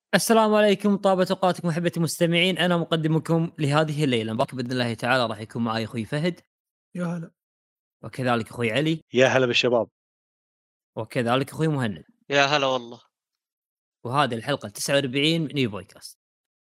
السلام عليكم، طابت اوقاتكم احبتي المستمعين. انا مقدمكم لهذه الليله، باقي باذن الله تعالى راح يكون معي اخوي فهد، يا هلا. وكذلك اخوي علي، يا هلا بالشباب. وكذلك اخوي مهند. يا هلا والله. وهذه الحلقه 49 من نيو بودكاست.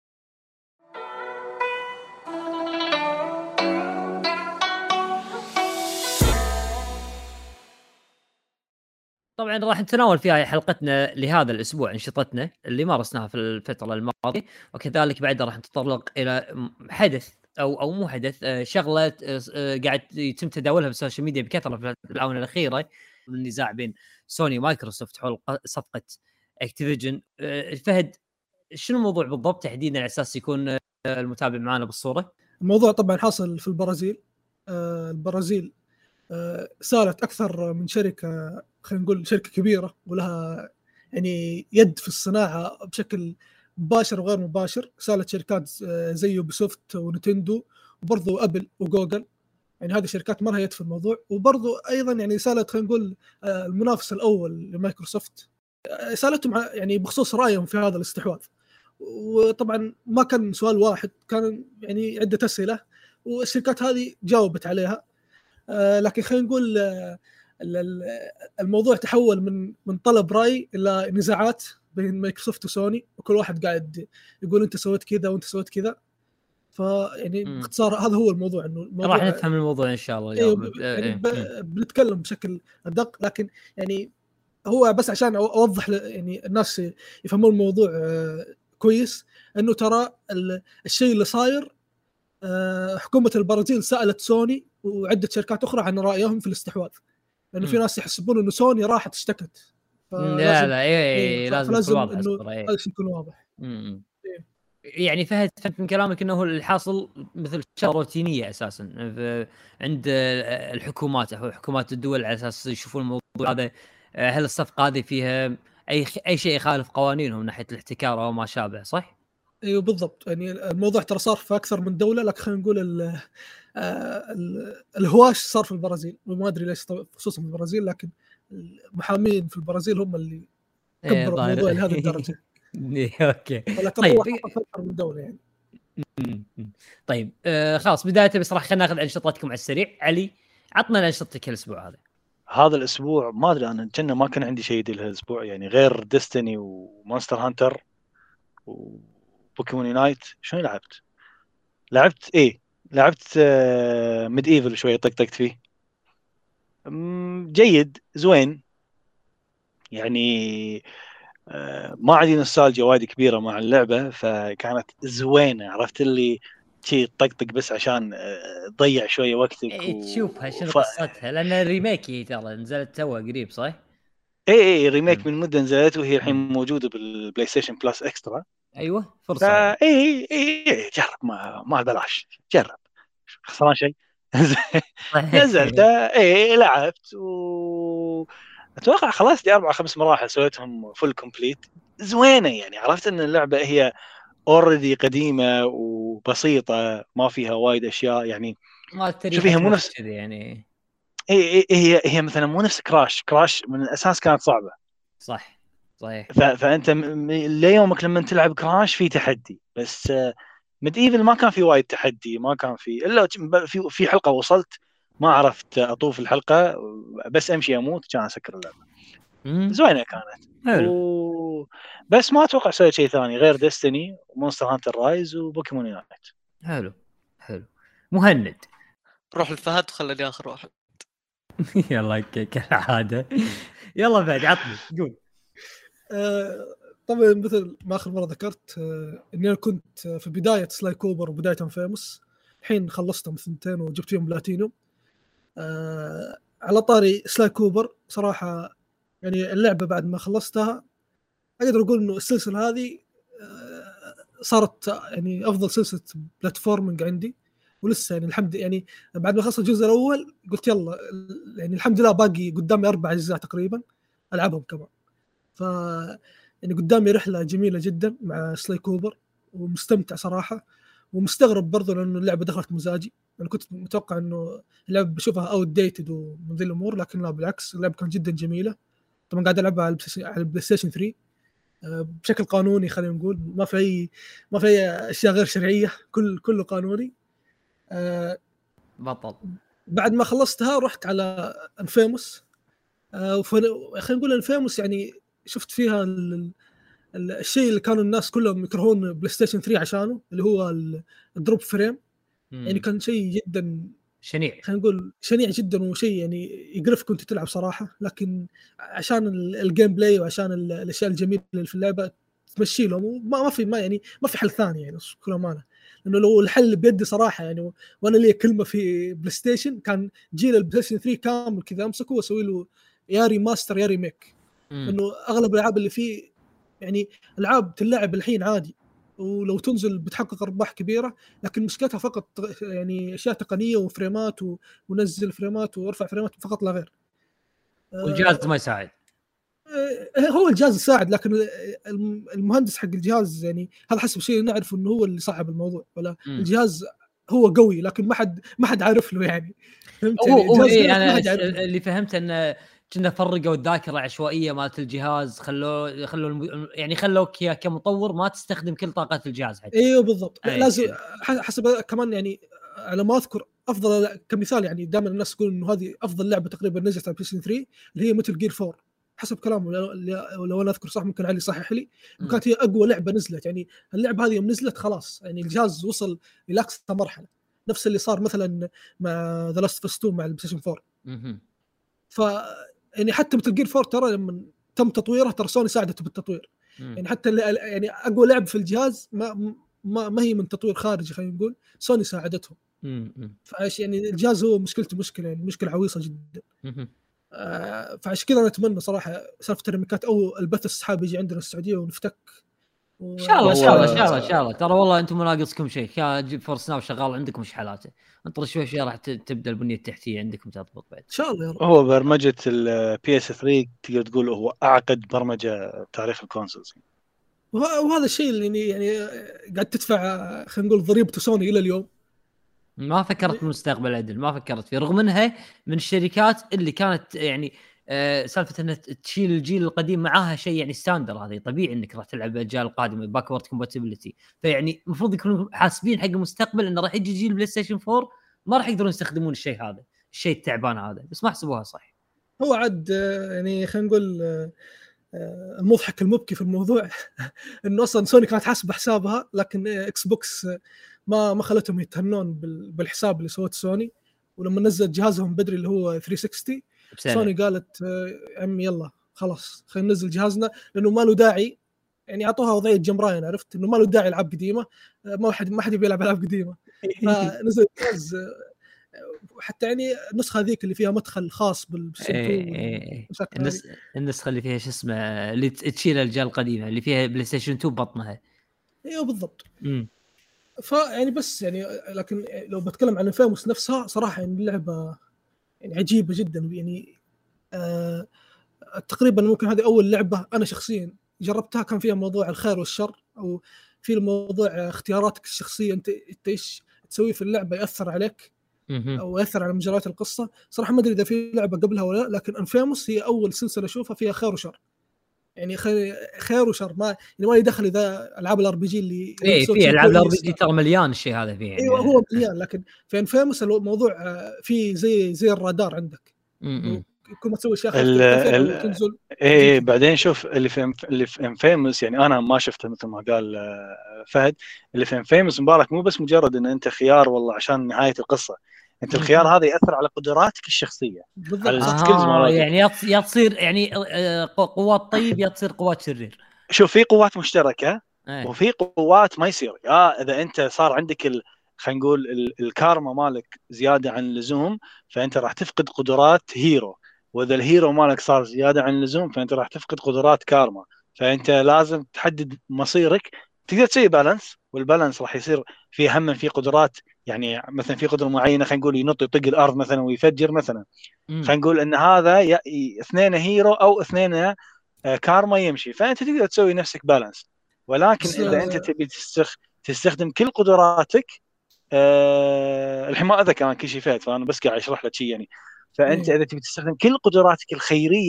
طبعا راح نتناول فيها حلقتنا لهذا الاسبوع انشطتنا اللي مارسناها في الفتره الماضيه، وكذلك بعدها راح نتطرق الى حدث او مو حدث، شغله قاعد يتم تداولها بالسوشيال ميديا بكثره في الاونه الاخيره، النزاع بين سوني ومايكروسوفت حول صفقه اكتيفيجن. فهد، شنو الموضوع بالضبط تحديدا على اساس يكون المتابع معنا بالصوره؟ الموضوع طبعا حاصل في البرازيل. البرازيل سالت أكثر من شركة، خلينا نقول شركة كبيرة ولها يعني يد في الصناعة بشكل مباشر وغير مباشر. سالت شركات زي يوبيسوفت ونتندو وبرضو أبل وجوجل، يعني هذه شركات ما لها يد في الموضوع. وبرضو أيضا يعني سالت خلينا نقول المنافس الأول لمايكروسوفت، سالتهم يعني بخصوص رأيهم في هذا الاستحواذ. وطبعا ما كان سؤال واحد، كان يعني عدة أسئلة والشركات هذه جاوبت عليها. لكن خلينا نقول الموضوع تحول من طلب رأي إلى نزاعات بين مايكروسوفت وسوني، وكل واحد قاعد يقول أنت سويت كذا وأنت سويت كذا. فيعني باختصار هذا هو الموضوع، إنه الموضوع راح نفهم الموضوع إن شاء الله اليوم. يعني بنتكلم بشكل أدق، لكن يعني هو بس عشان أوضح يعني الناس يفهمون الموضوع كويس، إنه ترى الشيء اللي صاير، حكومة البرازيل سألت سوني وعدة شركات أخرى عن رأيهم في الاستحواذ، لأنه في ناس يحسبون إنه سوني راحت اشتكت. لا لازم إنه هذا يكون واضح. يعني فهمت من كلامك انه الحاصل مثل شغله روتينيه اساسا عند الحكومات او حكومات الدول، على اساس يشوفون الموضوع هذا، هل الصفقه هذه فيها اي شيء يخالف قوانينهم من ناحيه الاحتكار او ما شابه، صح؟ ايوه بالضبط. يعني الموضوع ترى صار في اكثر من دوله، لكن خلينا نقول الهواش صار في البرازيل، وما ادري ليش خصوصا في البرازيل، لكن المحامين في البرازيل هم اللي كبروا الموضوع لهذه الدرجه. اوكي طيب اكثر من دوله يعني. طيب خلاص، بدايه بس راح خلينا ناخذ انشطتكم على السريع. علي، عطنا انشطتك الاسبوع هذا الاسبوع ما ادري، انا كنا ما كان عندي شيء جديد الاسبوع، يعني غير ديستني ومونستر هانتر وبوكيمون يونايت. شنو لعبت لعبت ميد ايفل شوي، طقطقت فيه. جيد زوين يعني. ما عندي نوستالجيا وايد كبيره مع اللعبه، فكانت زوينه. عرفت اللي شيء طقطق بس عشان تضيع شويه وقتك تشوفها شنو قصتها، لان ريميك هي ترى نزلت توها قريب، صح؟ اي ريميك من مده نزلت، وهي الحين موجوده بالبلاي ستيشن بلس اكسترا. ايوه فرصه. اي جرب، ما بلاش جرب، خسران شيء. نزلت لعبت اتوقع خلصت لي 4-5 مراحل سويتهم فل كومبليت. زوينه يعني. عرفت ان اللعبه هي اوريدي قديمه وبسيطه، ما فيها وايد اشياء يعني. شوف فيها مو نفس كذا يعني. هي مثلا مو نفس كراش من الاساس كانت صعبه، صح صحيح. فانت ليومك لما تلعب كراش في تحدي، بس ميد ايفل ما كان في وايد تحدي، ما كان في الا في حلقه وصلت ما عرفت اطوف الحلقه، بس امشي اموت كان اسكر اللعبه. زوينه كانت. بس ما اتوقع سويت شيء ثاني غير ديستني ومونستر هانتر رايز وبوكيمون يونايت. حلو. مهند، روح الفهد وخليني اخر واحد. يلا كالعاده. يلا بعد عطني قول. طبعا مثل ما آخر مرة ذكرت إني أنا كنت في بداية سلاي كوبر وبداية انفيموس، الحين خلصتهم ثنتين وجبت فيهم بلاتينوم. على طاري سلاي كوبر صراحة، يعني اللعبة بعد ما خلصتها أقدر أقول إنه السلسلة هذه صارت يعني أفضل سلسلة بلاتفورمينج عندي. ولسه يعني الحمد، يعني بعد ما خلصت الجزء الأول قلت يلا، يعني الحمد لله باقي قدامي 4 أجزاء تقريبا ألعبهم كمان. يعني قدامي رحلة جميلة جدا مع سلاي كوبر، ومستمتع صراحة. ومستغرب برضو لأنه اللعبة دخلت مزاجي. أنا كنت متوقع أنه اللعبة بشوفها أوت ديتد ومن ذي الأمور، لكن لا بالعكس، اللعبة كانت جدا جميلة. طبعا قاعد ألعبها على البلاي ستيشن 3. بشكل قانوني، خلينا نقول ما في اشياء غير شرعيه، كله قانوني. بطل. بعد ما خلصتها رحت على انفيموس. خلينا نقول انفيموس يعني شفت فيها الشيء اللي كانوا الناس كلهم يكرهون بلاي ستيشن 3 عشانه، اللي هو الدروب فريم. يعني كان شيء جدا شنيع، خلينا نقول شنيع جدا، وشيء يعني يقرفك كنت تلعب صراحه. لكن عشان الجيم بلاي وعشان الاشياء الجميله اللي في اللعبه تمشي لهم، ما في حل ثاني يعني بكل امانه. لانه لو الحل اللي بيدي صراحه يعني، وانا لي كلمه في بلاي ستيشن، كان جيل البلاي ستيشن 3 كامل كذا امسكه واسوي له يا ريماستر يا ريميك. لانه اغلب الالعاب اللي فيه يعني العاب تلعب الحين عادي، ولو تنزل بتحقق ارباح كبيره، لكن مشكلتها فقط يعني اشياء تقنيه وفريمات ونزل فريمات وارفع فريمات فقط لا غير. والجهاز ما يساعد. هو الجهاز يساعد، لكن المهندس حق الجهاز يعني هذا حسب شيء نعرف انه هو اللي صعب الموضوع، ولا الجهاز هو قوي لكن ما حد عارف له يعني. فهمت يعني الجهاز إيه انا اللي فهمت ان كنا فرقوا الذاكره العشوائيه مالت الجهاز، يعني خلوك كمطور ما تستخدم كل طاقات الجهاز حتى. ايوه بالضبط. لازم حسب كمان يعني، على ما اذكر افضل كمثال يعني دائما الناس تقول انه هذه افضل لعبه تقريبا نزلت على بلاي ستيشن 3 اللي هي مثل جير 4 حسب كلامه. لو انا اذكر صح، ممكن علي صحح لي، كانت هي اقوى لعبه نزلت. يعني اللعبه هذه يوم نزلت خلاص يعني الجهاز وصل الى اقصى مرحله، نفس اللي صار مثلا مع ذا لاست اوف اس 2 مع البلاي ستيشن 4. ف يعني حتى مثل جير 4 ترى لما تم تطويرها ترى سوني ساعدته بالتطوير. يعني حتى يعني اقوى لعبه في الجهاز ما هي من تطوير خارجي، خلينا نقول سوني ساعدتهم. فعش يعني الجهاز هو مشكلته مشكله يعني مشكله عويصه جدا. فعش كذا انا اتمنى صراحه سالفه الريميكات او البث السحابي يجي عندنا السعوديه ونفتك ان شاء الله. ترى والله انتم ما ناقصكم شيء، جيب فورس ناو شغال عندكم مش حالاته، انطر شوي راح تبدا البنيه التحتيه عندكم تضبط بعد ان شاء الله يا رب. هو برمجه البي اس 3 تقدر تقول هو اعقد برمجه تاريخ الكونسولز، وهذا الشيء اللي يعني قاعد تدفع خلينا نقول ضريبته سوني الى اليوم. ما فكرت بالمستقبل عدل، ما فكرت فيه، رغم انها من الشركات اللي كانت يعني سالفه انها تشيل الجيل القديم معاها شيء يعني ستاندر، هذه طبيعي انك راح تلعب الاجيال القادمه باكورد كومباتيبلتي، فيعني المفروض يكونوا حاسبين حق المستقبل انه راح يجي جيل بلاي ستيشن 4 ما راح يقدرون يستخدمون الشيء هذا، الشيء التعبان هذا، بس ما حسبوها صح. هو عاد يعني خلينا نقول المضحك المبكي في الموضوع انه اصلا سوني كانت حاسبه حسابها، لكن اكس بوكس ما خلتهم يتهنون بالحساب اللي سوته سوني. ولما نزلت جهازهم بدري اللي هو 360 سوني قالت عمي يلا خلاص خلينا ننزل جهازنا، لانه ما له داعي يعني اعطوها وضعيه جمراين، عرفت انه ما له داعي العاب قديمه، ما حد يبي يلعب العاب قديمه. فنزل جهاز حتى يعني النسخه ذيك اللي فيها مدخل خاص النسخه اللي فيها شو اسمه اللي تشيل الأجيال القديمه اللي فيها بلاي ستيشن 2 بطنها. ايوه بالضبط. فيعني بس يعني لكن لو بتكلم عن انفيموس نفسها صراحه يعني اللعبه يعني عجيبه جدا يعني. تقريبا ممكن هذه اول لعبه انا شخصيا جربتها كان فيها موضوع الخير والشر، او في الموضوع اختياراتك الشخصيه انت ايش تسوي في اللعبه ياثر عليك او ياثر على مجريات القصه. صراحه ما ادري اذا في لعبه قبلها ولا لا، لكن انفيموس هي اول سلسله اشوفها فيها خير وشر. يعني خير وشر ما يعني ما يدخل اذا العاب الار بي جي اللي في العاب الار بي جي ترى مليان الشيء هذا فيه يعني. ايوه هو مليان، لكن في انفيموس الموضوع فيه زي الرادار عندك، كل ما تسوي اشياء تنزل. بعدين شوف اللي في انفيموس يعني انا ما شفته مثل ما قال فهد. اللي في انفيموس مبارك مو بس مجرد ان انت خيار والله عشان نهايه القصه، انت الخيار هذا ياثر على قدراتك الشخصيه، على السكيلز مالتك. يعني يا تصير يعني قوات طيب يا تصير قوات شرير. شوف في قوات مشتركه وفي قوات ما يصير. اذا انت صار عندك خلينا نقول الكارما مالك زياده عن اللزوم فانت راح تفقد قدرات هيرو، واذا الهيرو مالك صار زياده عن اللزوم فانت راح تفقد قدرات كارما. فانت لازم تحدد مصيرك، تقدر تسوي بالانس، والبالانس راح يصير في هم في قدرات. يعني مثلا في قدره معينه خلينا نقول ينط يطق الارض مثلا ويفجر مثلا، خلينا نقول ان هذا اثنين هيرو او اثنين كارما يمشي، فانت تقدر تسوي نفسك بالانس. ولكن اذا انت تبي تستخدم كل قدراتك الحين ما اذكر انا كل شيء فات، فانا بس قاعد اشرح لك شيء يعني. فانت اذا تبي تستخدم كل قدراتك الخيريه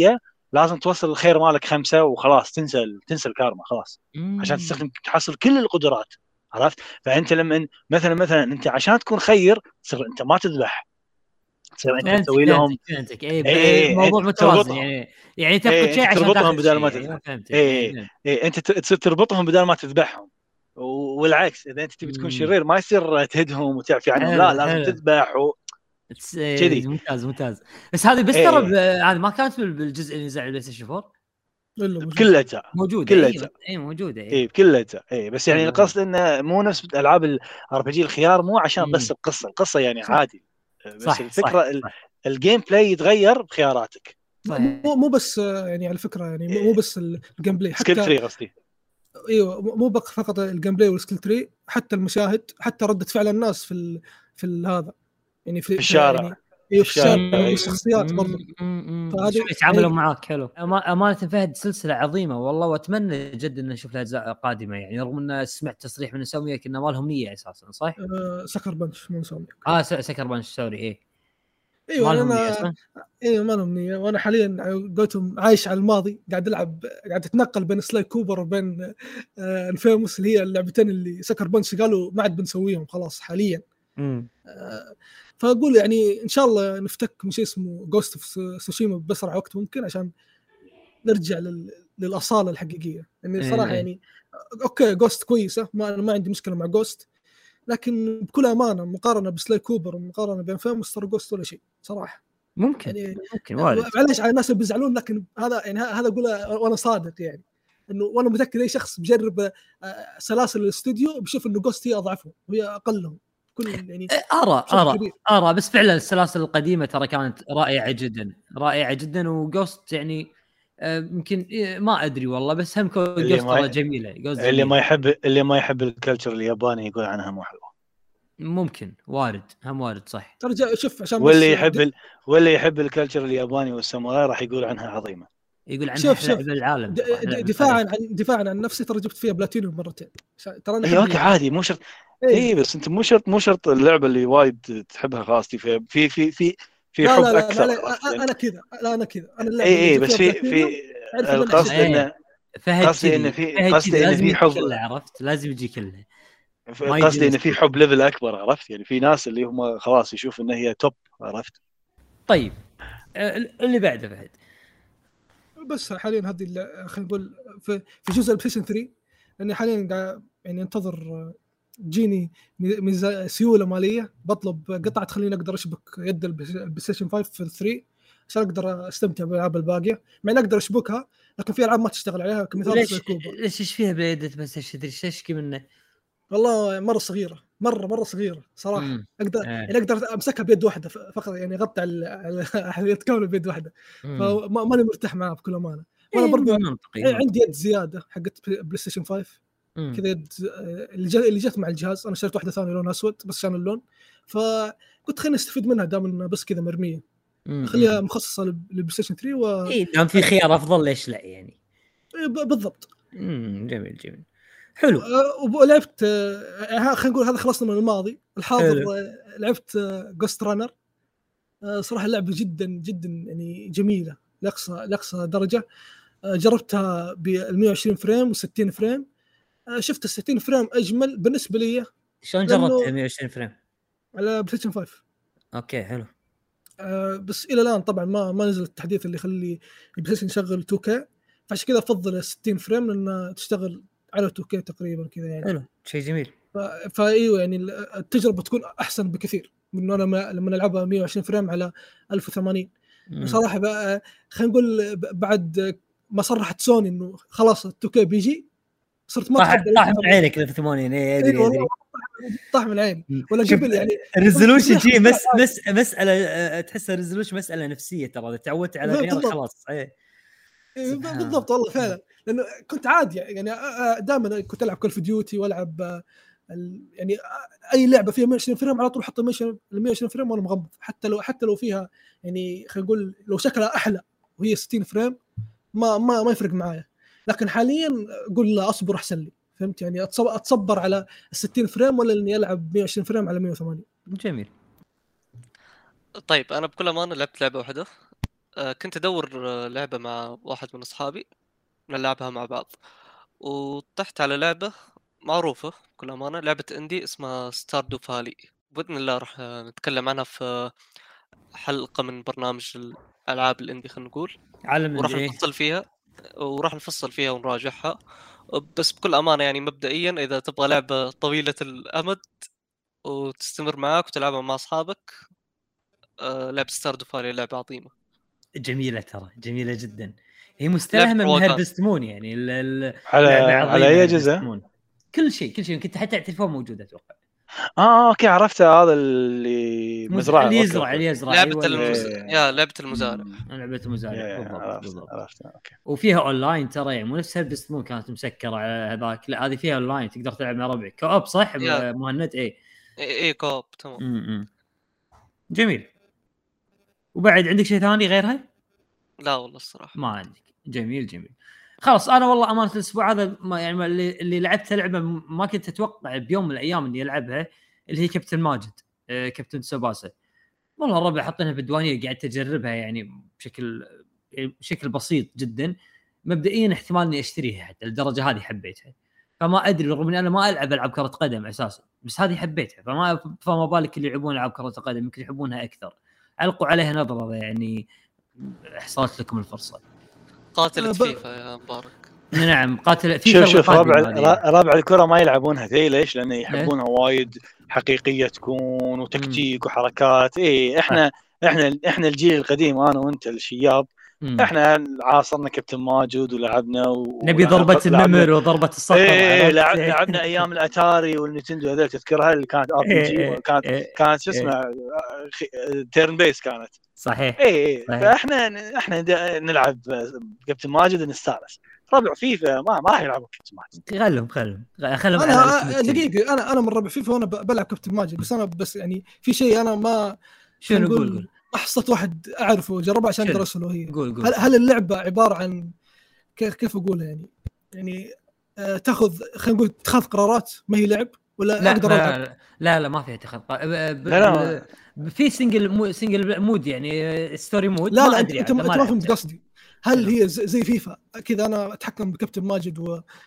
لازم توصل الخير مالك 5 وخلاص تنسى الكارما خلاص عشان تحصل كل القدرات. عرفت؟ فانت لما مثلا انت عشان تكون خير تصير انت ما تذبح، تصير انت تسوي لهم فهمتك موضوع موضوع متوازن يعني تفقد شيء عشان تربطهم تاخذ بدل ما شيء. تذبح. فهمتك انت تصير تربطهم بدل ما تذبحهم، والعكس اذا انت تبي تكون شرير ما يصير تهدهم وتعفي عنهم، لا لازم تذبح كذي. ممتاز. بس هذه بس ترى هذه ما كانت بالجزء اللي نزل على البلاي ستيشن 4 بكل اجزاء موجوده. موجوده بكل اجزاء بس يعني القصد انه مو نفس العاب الار بي جي الخيار، مو عشان بس القصه يعني صح. عادي، بس صح الفكره الجيم بلاي يتغير بخياراتك. مو بس يعني على فكره يعني مو بس الجيم بلاي، حتى سكيل تري قصدي. ايوه مو بقى فقط الجيم بلاي والسكيل تري، حتى المشاهد، حتى رده فعل الناس في هذا يعني في الشارع يعني في الشارع والشخصيات برضه. فهذا يتعاملوا معك حلو. امانه فهد سلسله عظيمه والله، واتمنى جد ان نشوف لها اجزاء قادمه يعني، رغم ان سمعت تصريح من انسومياك انه ما لهم نيه اساسا. صح؟ سكر بنش مو انسومياك. سكر بنش سوري. ايوه ما لهم انا نيه اصلا. ايوه ما لهم نيه، وانا حاليا قلتهم عايش على الماضي، قاعد العب، قاعد اتنقل بين سلاي كوبر وبين انفيموس اللي هي اللعبتين اللي سكر بنش قالوا ما عاد بنسويهم خلاص حاليا. فاقول يعني ان شاء الله نفتك من شيء اسمه جوست اوف سوشيما باسرع وقت ممكن عشان نرجع للاصاله الحقيقيه. يعني صراحه يعني اوكي جوست كويسه، ما عندي مشكله مع جوست، لكن بكل امانه مقارنه بسلاي كوبر ومقارنه بين فيموس ترى جوست ولا شيء صراحه. ممكن يعني وارد. معلش على الناس اللي بيزعلون، لكن هذا يعني هذا اقوله وانا صادق يعني، انه وانا متاكد اي شخص بجرب سلاسل الاستوديو بيشوف انه جوست هي اضعفهم وهي اقلهم. كل يعني ارى بس فعلا السلاسل القديمه ترى كانت رائعه جدا وجوست يعني يمكن ما ادري والله، بس هم جوست ترى جميله. اللي ما يحب الكلتشر الياباني يقول عنها مو حلوه. ممكن وارد صح. ترجع شوف عشان واللي يحب الكلتشر الياباني والساموراي راح يقول عنها عظيمه، يقول عنها احلى لعبه بالعالم. دفاعا عن نفسي ترى جبت فيها بلاتينيوم مرتين ترى انا اوكي عادي مو شرط. بس انت مو شرط اللعبه اللي وايد تحبها خلاص في حب اكثر. انا كذا انا اللعبه بس في القصد انه قصدي ان في حب، عرفت؟ لازم يجي كله. قصدي ان في حب ليفل اكبر، عرفت؟ يعني في ناس اللي هم خلاص يشوف ان هي توب، عرفت؟ طيب اللي بعده فهد. بس حاليا هذه خلينا نقول في جزء البلايستيشن 3، لاني حاليا قاعد يعني انتظر جيني سيوله ماليه، بطلب قطعه تخليني اقدر اشبك يد البلايستيشن 5 في 3 عشان اقدر استمتع بالالعاب الباقيه، مع اني اقدر اشبكها لكن في العاب ما تشتغل عليها كمثال كوبر. ليش ايش فيها بيد بلايستيشن 3؟ ايش تشكي منه؟ والله مره صغيره مره صغيره صراحه. اقدر يعني اقدر امسكها بيد واحده فقط، يعني اغطي على كامله بيد واحده، فماني مرتاح معها بكل امانه. وانا برضو عندي يد زياده حقت بلاي ستيشن 5 كذا، يد اللي جت مع الجهاز. انا اشتريت واحده ثانيه لون اسود بس عشان اللون، فقلت خليني استفيد منها دام انها بس كذا مرميه، خليها مخصصه للبلاي ستيشن 3 دام في خيار افضل ليش لا يعني. بالضبط. جميل حلو. ولعبت خلينا نقول هذا خلصنا من الماضي. الحاضر لعبت جوست رانر. صراحه اللعبه جدا يعني جميله لاقصى درجه. جربتها بال 120 فريم و60 فريم. شفت ال 60 فريم اجمل بالنسبه لي. شلون جربتها 120 فريم؟ على بلاي ستيشن 5. اوكي حلو. بس الى الان طبعا ما نزل التحديث اللي يخلي البلاي ستيشن يشغل 2K، فعشان كذا افضل 60 فريم لانها تشتغل على 2K تقريبا كذا يعني. حلو، شيء جميل. فايوه يعني التجربه تكون احسن بكثير من انا لما نلعبها 120 فريم على 1080. بصراحه بقى خلينا نقول بعد ما صرحت سوني انه خلاص 2K بيجي، صرت ما طاح من عينك 1080. ادري طاح من عيني. ولا قبل يعني الريزولوشن شيء مساله، تحس الريزولوشن مساله نفسيه ترى، تعودت على غيره خلاص. بالضبط والله فعلا، لانه كنت عادي يعني دائما كنت العب كول اوف ديوتي والعب يعني اي لعبه فيها 120 فريم على طول احط 120 فريم وانا مغمض، حتى لو فيها يعني خلينا نقول لو شكلها احلى وهي 60 فريم ما يفرق معايا. لكن حاليا اقول لا اصبر احسن لي، فهمت يعني اتصبر على 60 فريم ولا اني العب 120 فريم على 180. جميل. طيب انا بكل امانه لعبت لعبه واحده كنت ادور لعبه مع واحد من اصحابي نلعبها مع بعض، وطحت على لعبه معروفه بكل امانه، لعبه اندي اسمها ستاردو فالي. باذن الله راح نتكلم عنها في حلقه من برنامج الالعاب الاندي خلينا نقول، عالم وراح اندي نفصل فيها ونراجعها. بس بكل امانه يعني مبدئيا اذا تبغى لعبه طويله الامد وتستمر معاك وتلعبها مع اصحابك، لعبه ستاردو فالي لعبه عظيمه. جميله، ترى جميله جدا. هي لعبه مستلهمه من روقان. هرفست مون، يعني على لعبه عظيمه. على اي هرفست اجهزه؟ مون كل شيء يمكن حتى على التليفون موجود اتوقع. اوكي عرفته، هذا اللي مزرعه. اللي أوكي، يزرع أوكي. اللي يزرع لعبه إيه. يا لعبه المزارع. لعبه المزارع بالضبط بالضبط. عرفت. اوكي. وفيها اونلاين ترى، يعني مو نفس هرفست مون كانت مسكره على هذاك، لا هذه فيها اونلاين تقدر تلعب مع ربعك كوب صح يا مهند. اي كوب تمام. جميل. وبعد عندك شيء ثاني غيرها؟ لا والله الصراحه ما عندك. جميل. خلاص انا والله امانه الاسبوع هذا ما يعني اللي لعبت لعبه ما كنت اتوقع بيوم من الايام اني العبها، اللي هي كابتن ماجد، كابتن سوباسا. والله الربع حاطينها بالديوانيه قاعد اجربها يعني بشكل بسيط جدا. مبدئيا احتمال اني اشتريها، حتى الدرجه هذه حبيتها. فما ادري، رغم اني انا ما العب كره قدم اساسا، بس هذه حبيتها. فما بالك اللي يلعبون العاب كره قدم يمكن يحبونها اكثر. علقوا عليها نظره يعني، حصلت لكم الفرصه. قاتلة فيفا يا مبارك. نعم قاتل فيفا. شوف رابع الكره ما يلعبونها ذي، ليش؟ لانه يحبونها وايد حقيقيه تكون وتكتيك وحركات. ايه احنا الجيل القديم، انا وانت الشياب، احنا عاصرنا كابتن ماجد ولعبنا نبي ضربه النمر وضربه الصقر. ايه لعبنا ايام الاتاري والنينتندو هذول، تذكرها اللي كانت ار بي جي، كانت شو اسمه تيرن بيس كانت. صحيح. ايه فاحنا نلعب كابتن ماجد نستانس. ربع فيفا ما راح يلعبوا كابتن ماجد. خلهم انا دقيقه، انا من ربع فيفا وانا بلعب كابتن ماجد، بس يعني في شيء انا ما شنو قول احصت واحد اعرفه وجربه عشان اقدر اساله. هي قول. هل اللعبه عباره عن كيف اقولها يعني تاخذ، خلينا نقول اتخاذ قرارات، ما هي لعب ولا لا اقدر العب؟ لا ما فيها اتخاذ لا في سنجل مود يعني ستوري مود. لا ما ادري انت ما فهمت قصدي. هل هي زي فيفا كذا انا اتحكم بكابتن ماجد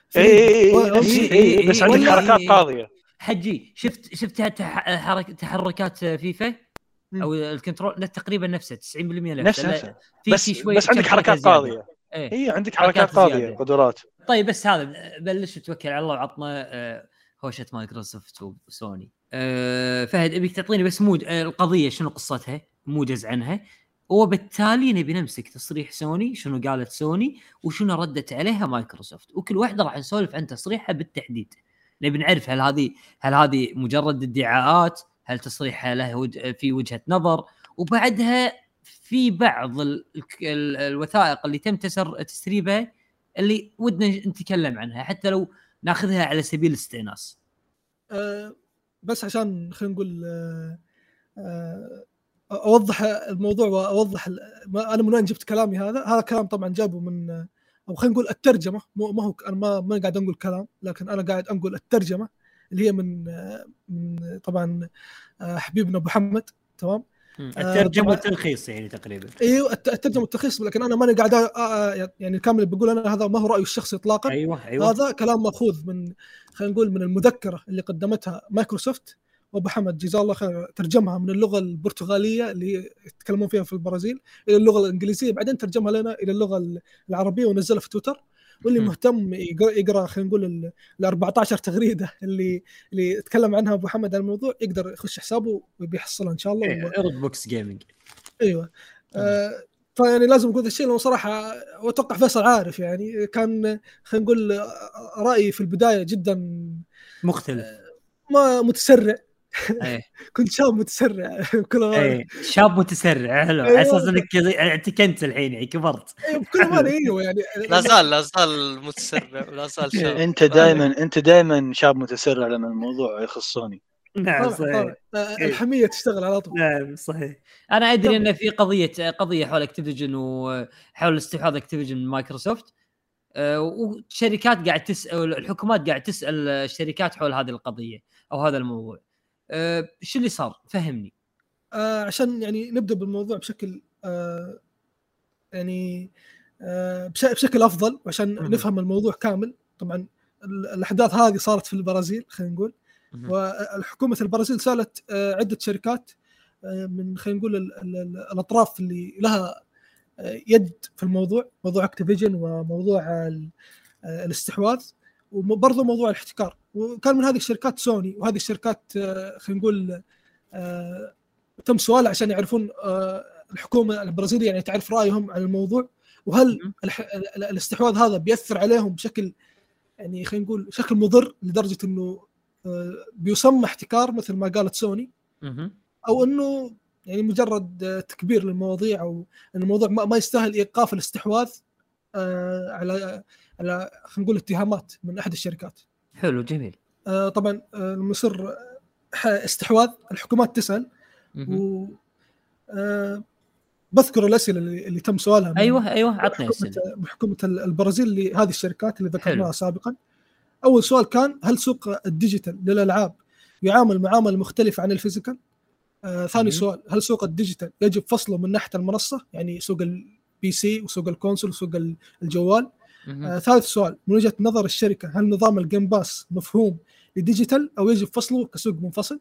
بس عندك حركات قاضيه حجي؟ شفت تحركات فيفا او الكنترول تقريبا نفسه 90% نفسه بس عندك حركات قاضيه. هي عندك حركات قاضيه قدرات. طيب بس هذا بلش توكل على الله وعطنا هوشه مايكروسوفت وسوني. فهد ابيك تعطيني بس مود القضيه شنو قصتها، موجز عنها، وبالتالي نبي نمسك تصريح سوني، شنو قالت سوني وشنو ردت عليها مايكروسوفت، وكل واحده راح نسولف عن تصريحها بالتحديد. نبي نعرف هل هذه مجرد ادعاءات، هل تصريحها له في وجهة نظر، وبعدها في بعض الوثائق اللي تم تسريبها اللي ودنا نتكلم عنها، حتى لو ناخذها على سبيل الاستئناس. بس عشان خلينا نقول اوضح الموضوع واوضح انا من وين جبت كلامي. هذا كلام طبعا جابه من، او خلينا نقول الترجمه، ما هو انا ما قاعد انقل كلام، لكن انا قاعد انقل الترجمه اللي هي من طبعا حبيبنا ابو محمد. تمام. الترجمه والتلخيص يعني تقريبا. ايوه الترجمه والتلخيص، لكن انا ماني قاعد يعني كامل بقول انا هذا ما هو رايي الشخصي اطلاقا. أيوة. هذا كلام ماخوذ من، خلينا نقول، من المذكره اللي قدمتها مايكروسوفت، وابو حمد جزاه الله خير ترجمها من اللغه البرتغاليه اللي يتكلمون فيها في البرازيل الى اللغه الانجليزيه، بعدين ترجمها لنا الى اللغه العربيه ونزلها في تويتر. واللي مهتم يقرا خلينا نقول ال 14 تغريده اللي اتكلم عنها ابو محمد عن الموضوع، يقدر يخش حسابه وبيحصلها ان شاء الله. ايرد بوكس جيمنج. ايوه. فيعني لازم اقول الشيء لانه صراحه واتوقع فيصل عارف، يعني كان خلينا نقول رايي في البدايه جدا مختلف، ما متسرع. ايه كنت شاب متسرع ايه شاب متسرع. حلو. على اساس انك اعتكنت الحين يعني كبرت. بكل ما ايوه يعني لا زال متسرع ولا زال شاب. انت دائما شاب متسرع لما الموضوع يخصني. نعم صحيح. الحميه تشتغل على طول. نعم صحيح. انا ادري ان في قضيه حول اكتيفيجن وحول استحواذ اكتيفيجن من مايكروسوفت، وشركات قاعد تسال، الحكومات قاعد تسال الشركات حول هذه القضيه او هذا الموضوع. شو اللي صار؟ فهمني. عشان يعني نبدا بالموضوع بشكل يعني بشكل افضل عشان نفهم الموضوع كامل. طبعا الاحداث هذه صارت في البرازيل خلينا نقول، والحكومه البرازيل سالت عده شركات من خلينا نقول الاطراف اللي لها يد في الموضوع، موضوع اكتيفيجن وموضوع الاستحواذ وبرضه موضوع الاحتكار. وكان من هذه الشركات سوني، وهذه الشركات خلينا نقول تم سؤال عشان يعرفون الحكومه البرازيليه يعني تعرف رايهم عن الموضوع، وهل الاستحواذ هذا بيأثر عليهم بشكل يعني خلينا نقول شكل مضر لدرجه انه بيسمى احتكار مثل ما قالت سوني، او انه يعني مجرد تكبير للمواضيع، او ان الموضوع ما يستاهل ايقاف الاستحواذ على خلينا نقول اتهامات من احد الشركات. حلو جميل. طبعا لما يصير استحواذ الحكومات تسأل، و بذكر الأسئلة اللي تم سؤالها. أيوة عطني أسئلة. حكومة البرازيل لهذه الشركات اللي ذكرناها سابقا. أول سؤال كان: هل سوق الديجيتال للألعاب يعامل معاملة مختلفة عن الفيزيكال؟ ثاني سؤال: هل سوق الديجيتال يجب فصله من ناحية المنصة، يعني سوق البي سي وسوق الكونسول وسوق الجوال؟ ثالث سؤال: من وجهة نظر الشركة هل نظام الجيم باس مفهوم لديجيتال أو يجب فصله كسوق منفصل؟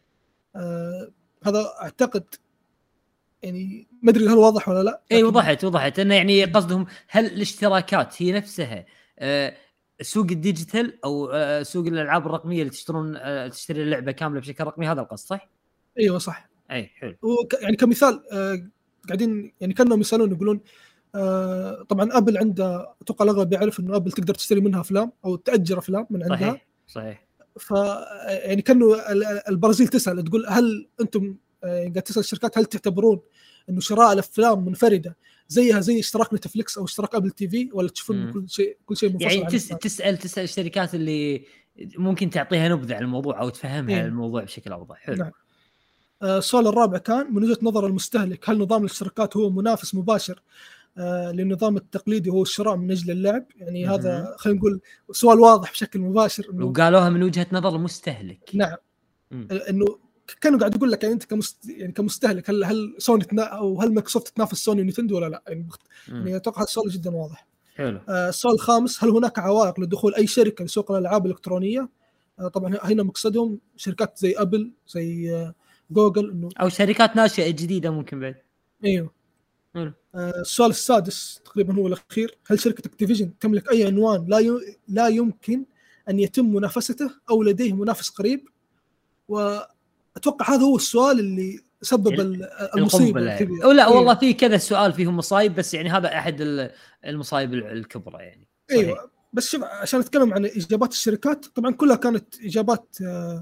هذا أعتقد يعني ما أدري هل واضح ولا لا. أي وضحت إنه يعني قصدهم هل الاشتراكات هي نفسها سوق الديجيتال أو سوق الألعاب الرقمية اللي تشتري اللعبة كاملة بشكل رقمي، هذا القصد صح؟ أيوة صح. أي حلو. يعني كمثال قاعدين يعني كانوا يسألون يقولون طبعا أبل عنده أتوقع الأغلب بيعرف إنه أبل تقدر تشتري منها أفلام أو تأجر أفلام من عندها. صحيح. يعني كانوا البرازيل تسأل تقول هل أنتم قاعد تسأل الشركات هل تعتبرون إنه شراء الأفلام منفردة زيها زي اشتراك نتفليكس أو اشتراك أبل تي في، ولا تشوفون كل شيء منفصل؟ يعني تسأل الشركات اللي ممكن تعطيها نبذة عن الموضوع أو تفهمها الموضوع بشكل أوضح. حلو. نعم. السؤال الرابع كان: من وجهة نظر المستهلك هل نظام الاشتراكات هو منافس مباشر للنظام التقليدي هو الشراء من أجل اللعب؟ يعني هذا خلينا نقول سؤال واضح بشكل مباشر، إنه وقالوها من وجهة نظر المستهلك. نعم. إنه كانوا قاعد يقول لك يعني أنت كمستهلك هل سوني أو هل مايكروسوفت تنافس سوني ونينتندو ولا لا؟ يعني أتوقع السؤال جدا واضح. حلو. السؤال الخامس: هل هناك عوائق لدخول أي شركة لسوق الألعاب الإلكترونية؟ طبعا هنا مقصدهم شركات زي أبل زي جوجل، إنه أو شركات ناشئة جديدة ممكن بعد. أيوه. السؤال السادس تقريبا هو الأخير: هل شركة اكتيفيجن تملك أي عنوان لا يمكن أن يتم منافسته أو لديه منافس قريب؟ وأتوقع هذا هو السؤال اللي سبب المصيبة الكبيرة. لا والله في كذا سؤال فيهم مصايب، بس يعني هذا أحد المصايب الكبرى يعني. صحيح. أيوة. بس شوف عشان أتكلم عن إجابات الشركات طبعا كلها كانت إجابات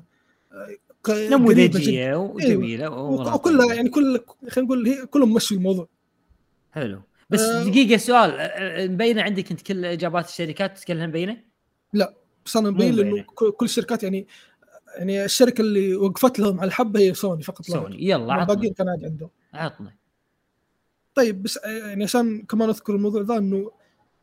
نموذجية وجميلة وكلها يعني خلينا نقول هي كلهم مشوا الموضوع. حلو. بس دقيقة سؤال، مبينة عندك أنت كل إجابات الشركات تتكلم مبينة؟ لا بس أنا مبين لأنه كل الشركات يعني الشركة اللي وقفت لهم على الحبة هي سوني فقط. سوني. يلا باقيين كان عندهم. عطنا. طيب بس يعني عشان كمان أذكر الموضوع ذا إنه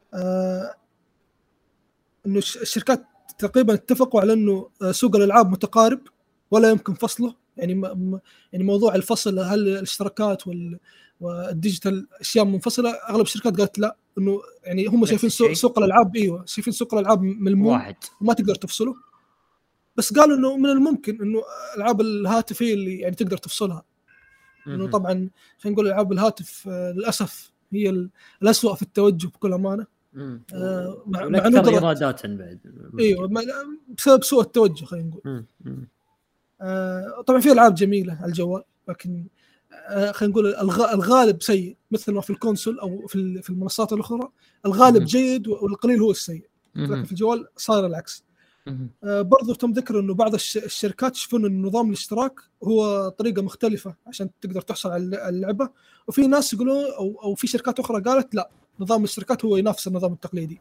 الشركات تقريبا اتفقوا على إنه سوق الألعاب متقارب ولا يمكن فصله. يعني موضوع الفصل هل الاشتراكات والديجيتال أشياء منفصلة، أغلب الشركات قالت لا، إنه يعني هم شايفين سوق الألعاب شايفين سوق الألعاب ملموم واحد وما تقدر تفصله. بس قالوا إنه من الممكن إنه ألعاب الهاتف هي اللي يعني تقدر تفصلها. إنه طبعاً خلينا نقول ألعاب الهاتف للأسف هي الأسوأ في التوجه بكل أمانة. مع أكثر إيرادات بعد. أيوة بسبب سوء التوجه خلينا نقول. طبعاً في ألعاب جميلة على الجوال، لكن خلينا نقول الغالب سيء، مثل ما في الكونسول أو في المنصات الأخرى الغالب جيد والقليل هو السيء. لكن في الجوال صار العكس. برضو تم ذكر إنه بعض الشركات يشوفون إن نظام الاشتراك هو طريقة مختلفة عشان تقدر تحصل على اللعبة، وفي ناس يقولون أو في شركات أخرى قالت لا، نظام الاشتراكات هو ينافس النظام التقليدي.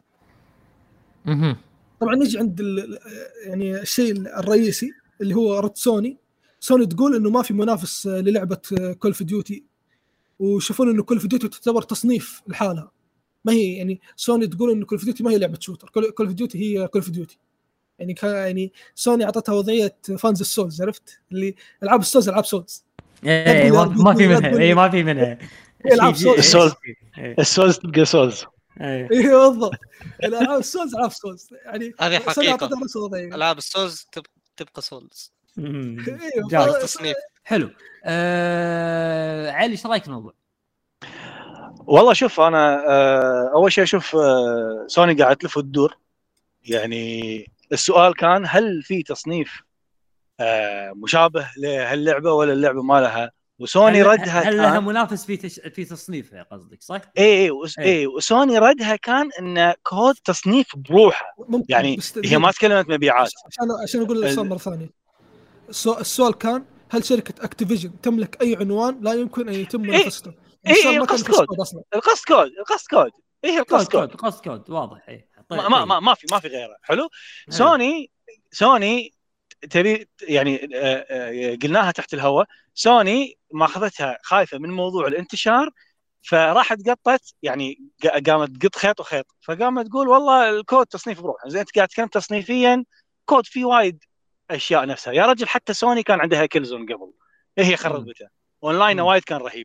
طبعا نيجي عند يعني الشيء الرئيسي اللي هو رد سوني تقول إنه ما في منافس للعبة كول اوف ديوتي، وشوفون إنه كول اوف ديوتي تعتبر تصنيف لحالها، ما هي يعني سوني تقول إنه كول اوف ديوتي ما هي لعبة شوتر، كول اوف ديوتي هي كول اوف ديوتي. يعني سوني عطتها وضعية فانز السولز، عرفت اللي ألعاب السولز ألعاب سولز. ما في منها. العاب السولز السولز تبقى سولز. ايه اي بالضبط، الالعاب السولز العاب سولز يعني هذه سنة حقيقة. أعطتها نفس الوضعية. العاب السولز تبقى سولز. ايوه جاي. التصنيف حلو. علي ايش رايك الموضوع؟ والله شوف انا اول شيء اشوف سوني قاعد تلف وتدور. يعني السؤال كان هل في تصنيف مشابه لهاللعبه ولا اللعبه ما لها، وسوني ردها هل كان لها منافس في تصنيفها قصدك صح؟ اي وسوني ردها كان ان كود تصنيف بروحه. ممكن يعني بس هي ما تكلمت مبيعات. عشان اقول السؤال مره ثانيه، السؤال كان هل شركه اكتيفيجن تملك اي عنوان لا يمكن ان يتم منافسته؟ السؤال ما كان في الكود اصلا. القصد كود ايه القصد كود قصد كود واضح. ايه طيب. ما في غيره. حلو. سوني تبي يعني قلناها تحت الهواء. سوني ما اخذتها خايفه من موضوع الانتشار، فراحت قطت يعني قامت تقط خيط وخيط، فقامت تقول والله الكود تصنيف بروحه. زين انت قاعد تتكلم تصنيفيا كود في وايد اشياء نفسها يا رجل. حتى سوني كان عندها كيلزون قبل، هي خربتها. اونلاين وايد كان رهيب.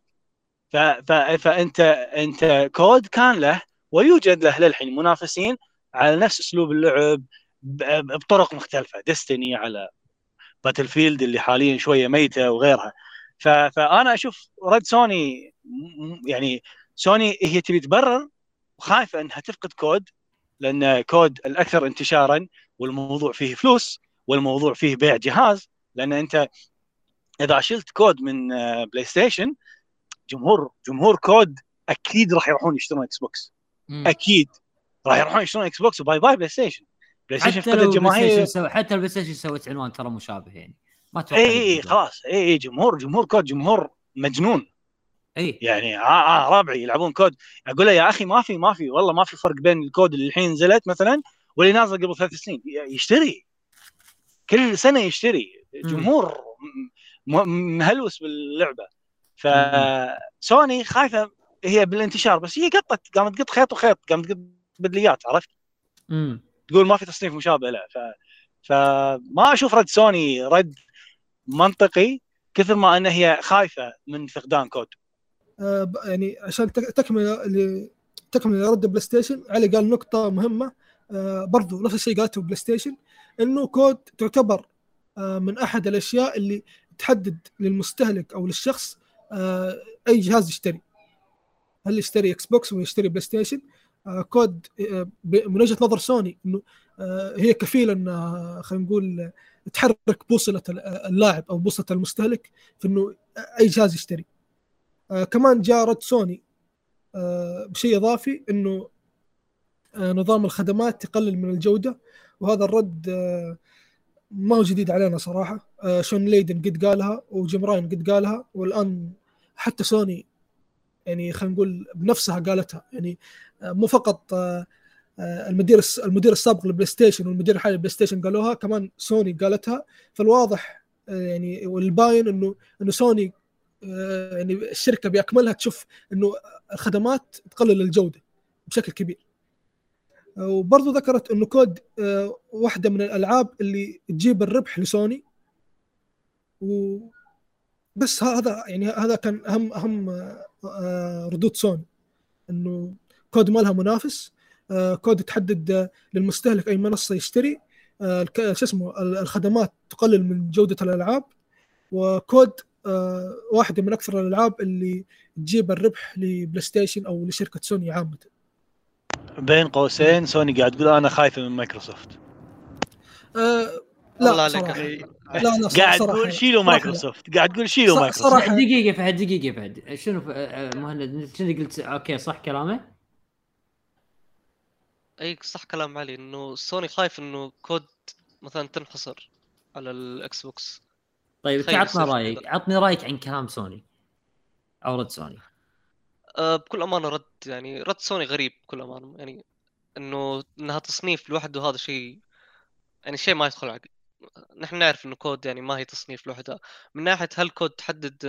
فانت كود كان له ويوجد له للحين منافسين على نفس اسلوب اللعب بطرق مختلفه، ديستني على باتل فيلد اللي حاليا شويه ميته وغيرها. فانا اشوف رد سوني يعني سوني هي تبي تبرر وخايفه انها تفقد كود، لان كود الاكثر انتشارا والموضوع فيه فلوس والموضوع فيه بيع جهاز. لان انت اذا شلت كود من بلاي ستيشن، جمهور كود اكيد راح يروحون يشترون اكس بوكس. اكيد راح يروحون يشترون اكس بوكس وباي باي بلاي ستيشن. حتى لو حتى البلاي ستيشن سوت عنوان ترى مشابه يعني ما اتوقع. اي خلاص اي جمهور كود جمهور مجنون. اي يعني ربعي يلعبون كود. اقول له يا اخي ما في والله ما في فرق بين الكود اللي الحين نزلت مثلا واللي نازل قبل 3 سنين. يشتري كل سنه يشتري. جمهور مهلوس باللعبه. فسوني خايفه هي بالانتشار، بس هي قامت تقط خيط وخيط، قامت تقط بدليات. عرفت؟ تقول ما في تصنيف مشابه له. فما اشوف رد سوني رد منطقي كثر ما انها هي خايفه من فقدان كود. يعني عشان تكمل رد بلاي ستيشن، علي قال نقطه مهمه برضو نفس الشيء قالته بلاي ستيشن، انه كود تعتبر من احد الاشياء اللي تحدد للمستهلك او للشخص اي جهاز يشتري، هل يشتري اكس بوكس ولا يشتري بلاي ستيشن. كود من وجهه نظر سوني انه هي كفيله ان خلينا نقول تحرك بوصله اللاعب او بوصله المستهلك في انه اي جهاز يشتري. كمان جاء رد سوني بشيء اضافي انه نظام الخدمات يقلل من الجوده، وهذا الرد ما هو جديد علينا صراحه. شون ليدن قد قالها وجيم راين قد قالها، والان حتى سوني يعني خلينا نقول بنفسها قالتها. يعني مو فقط المدير السابق للبلاي ستيشن والمدير الحالي للبلاي ستيشن قالوها، كمان سوني قالتها. فالواضح يعني والباين انه سوني يعني الشركه باكملها تشوف انه الخدمات تقلل الجوده بشكل كبير. وبرضو ذكرت انه كود واحده من الالعاب اللي تجيب الربح لسوني. وبس هذا كان اهم ردود سوني، انه كود ما لها منافس. كود تحدد للمستهلك اي منصه يشتري. الخدمات تقلل من جوده الالعاب. وكود واحده من اكثر الالعاب اللي تجيب الربح لبلاي ستيشن او لشركه سوني عامه. بين قوسين سوني قاعد تقول انا خايفه من مايكروسوفت. لا صراحه لا قاعد تقول شيلوا مايكروسوفت. قاعد تقول شيلوا مايكروسوفت. صراحه دقيقه فهد شنو مهند شنو قلت؟ اوكي صح كلامه. اي صح كلام علي، انه سوني خايف انه كود مثلا تنحصر على الاكس بوكس. طيب عطني رايك عن كلام سوني او رد سوني. بكل امانه رد سوني غريب بكل امانه. يعني انها تصنيف لوحده، هذا شيء يعني شيء ما يدخل عقل. نحن نعرف انه كود يعني ما هي تصنيف لوحدها. من ناحيه هل كود تحدد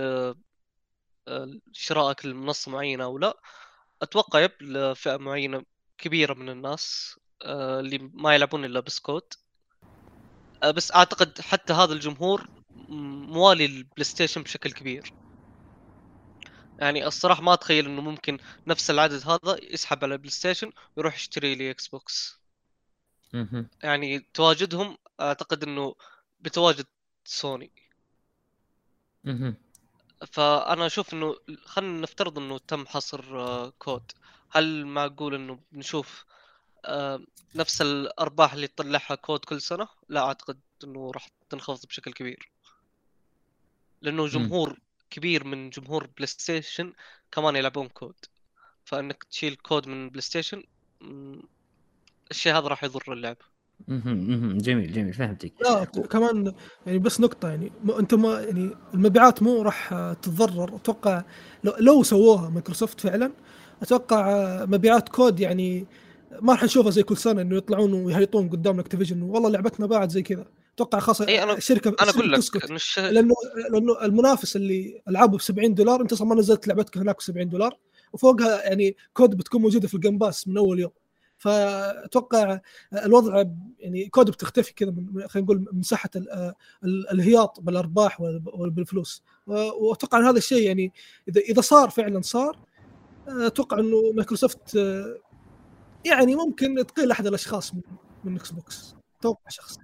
شرائك لمنصه معينه او لا، اتوقع لفئه معينه كبيره من الناس اللي ما يلعبون الا بس كود. بس اعتقد حتى هذا الجمهور موالي البلاي ستيشن بشكل كبير. يعني الصراحه ما اتخيل انه ممكن نفس العدد هذا يسحب على بلاي ستيشن ويروح يشتري لي اكس بوكس. مهم. يعني تواجدهم اعتقد انه بتواجد سوني. مهم. فانا اشوف انه خلينا نفترض انه تم حصر كود. هل معقول انه بنشوف نفس الارباح اللي تطلعها كود كل سنه؟ لا اعتقد انه راح تنخفض بشكل كبير، لانه جمهور كبير من جمهور بلاي ستيشن كمان يلعبون كود. فانك تشيل كود من بلاي ستيشن، الشيء هذا راح يضر اللعبه. مهم. جميل جميل فهمتك. لا كمان يعني بس نقطة يعني انت ما يعني المبيعات مو راح تتضرر. اتوقع لو سووها مايكروسوفت فعلا، اتوقع مبيعات كود يعني ما راح نشوفها زي كل سنة انه يطلعون ويهيطون قدام اكتيفيجن والله لعبتنا باعت زي كذا. اتوقع خاصة اي انا الشركة اقول لك تسكت، انه لانه المنافس اللي العابه ب $70 انت اصلا ما نزلت لعبتك هناك ب $70 وفوقها يعني كود بتكون موجودة في الجيم باس من اول يوم. فاتوقع الوضع يعني كود بتختفي كذا من خلينا نقول من مساحه الهياط بالارباح وبالفلوس. واتوقع ان هذا الشيء يعني اذا صار فعلا صار، اتوقع انه مايكروسوفت يعني ممكن تقيل احد الاشخاص من اكس بوكس. توقع شخصي.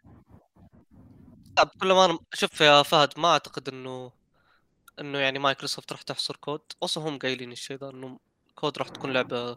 كل ما انا شوف يا فهد، ما اعتقد انه يعني مايكروسوفت راح تحصر كود. اصلا هم قايلين الشيء ذا، انه كود راح تكون لعبه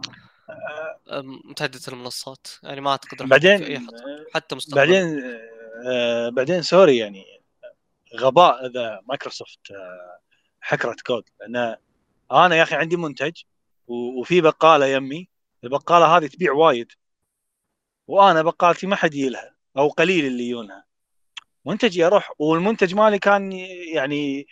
متعدده المنصات. يعني ما اعتقد راح يكون في اي بعدين حصر حتى مستقبلا. بعدين بعدين سوري يعني غباء اذا مايكروسوفت حكرت كود. لان انا يا اخي عندي منتج وفي بقاله يمي، البقاله هذه تبيع وايد، وانا بقالتي ما حد يلها او قليل اللي يونها. منتجي اروح والمنتج مالي كان يعني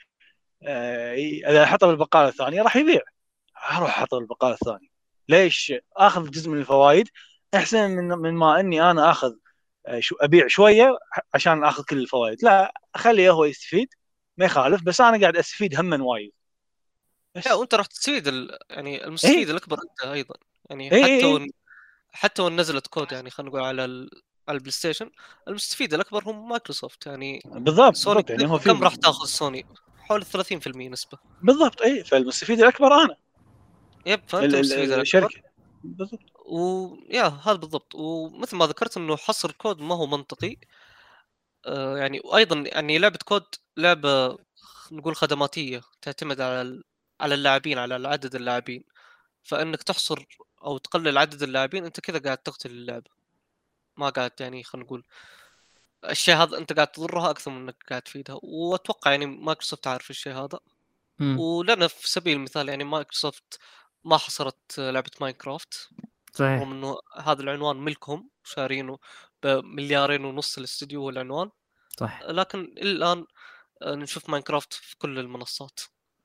اذا حطه بالبقاله الثانيه راح يبيع، اروح احطه بالبقاله الثانيه. ليش اخذ جزء من الفوائد احسن من ما اني انا اخذ شو ابيع شويه عشان اخذ كل الفوائد؟ لا، اخليه هو يستفيد ما يخالف، بس انا قاعد استفيد هم وايد لا، بس. وانت راح تستفيد يعني اي المستفيد الاكبر انت ايضا. يعني اي اي حتى وان نزلت كود، يعني خلينا نقول على على البلاي ستيشن، المستفيد الاكبر هم مايكروسوفت. يعني بالضبط سوني بالضبط يعني هو كم في راح تاخذ سوني؟ حول 30% نسبه. بالضبط. اي فالمستفيد الاكبر انا يب، فانت المستفيد الاكبر. الشركه بالضبط. ويا هذا بالضبط. ومثل ما ذكرت انه حصر كود ما هو منطقي. يعني وايضا يعني لعبه كود لعبه نقول خدماتيه، تعتمد على على اللاعبين، على عدد اللاعبين. فانك تحصر او تقلل عدد اللاعبين، انت كذا قاعد تقتل اللعبه. ما قاعد يعني خلينا نقول الشيء هذا انت قاعد تضرها اكثر من انك قاعد تفيدها. واتوقع يعني مايكروسوفت عارف الشيء هذا. ولنا في سبيل المثال يعني مايكروسوفت ما حصرت لعبه ماينكرافت، صحيح. رغم انه هذا العنوان ملكهم شارينه بمليارين ونص الاستديو والعنوان. صح. لكن الان نشوف ماينكرافت في كل المنصات.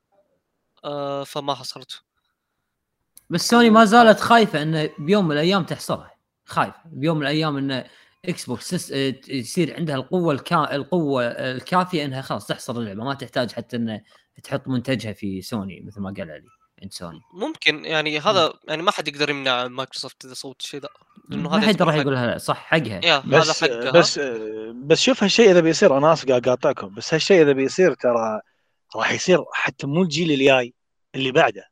فما حصرته. بس سوني ما زالت خايفه انه بيوم من الايام تحصرها. خايفه بيوم من الايام ان اكس بوكس يصير عندها القوه الكافيه انها خلاص تحصر اللعبه، ما تحتاج حتى ان تحط منتجها في سوني مثل ما قال علي عند سوني. ممكن يعني هذا يعني ما حد يقدر يمنع مايكروسوفت اذا سوت الشيء ذا، لانه ما هذا حد يعتبر راح حق. يقولها لا، صح حقها. يا هذا بس حقها. بس شوف هالشيء اذا بيصير، انا اسف قاعد اقاطعكم، بس هالشيء اذا بيصير ترى راح يصير حتى مو الجيل الجاي اللي بعده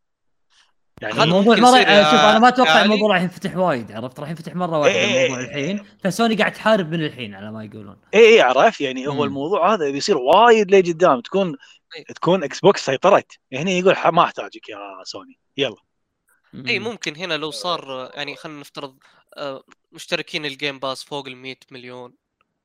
هذا يعني. الموضوع ممكن ما يصير راح، شوف انا ما يا اتوقع علي. الموضوع راح ينفتح وايد، عرفت؟ راح ينفتح مره اي واحده الموضوع اي الحين، فسوني قاعد تحارب من الحين على ما يقولون. اي عرفت يعني هو الموضوع هذا بيصير وايد لقدام، تكون اكس بوكس سيطرت هنا، يقول ما احتاجك يا سوني يلا. اي ممكن هنا لو صار يعني خلينا نفترض مشتركين الجيم باس فوق ال 100 مليون،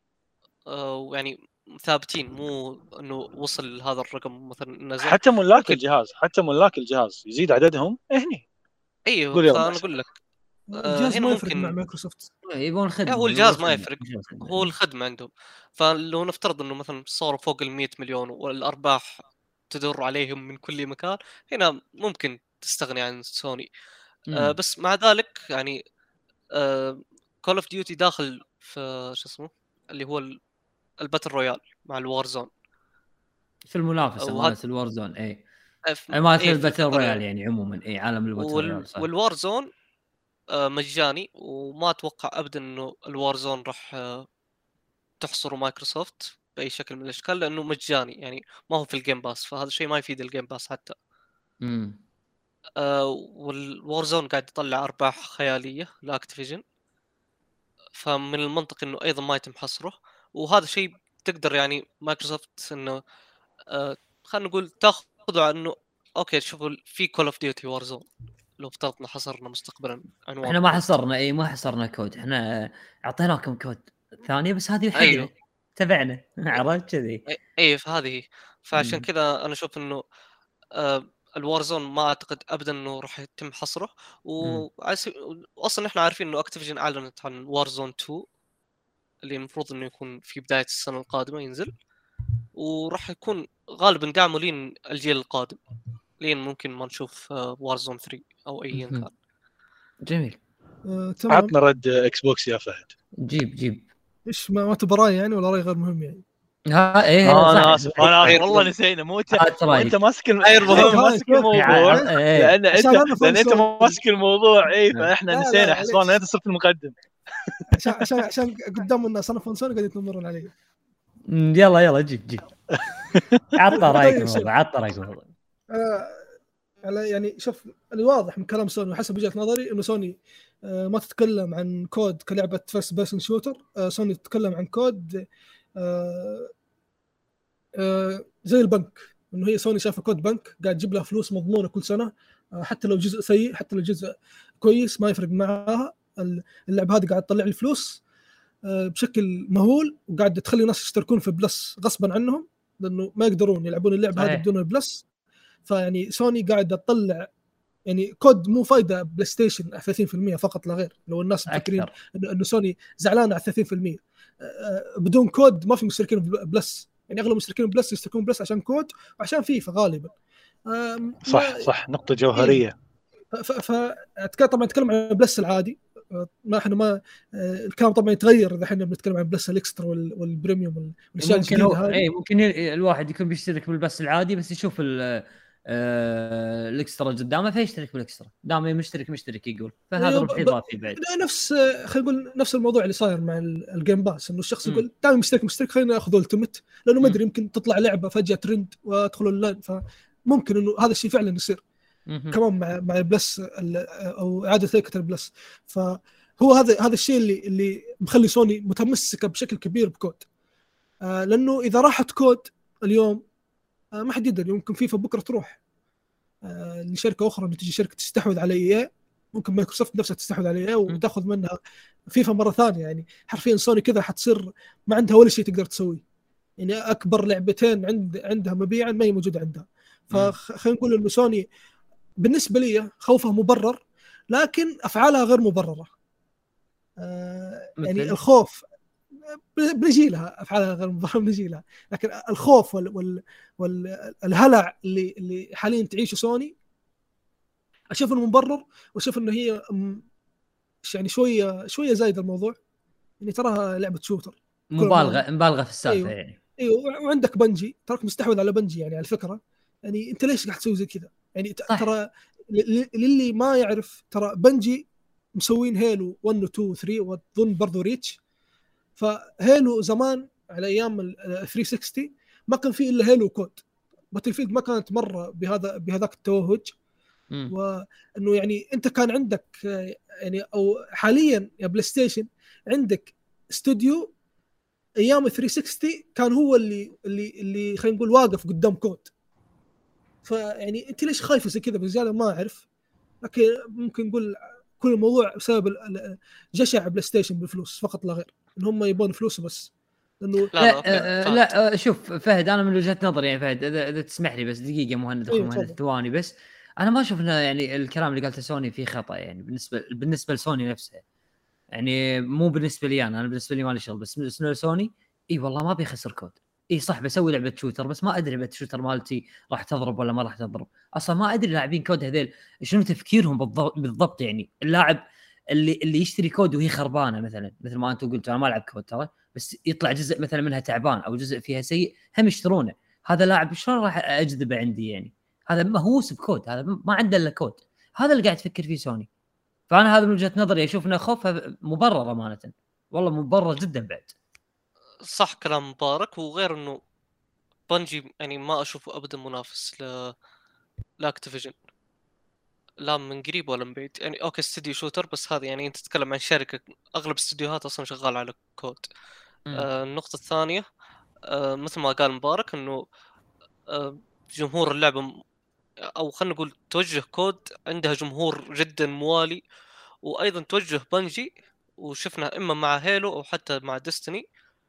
ويعني ثابتين، مو انه وصل هذا الرقم مثلا نزل. حتى ملاك ممكن. الجهاز، حتى ملاك الجهاز يزيد عددهم هني ايوه، قول يلا فانا بس. اقول لك الجهاز هنا ما يفرق مع ممكن. مايكروسوفت. يبون لا، الخدمه، هو يبون الجهاز ما الخدمه يفرق، هو الخدمه عندهم. فلو نفترض انه مثلا صاروا فوق ال 100 مليون والارباح تدر عليهم من كل مكان، هنا ممكن تستغني عن سوني. بس مع ذلك يعني كول اوف ديوتي داخل في شو اسمه اللي هو الباتل رويال مع الوار زون. في المنافسه وهذا مالت الوار زون. اي مالت اي في الباتل الباتل رويال رويال. يعني عموما، اي عالم الباتل رويال صح. والوار زون مجاني، وما اتوقع ابدا انه الوار زون راح تحصر مايكروسوفت باي شكل من الاشكال، لانه مجاني يعني ما هو في الجيم باس. فهذا الشيء ما يفيد الجيم باس حتى. والوارزون قاعد يطلع ارباح خياليه لاكتيفيجن، فمن المنطق انه ايضا ما يتم حصره. وهذا شيء تقدر يعني مايكروسوفت انه خلينا نقول تاخذوا عنه اوكي شوفوا في كول اوف ديوتي وارزون لو افترضنا حصرنا مستقبلا عنوان احنا ما كود. حصرنا ما حصرنا كود، احنا اعطيناكم كود ثانيه بس هذه حقنا. أيوه. تبعنا عرفت كذي. اي فهذه فعشان كذا انا اشوف انه الوارزون ما اعتقد ابدا انه راح يتم حصره. واصلا احنا عارفين انه اكتيفيجن اعلنت عن وارزون 2 اللي المفروض انه يكون في بدايه السنه القادمه ينزل، وراح يكون غالبا دعمه لين الجيل القادم، لين ممكن ما نشوف وارزون 3 او ايا كان. جميل. تمام. عطنا رد اكس بوكس يا فهد. جيب ايش ما تبراي يعني ولا راي غير مهم يعني؟ انا اسف والله نسينا. مو انت ماسك الموضوع لان انت ماسك الموضوع. اي فاحنا نسينا حسبنا انت صرت المقدم. عشان قدام الناس انا فونسون قاعد يتنمرون علي. يلا جيب عطى رايكم. على يعني شوف الواضح من كلام سوني وحسب وجهة نظري انه سوني ما تتكلم عن كود كلعبة فيرست بيرسون شوتر. سوني تتكلم عن كود زي البنك، انه هي سوني شافه كود بنك قاعد تجيب له فلوس مضمونة كل سنة، حتى لو جزء سيء حتى لو جزء كويس ما يفرق معها. اللعبة هذه قاعد تطلع لي فلوس بشكل مهول، وقاعد تخلي الناس يشتركون في بلس غصبا عنهم لانه ما يقدرون يلعبون اللعبة هذه بدون البلس. فيعني سوني قاعد تطلع يعني كود مو فايدة بلاي ستيشن 30% فقط لا غير. لو الناس مفكرين انه سوني زعلانة على 30%، بدون كود ما في مشتركين بلس. يعني اغلب المشتركين بلس يشتركون بلس عشان كود وعشان فيفا غالبا. صح نقطة جوهرية. طبعا نتكلم عن بلس العادي، ما احنا ما الكلام طبعا يتغير اذا احنا بنتكلم عن بلس الاكسترا والبريميوم والاشياء الجديده هذه. ممكن الواحد يكون بيشترك بالبس العادي بس يشوف الاكسترا قدامه فيشترك بالاكسترا، دام مشترك يقول فهذا ربح اضافي بعد. نفس خلينا نقول نفس الموضوع اللي صاير مع الجيم باس، انه الشخص يقول دام مشترك خلينا ناخذ التيمت لانه ما ادري يمكن تطلع لعبه فجاه ترند وادخل اونلاين، فممكن انه هذا الشيء فعلا يصير كمان مع البلس او اعاده هيكله البلس. فهو هذا الشيء اللي مخلي سوني متمسكه بشكل كبير بكود، لانه اذا راحت كود اليوم ما حد يقدر. يمكن فيفا بكره تروح لشركه اخرى، تجي شركه تستحوذ على اي، ممكن مايكروسوفت نفسها تستحوذ على اي وتاخذ منها فيفا مره ثانيه. يعني حرفيا سوني كذا حتصير ما عندها ولا شيء تقدر تسويه. يعني اكبر لعبتين عندها مبيعا ما هي موجوده عندها. فخلينا نقول انه سوني بالنسبه لي خوفها مبرر لكن افعالها غير مبرره. يعني الخوف بنجي لها، افعالها غير مبرره بنجي لها، لكن الخوف والهلع اللي حاليا تعيشه سوني اشوف انه مبرر، واشوف انه هي يعني شويه زايد الموضوع. يعني تراها لعبه شوتر مبالغه في السالفه. ايوه وعندك بنجي تراك مستحوذ على بنجي يعني على الفكره. يعني انت ليش قاعد تسوي زي كذا؟ يعني ترى للي ما يعرف ترى بنجي مسوين هيلو 1 و 2 و 3 واظن برضو ريتش. فهيلو زمان على ايام ال 360 ما كان فيه الا هيلو كود. باتلفيلد ما كانت مره بهذاك التوهج. وانه يعني انت كان عندك يعني او حاليا يا بلاي ستيشن عندك استوديو ايام 360 كان هو اللي خلينا نقول واقف قدام كود. فيعني انت ليش خايف زي كذا بزياده ما اعرف، لكن ممكن نقول كل الموضوع بسبب جشع بلاي ستيشن بالفلوس فقط لا غير، ان هم يبون فلوس بس. لانه لا شوف فهد، انا من وجهة نظري يعني فهد اذا تسمح لي بس دقيقه مهند ثواني بس. انا ما اشوف انه يعني الكلام اللي قالته سوني فيه خطا يعني بالنسبه لسوني نفسها. يعني مو بالنسبه لي انا بالنسبه لي ما لي شغل، بس بالنسبه لسوني اي والله ما بيخسر كود. اي صح بسوي لعبه شوتر بس ما ادري لعبه شوتر مالتي راح تضرب ولا ما راح تضرب. اصلا ما ادري لاعبين كود هذيل شنو تفكيرهم بالضبط. يعني اللاعب اللي يشتري كود وهي خربانه مثل ما انتم قلتوا، انا ما العب كود ترى، بس يطلع جزء مثلا منها تعبان او جزء فيها سيء هم يشترونه. هذا لاعب شلون راح اجذبه عندي؟ يعني هذا مهووس بكود، هذا ما عنده الا كود. هذا اللي قاعد تفكر فيه سوني. فانا هذا من وجهه نظري اشوف انه خوفها مبرر امانه، والله مبرر جدا بعد. صح كلام مبارك. وغير انه بنجي يعني ما اشوفه ابدا منافس لا اكتيفيجن، لا من قريب ولا من بعيد يعني. اوكي استوديو شوتر، بس هذا يعني انت تتكلم عن شركه اغلب الاستديوهات اصلا شغال على كود. النقطه الثانيه مثل ما قال مبارك انه جمهور اللعبه او خلينا نقول توجه كود عندها جمهور جدا موالي، وايضا توجه بنجي وشفنا اما مع هيلو او حتى مع ديستني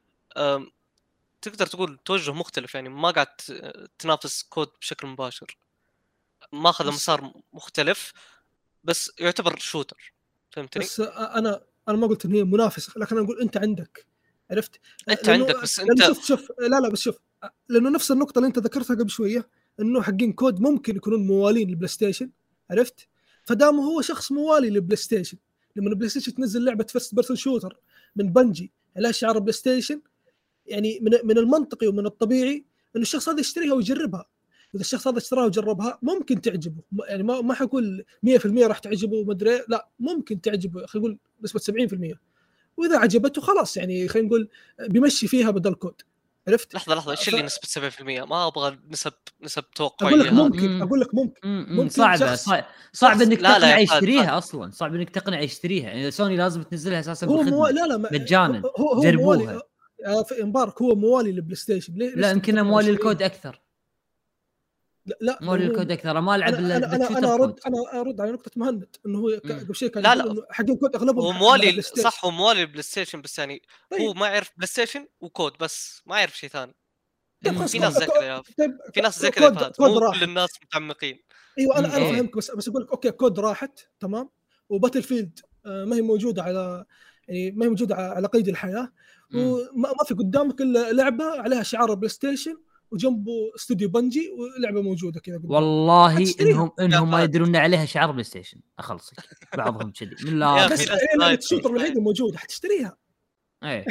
تقدر تقول توجه مختلف، يعني ما قاعد تنافس كود بشكل مباشر، ماخذ مسار مختلف بس يعتبر شوتر. فهمتني؟ بس انا ما قلت ان هي منافسه، لكن انا اقول انت عندك، عرفت؟ انت عندك بس انت شوف لا بس شوف، لانه نفس النقطه اللي انت ذكرتها قبل شويه، انه حقين كود ممكن يكونون موالين للبلاي ستيشن، عرفت؟ فدام هو شخص موالي للبلاي ستيشن، لما البلاي ستيشن تنزل لعبه فيرست بيرسون شوتر من بنجي على شعار بلاي ستيشن، يعني من المنطقي ومن الطبيعي انه الشخص هذا يشتريها ويجربها. اذا الشخص هذا اشتراها وجربها ممكن تعجبه، يعني ما حقول 100% راح تعجبه وما ادري، لا ممكن تعجبه، خلينا نقول نسبه 70%. واذا عجبته خلاص يعني خلينا نقول بيمشي فيها بدل كود، عرفت؟ لحظه ايش اللي نسبه 70%؟ ما ابغى نسب توقعيه. اقول لك ممكن صعب انك تقنع يشتريها اصلا، صعب انك تقنع يشتريها يعني. سوني لازم تنزلها اساسا بالخدمه مجانا. هو جربوها في مبارك، هو موالي للبلاي ستيشن. لا يمكن موالي الكود اكثر. لا موالي الكود اكثر. ما العب انا ارد على نقطه مهند انه هو قبل شيء كان يقول انه حق الكود اغلبهم هو موالي، صح هو موالي البلاي ستيشن، بس يعني طيب. هو ما يعرف بلاي ستيشن وكود بس، ما يعرف شيء ثاني. في ناس زي كذا، في ناس زي كذا، مو كل الناس متعمقين. ايوه انا فهمك، بس اقول لك اوكي كود راحت تمام، وباتل فيلد ما هي موجوده على، يعني ما هي موجوده على قيد الحياه، وما في قدامك الا لعبه عليها شعار بلاي ستيشن وجنبه استوديو بنجي ولعبه موجوده كذا. والله انهم ما يدرون عليها شعار بلاي ستيشن اخلصك بعضهم كذي من لا بس الشوتر الوحيده موجوده حتشتريها. ايه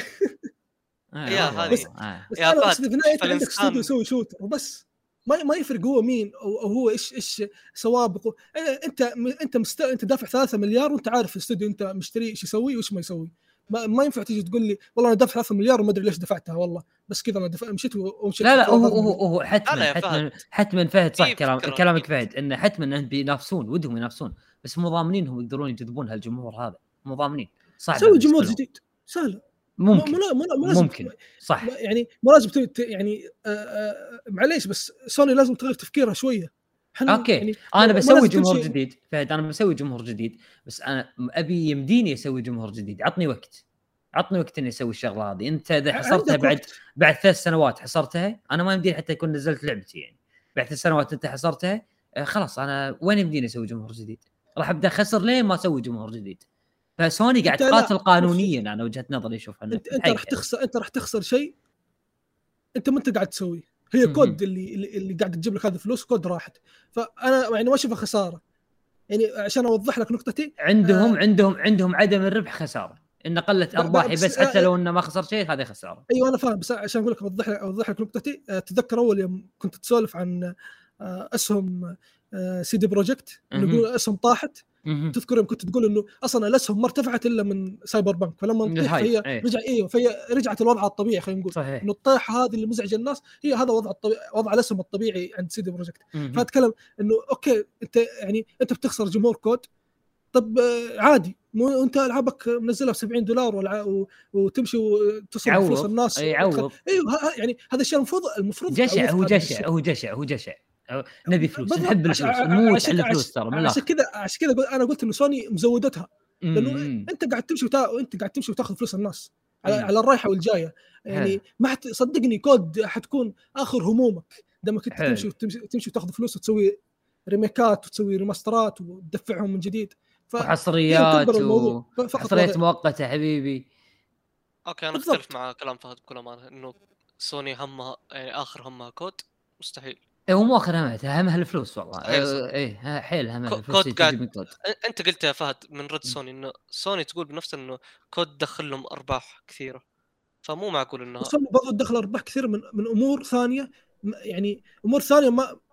يا هذه بس انا في النهايه عندك استوديو يسوي شوتر وبس، ما يفرق هو مين او هو ايش سوابقه. انت دافع 3 مليار وانت عارف الاستوديو انت مشتري ايش يسوي وايش ما يسوي. ما ينفع تيجي تقول لي والله انا دافع 3 مليار وما ادري ليش دفعتها، والله بس كذا انا مشيت ومشيت. لا هو حتما فهد صح كلامك فهد، انه حتما انهم بينافسون، ودهم ينافسون، بس مو ضامنين هم يقدرون يجذبون هالجمهور هذا، مو ضامنين. صعب سوي جمهور جديد سهل، ممكن صح يعني مو لازم يعني معليش، بس سوني لازم تغير تفكيرها شويه. اوكي يعني انا بسوي جمهور جديد فهد، انا بسوي جمهور جديد، بس انا ابي يمديني اسوي جمهور جديد. عطني وقت اني اسوي الشغله هذه. انت اذا حصرتها بعد 3 سنوات حصرتها، انا ما يمديني حتى يكون نزلت لعبتي يعني بعد 3 سنوات انت حصرتها، خلاص انا وين يمديني اسوي جمهور جديد؟ راح ابدا خسر لين ما اسوي جمهور جديد. فسوني قاعد تقاتل قانونيا. انا وجهه نظري اشوف انت راح تخسر شيء انت ما انت قاعد تسوي. هي كود اللي قاعد تجيب لك هذه الفلوس، كود راحت. فانا يعني ما اشوفها خساره، يعني عشان اوضح لك نقطتي. عندهم عدم الربح خساره، ان قلت ارباحي بس حتى لو انه ما خسر شيء هذه خساره. ايوه انا فاهم، بس عشان اقول لك اوضح لك نقطتي. تذكر اول يوم كنت تسولف عن اسهم سي دي بروجكت، يقول اسهم طاحت. تذكر يوم كنت تقول انه اصلا الاسهم ما ارتفعت الا من سايبر بانك، فلما تطيح فهي فهي رجعت الوضع الطبيعي. خلينا نقول انه الطيحه هذه اللي مزعج الناس هي هذا وضع الاسهم الطبيعي عند سي دي بروجكت. فاتكلم انه اوكي انت بتخسر جمهور كود، طب عادي، مو انت العابك منزلها $70 وتمشي وتصرف فلوس الناس. ايوه يعني هذا الشيء المفروض جشع نبي فلوس، نحب الفلوس، نموت على الفلوس ترى من عشان كذا انا قلت انه سوني مزودتها، لانه انت قاعد تمشي وتاخذ فلوس الناس على الرايحه والجايه. يعني ما صدقني كود حتكون اخر همومك لما كنت تمشي وتاخذ فلوس وتسوي ريميكات وتسوي ريماسترات وتدفعهم من جديد. وحصريات مؤقته حبيبي. اوكي انا اختلف مع كلام فهد بكل امانه، انه سوني همها يعني اخر همها كود، مستحيل. هو مو اخر همها الفلوس والله. ايه حيل همها الفلوس. انت قلت يا فهد من رد سوني انه سوني تقول بنفسها انه كود دخل لهم ارباح كثيره، فمو معقول انها سوني برضو دخل ارباح كثير من امور ثانيه، يعني امور ثانيه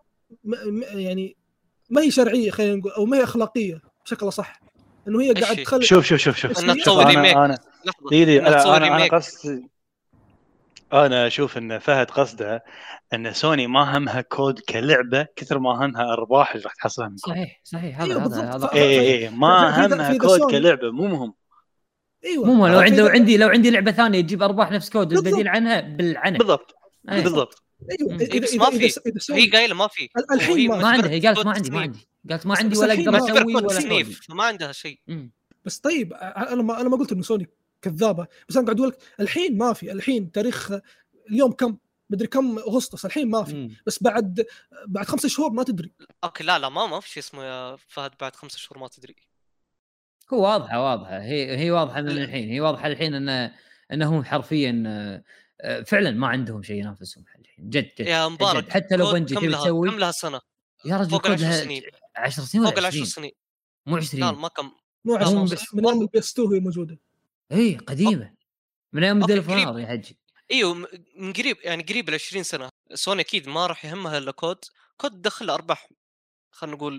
يعني ما هي شرعيه، خلينا نقول، او ما هي اخلاقيه بشكل صح، انه هي قاعد تخلي. شوف انا تصور ريميك. انا قصدي انا اشوف ان فهد قصده ان سوني ما همها كود كلعبه كثر ما همها ارباح اللي راح تحصلها من كود. صحيح ايوه هذا بالضبط. هذا اي ما همها كود كلعبه، مو مهم. ايوه مو لو عندي لعبه ثانيه تجيب ارباح نفس كود بالضبط. البديل عنها بالعنف. بالضبط أيه. بالضبط. ايوه إيه بس ما في، هي قايله ما في الحين ما عندها، هي قالت ما عندي ولا اقدر اسوي ولا تصنيف، ما عندها شيء. بس طيب انا ما قلت انه سوني كذابه، بس انا قاعد اقول لك الحين ما في. الحين تاريخ اليوم كم مدري كم اغسطس، الحين ما في. بس بعد 5 شهور ما تدري. اوكي لا ما في شيء اسمه يا فهد بعد 5 شهور ما تدري. هو واضحه هي واضحه من الحين، هي واضحه الحين انهم حرفيا فعلا ما عندهم شيء ينافسهم الحين جد يا مبارك جد. حتى لو بنجي تبي تسوي كم لها سنه يا رجل، فوق 10 سنين 10 سنين فوق 10 سنين مو 20 لا ما كم مو 10 من يوم البي اس 2 هي موجوده. اي قديمه من ايام موديل فار يا حجي. ايوه من قريب يعني قريب ال 20 سنه. سوني اكيد ما راح يهمها الا كود دخل ارباح خلينا نقول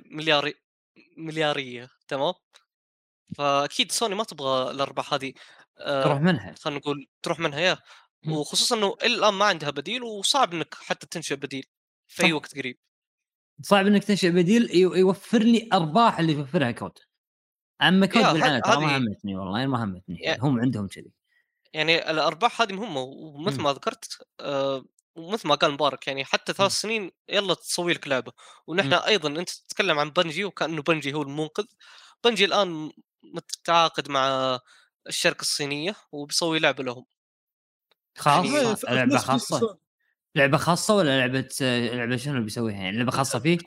ملياريه تمام. فاكيد سوني ما تبغى الارباح هذه تروح منها، خلينا نقول تروح منها يا وخصوصا انه الان ما عندها بديل، وصعب انك حتى تنشئ بديل في اي وقت قريب. صعب انك تنشئ بديل يوفر لي ارباح اللي يوفرها كود. اما كود بالعنى ترى ما همتني والله، ما همتني يعني هم عندهم كذي. يعني الارباح هذه مهمه، ومثل ما ذكرت ومثل ما قال مبارك يعني حتى 3 سنين يلا تسوي لك لعبه. ونحن ايضا انت تتكلم عن بنجي وكانه بنجي هو المنقذ. بنجي الان متعاقد مع الشركه الصينيه وبيسوي لعبه لهم خاص. لعبه خاصه ولا لعبه شنو بيسويها يعني؟ لعبه خاصه فيه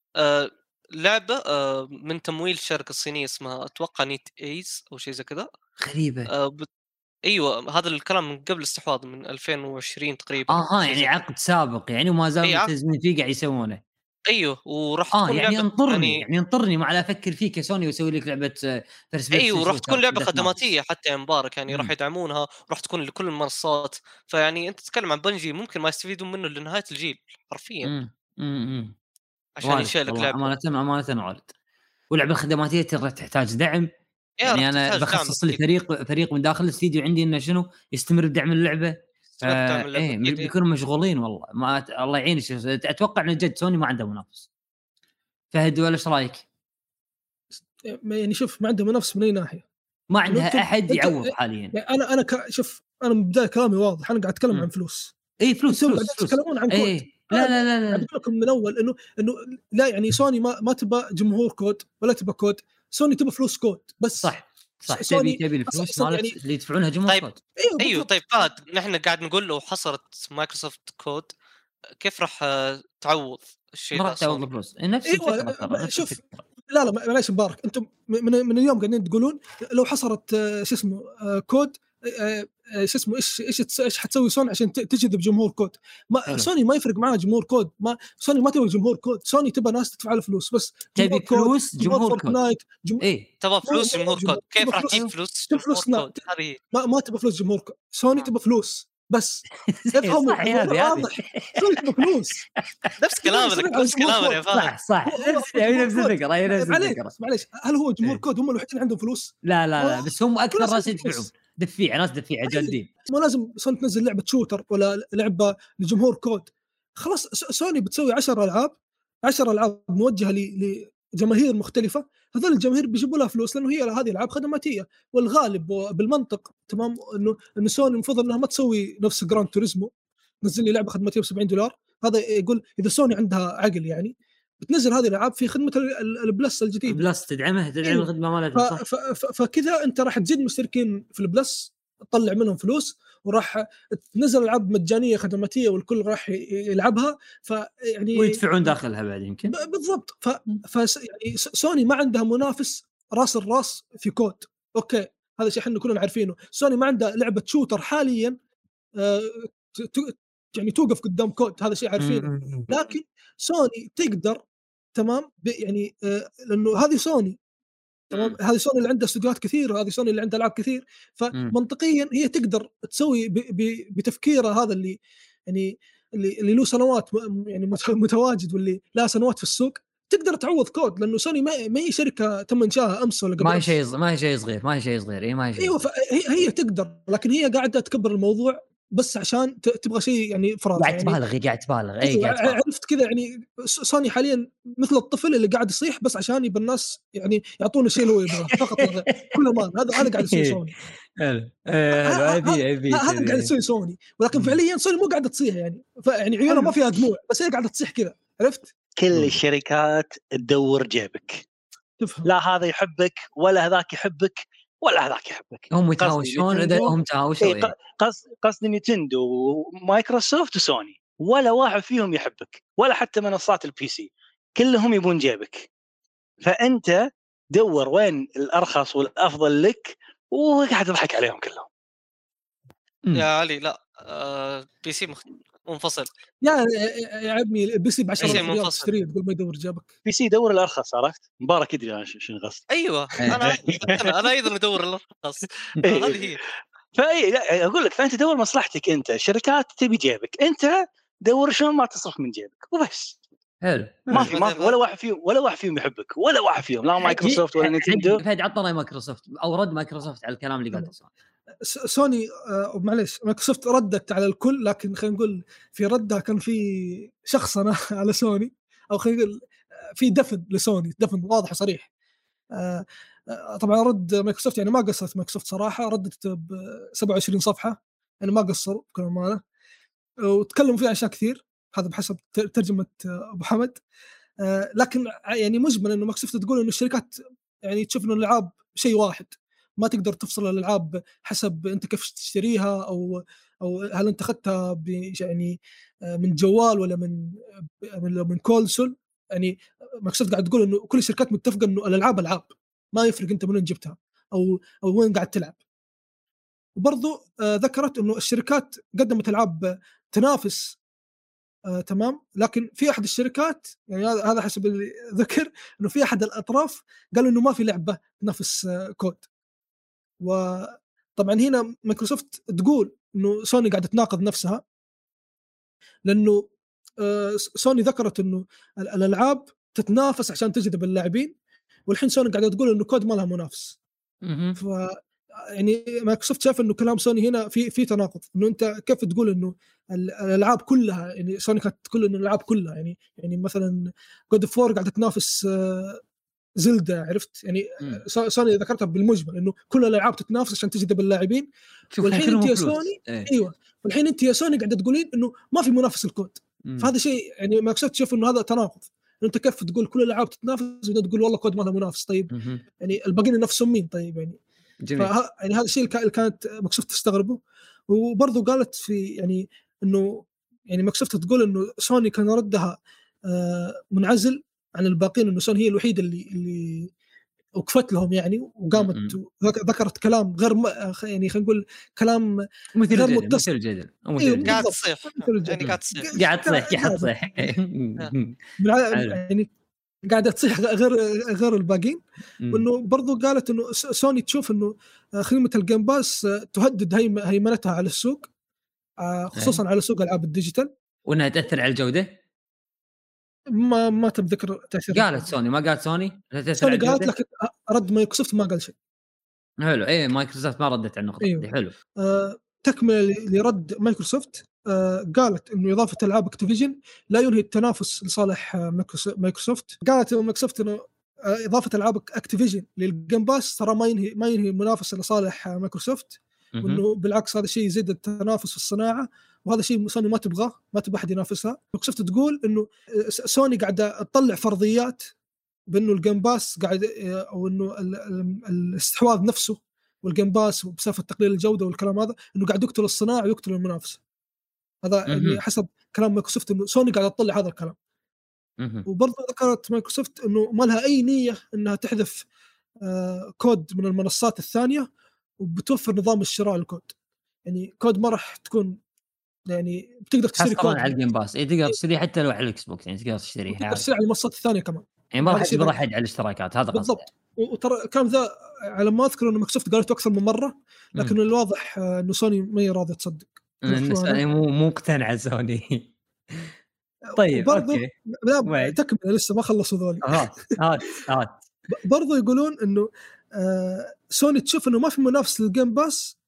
لعبه من تمويل الشركه الصينيه اسمها اتوقع نيت ايز او شيء زي كذا غريبه. ايوه هذا الكلام من قبل الاستحواذ من 2020 تقريبا. يعني عقد سابق يعني وما زالوا ملتزمين فيه قاعد يسوونه. ايوه وراح تكون يعني لعبه يعني انطرني ما على افكر فيه كسوني ويسوي لك لعبه فيرست. ايوه وراح تكون لعبه خدماتيه حتى يا مبارك يعني راح يدعمونها، راح تكون لكل المنصات. فيعني انت تتكلم عن بنجي ممكن ما يستفيدون منه لنهايه الجيل حرفيا. عشان ينشئ لك لعبه امانه وارد. واللعبه الخدماتيه تحتاج دعم يعني انا بخصص لي فريق من داخل الاستديو عندي انه شنو يستمر بدعم اللعبه. بيكونوا مشغولين والله ما الله يعين. اتوقع ان جد سوني ما عنده منافس. فهد ولا ايش رايك؟ يعني شوف ما عنده منافس من اي ناحيه، ما عندها احد يعوض حاليا. يعني انا شوف انا من بدايه كلامي واضح، انا قاعد اتكلم عن فلوس. اي فلوس تتكلمون عن كود. لا اقول لكم من اول انه لا يعني سوني ما تبى جمهور كود ولا تبى كود، سوني تبى فلوس كود بس. صح تبي الفلوس مالك يعني اللي يدفعونها جمهور كود. ايوه طيب فهد نحن قاعد نقول لو حصرت مايكروسوفت كود كيف راح تعوض الشيء ده؟ ما راح تعوض الفلوس نفس الفكره. شوف لا معليش مبارك، انتم من اليوم قاعدين تقولون لو حصرت شو اسمه كود شو اسمه ايش حتسوي سوني عشان تجذب جمهور كود؟ سوني ما يفرق معها جمهور كود، سوني ما تبغى جمهور كود، سوني تبغى ناس تدفع له فلوس بس. تبي فلوس جمهور كود. تبغى فلوس جمهور كود. كيف راح تجيب فلوس جمهور كود؟ ما تبغى فلوس جمهور كود، سوني تبغى فلوس بس. افهموا واضح سوني تبغى فلوس. نفس كلامك يا فهد. صح نفس الفكره. معليش هل هو جمهور كود هم الوحيدين عندهم فلوس؟ لا بس هم اكثر ناس يدفعون ناس دفيعه جادين. مو لازم سوني تنزل لعبه شوتر ولا لعبه لجمهور كود. خلاص سوني بتسوي 10 العاب موجهه لجماهير مختلفه. هذول الجماهير بيجيبوا لها فلوس لانه هي هذه العاب خدماتيه. والغالب بالمنطق تمام انه سوني المفروض انها ما تسوي نفس جراند توريزمو نزل لي لعبه خدماتيه ب$70. هذا يقول اذا سوني عندها عقل يعني بتنزل هذه الالعاب في خدمه البلس الجديد. البلس تدعم الخدمه مالتها. فكذا انت راح تزيد مشتركين في البلس، تطلع منهم فلوس، وراح تنزل العاب مجانيه خدماتيه والكل راح يلعبها. فيعني ويدفعون داخلها بعد يمكن بالضبط. يعني سوني ما عندها منافس راس الراس في كود. اوكي هذا شيء احنا كلنا عارفينه. سوني ما عندها لعبه شوتر حاليا يعني توقف قدام كود، هذا شيء عارفينه. لكن سوني تقدر تمام يعني لانه هذه سوني تمام، هذه سوني اللي عندها استوديوهات كثير، وهذه سوني اللي عندها العاب كثير. فمنطقيا هي تقدر تسوي بتفكيرها هذا اللي يعني اللي له سنوات يعني متواجد واللي لا سنوات في السوق، تقدر تعوض كود. لانه سوني ما هي شركه تم انشائها امس ولا قبل. ما هي شيء صغير. ايوه هي تقدر، لكن هي قاعده تكبر الموضوع بس عشان تبغى شيء يعني فراد قاعد يعني تبالغ قاعد تبالغ اي أيوة، قاعد تبالغ. عرفت كذا يعني سوني حاليا مثل الطفل اللي قاعد يصيح بس عشان يبى الناس يعني يعطونه الشيء اللي هو يبغاه فقط لا غير. كل ما هذا قاعد يسوي سوني حلو ابي هذا قاعد يسوي سوني، ولكن فعليا سوني مو قاعده تصيح يعني يعني عيونها ما فيها دموع بس هي قاعده تصيح كذا، عرفت؟ كل الشركات تدور جيبك، تفهم لا هذا يحبك ولا هذاك يحبك ولا هذاك يحبك. هم يتهاوشون اذا هم تهاوشوا. قصدي نينتندو ومايكروسوفت وسوني ولا واحد فيهم يحبك، ولا حتى منصات البي سي، كلهم يبون جيبك. فأنت دور وين الأرخص والأفضل لك وقاعد تضحك عليهم كلهم. يا علي لا بي سي منفصل يا عمي البي سي ب 10 ريال تشتريه تقول ما يدور جابك. بي سي دور الأرخص، عرفت؟ مبارك يدري أنا شنو قصدي. ايوه انا ايضا ادور الارخص هذه هي. فاي لا اقول لك، فانت دور مصلحتك انت، الشركات تبي جيبك، انت دور شلون ما تصرف من جيبك وبس. حلو ما في ولا واحد فيهم يحبك، ولا واحد فيهم، لا مايكروسوفت ولا نينتندو. فهد عطنا مايكروسوفت او رد مايكروسوفت على الكلام اللي قالته سوني. معليش مايكروسوفت ردت على الكل، لكن خلينا نقول في ردها كان في شخصنة على سوني، او خلينا نقول في دفن لسوني، دفن واضح صريح. طبعا رد مايكروسوفت يعني ما قصرت مايكروسوفت صراحة، ردت ب 27 صفحة يعني ما قصروا بكل أمانة، وتكلموا فيها أشياء كثير، هذا بحسب ترجمة أبو حمد. لكن يعني مجمل إنه مايكروسوفت تقول إنه الشركات يعني تشوف إنه الألعاب شيء واحد، ما تقدر تفصل الألعاب حسب أنت كيف تشتريها، أو هل أنت أخذتها يعني من جوال ولا من كونسول. يعني مايكروسوفت قاعد تقول إنه كل الشركات متفقة إنه الألعاب ألعاب، ما يفرق أنت من وين جبتها أو وين قاعد تلعب. وبرضو ذكرت إنه الشركات قدمت ألعاب تنافس تمام، لكن في أحد الشركات يعني هذا حسب اللي ذكر إنه في أحد الأطراف قالوا إنه ما في لعبة تنافس كود. وطبعا هنا مايكروسوفت تقول إنه سوني قاعدة تناقض نفسها، لأنه سوني ذكرت إنه الألعاب تتنافس عشان تجذب اللاعبين، والحين سوني قاعدة تقول إنه كود ما لها منافس. ف يعني مايكروسوفت شاف إنه كلام سوني هنا في تناقض، إنه أنت كيف تقول إنه الألعاب كلها، يعني سوني كانت تقول إنه الألعاب كلها يعني مثلا God of War قاعدة تنافس زلدة، عرفت يعني سوني ذكرتها بالمجمل إنه كل الألعاب تتنافس عشان تجذب اللاعبين، والحين أنت يا سوني أيوة، والحين أنت يا سوني قاعدة تقولين إنه ما في منافس الكود. فهذا شيء يعني مايكروسوفت شاف إنه هذا تناقض، إنه أنت كيف تقول كل الألعاب تتنافس وأنت تقول والله كود ما له منافس؟ طيب يعني الباقيين نفسهم مين؟ طيب يعني يعني هذا الشيء اللي كانت مايكروسوفت تستغربه. وبرضه قالت في يعني إنه يعني مايكروسوفت تقول إنه سوني كان ردها منعزل عن الباقين، إنه سوني هي الوحيدة اللي وقفت لهم يعني، وقامت ذكرت كلام غير يعني خلينا نقول كلام غير متصل جدل قاعد تصيح يعني قاعد تصيح يعني قاعدة تصيح غير الباقين. وإنه برضو قالت إنه سوني تشوف إنه خدمة الجيم باس تهدد هيمنتها على السوق، خصوصا على سوق ألعاب الديجيتال، وإنها تأثر على الجودة. ما تذكر تأثير. قالت سوني ما قالت سوني سوني قالت، لكن رد مايكروسوفت ما قال شيء. حلو ايه مايكروسوفت ما ردت على النقطة دي. حلو. تكمل لرد مايكروسوفت، قالت إنه إضافة ألعاب أكتيفيجن لا ينهي التنافس لصالح مايكروسوفت. قالت مايكروسوفت إنه إضافة ألعاب أكتيفيجن للجيم باس ترى ما ينهي المنافسة لصالح مايكروسوفت، وإنه بالعكس هذا الشيء يزيد التنافس في الصناعة، وهذا شيء سوني ما تبغاه، ما تبغى أحد ينافسها. مايكروسوفت تقول إنه سوني قاعدة تطلع فرضيات بأنه الجيم باس قاعد، أو إنه الاستحواذ نفسه والجيم باس وبسبب تقليل الجودة والكلام هذا إنه قاعد يقتل الصناعة ويقتل المنافسة. هذا يعني حسب كلام مايكروسوفت، إنه سوني قاعد تطلع هذا الكلام. وبرضه ذكرت مايكروسوفت إنه ما لها أي نية إنها تحذف كود من المنصات الثانية، وبتوفر نظام الشراء الكود. يعني كود ما راح تكون يعني بتقدر تشتري كود على الجيم باس، تقدر تشتري حتى لو على الإكس بوكس، يعني تقدر تشتريها، تقدر تشتري على المنصات الثانية كمان، يعني ما راح يجبر أحد على الاشتراكات. هذا بالضبط. وترى كان ذا على ما أذكر إنه مايكروسوفت قالت أكثر من مرة، لكن الواضح إنه سوني ما يراضي تصدق، سوني مو مقتنع سوني. طيب أوكي تكمل لسه ما خلصوا ذولي. هات برضو يقولون إنه سوني تشوف إنه ما في منافس للجيم باس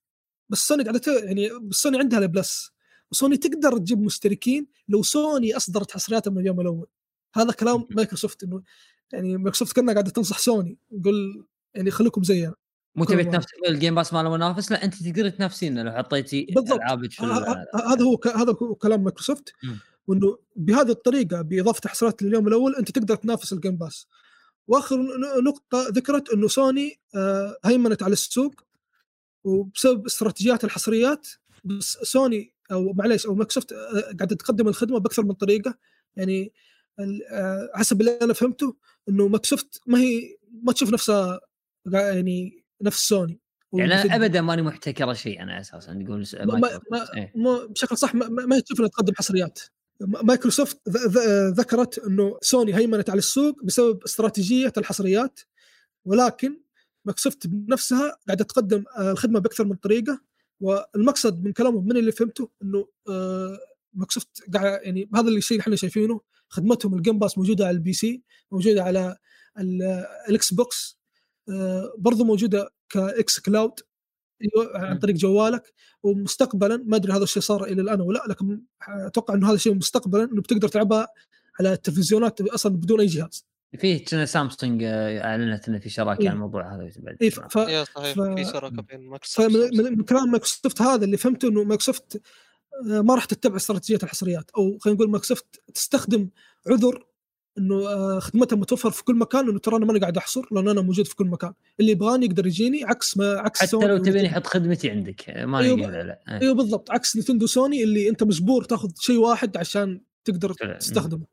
بس سوني قاعده يعني سوني عندها البلس، وسوني تقدر تجيب مشتركين لو سوني اصدرت حصرياتها من اليوم الاول. هذا كلام مايكروسوفت، انه يعني مايكروسوفت كنا قاعده تنصح سوني، يقول يعني خليكم زينا، مو تبي تنافس الجيم باس مال المنافس، لا انت تقدر تنافسينه لو حطيتي العابك في هذا هو كلام مايكروسوفت. وانه بهذه الطريقه باضافه حصريات لليوم الاول انت تقدر تنافس الجيم باس. واخر نقطه ذكرت انه سوني هيمنت على السوق وبسبب استراتيجيات الحصريات. بس سوني او معليش او مايكروسوفت قاعده تقدم الخدمه باكثر من طريقه. يعني حسب اللي انا فهمته انه مايكروسوفت ما تشوف نفسها يعني نفس سوني. يعني ابدا ماني محتكره شيء انا اساسا نقول ما بشكل صح ما تشوف انها تقدم حصريات. مايكروسوفت ذكرت انه سوني هيمنت على السوق بسبب استراتيجيه الحصريات، ولكن مايكروسوفت بنفسها قاعده تقدم الخدمه باكثر من طريقه. والمقصد من كلامهم من اللي فهمته انه مايكروسوفت قاعد يعني هذا الشيء اللي احنا شايفينه، خدمتهم الجيم باس موجوده على البي سي، موجوده على الاكس بوكس، برضو موجوده كاكس كلاود عن طريق جوالك. ومستقبلا ما ادري هذا الشيء صار الى الان ولا، لكن اتوقع انه هذا الشيء مستقبلا انه بتقدر تلعبها على التلفزيونات اصلا بدون اي جهاز. فيه كنا سامسونج اعلنت انه في شراكه على الموضوع هذا بعد. صحيح في شراكه بين مايكروسوفت. من كلام مايكروسوفت هذا اللي فهمته انه مايكروسوفت ما راح تتبع استراتيجيه الحصريات، او خلينا نقول مايكروسوفت تستخدم عذر انه خدمتها متوفر في كل مكان، انه ترى انا ماني قاعد احصر لان انا موجود في كل مكان، اللي يبغاني يقدر يجيني، عكس حتى لو تبيني احط خدمتي عندك ما لا. ايوه بالضبط، عكس نينتندو سوني اللي انت مجبور تاخذ شيء واحد عشان تقدر تستخدمه.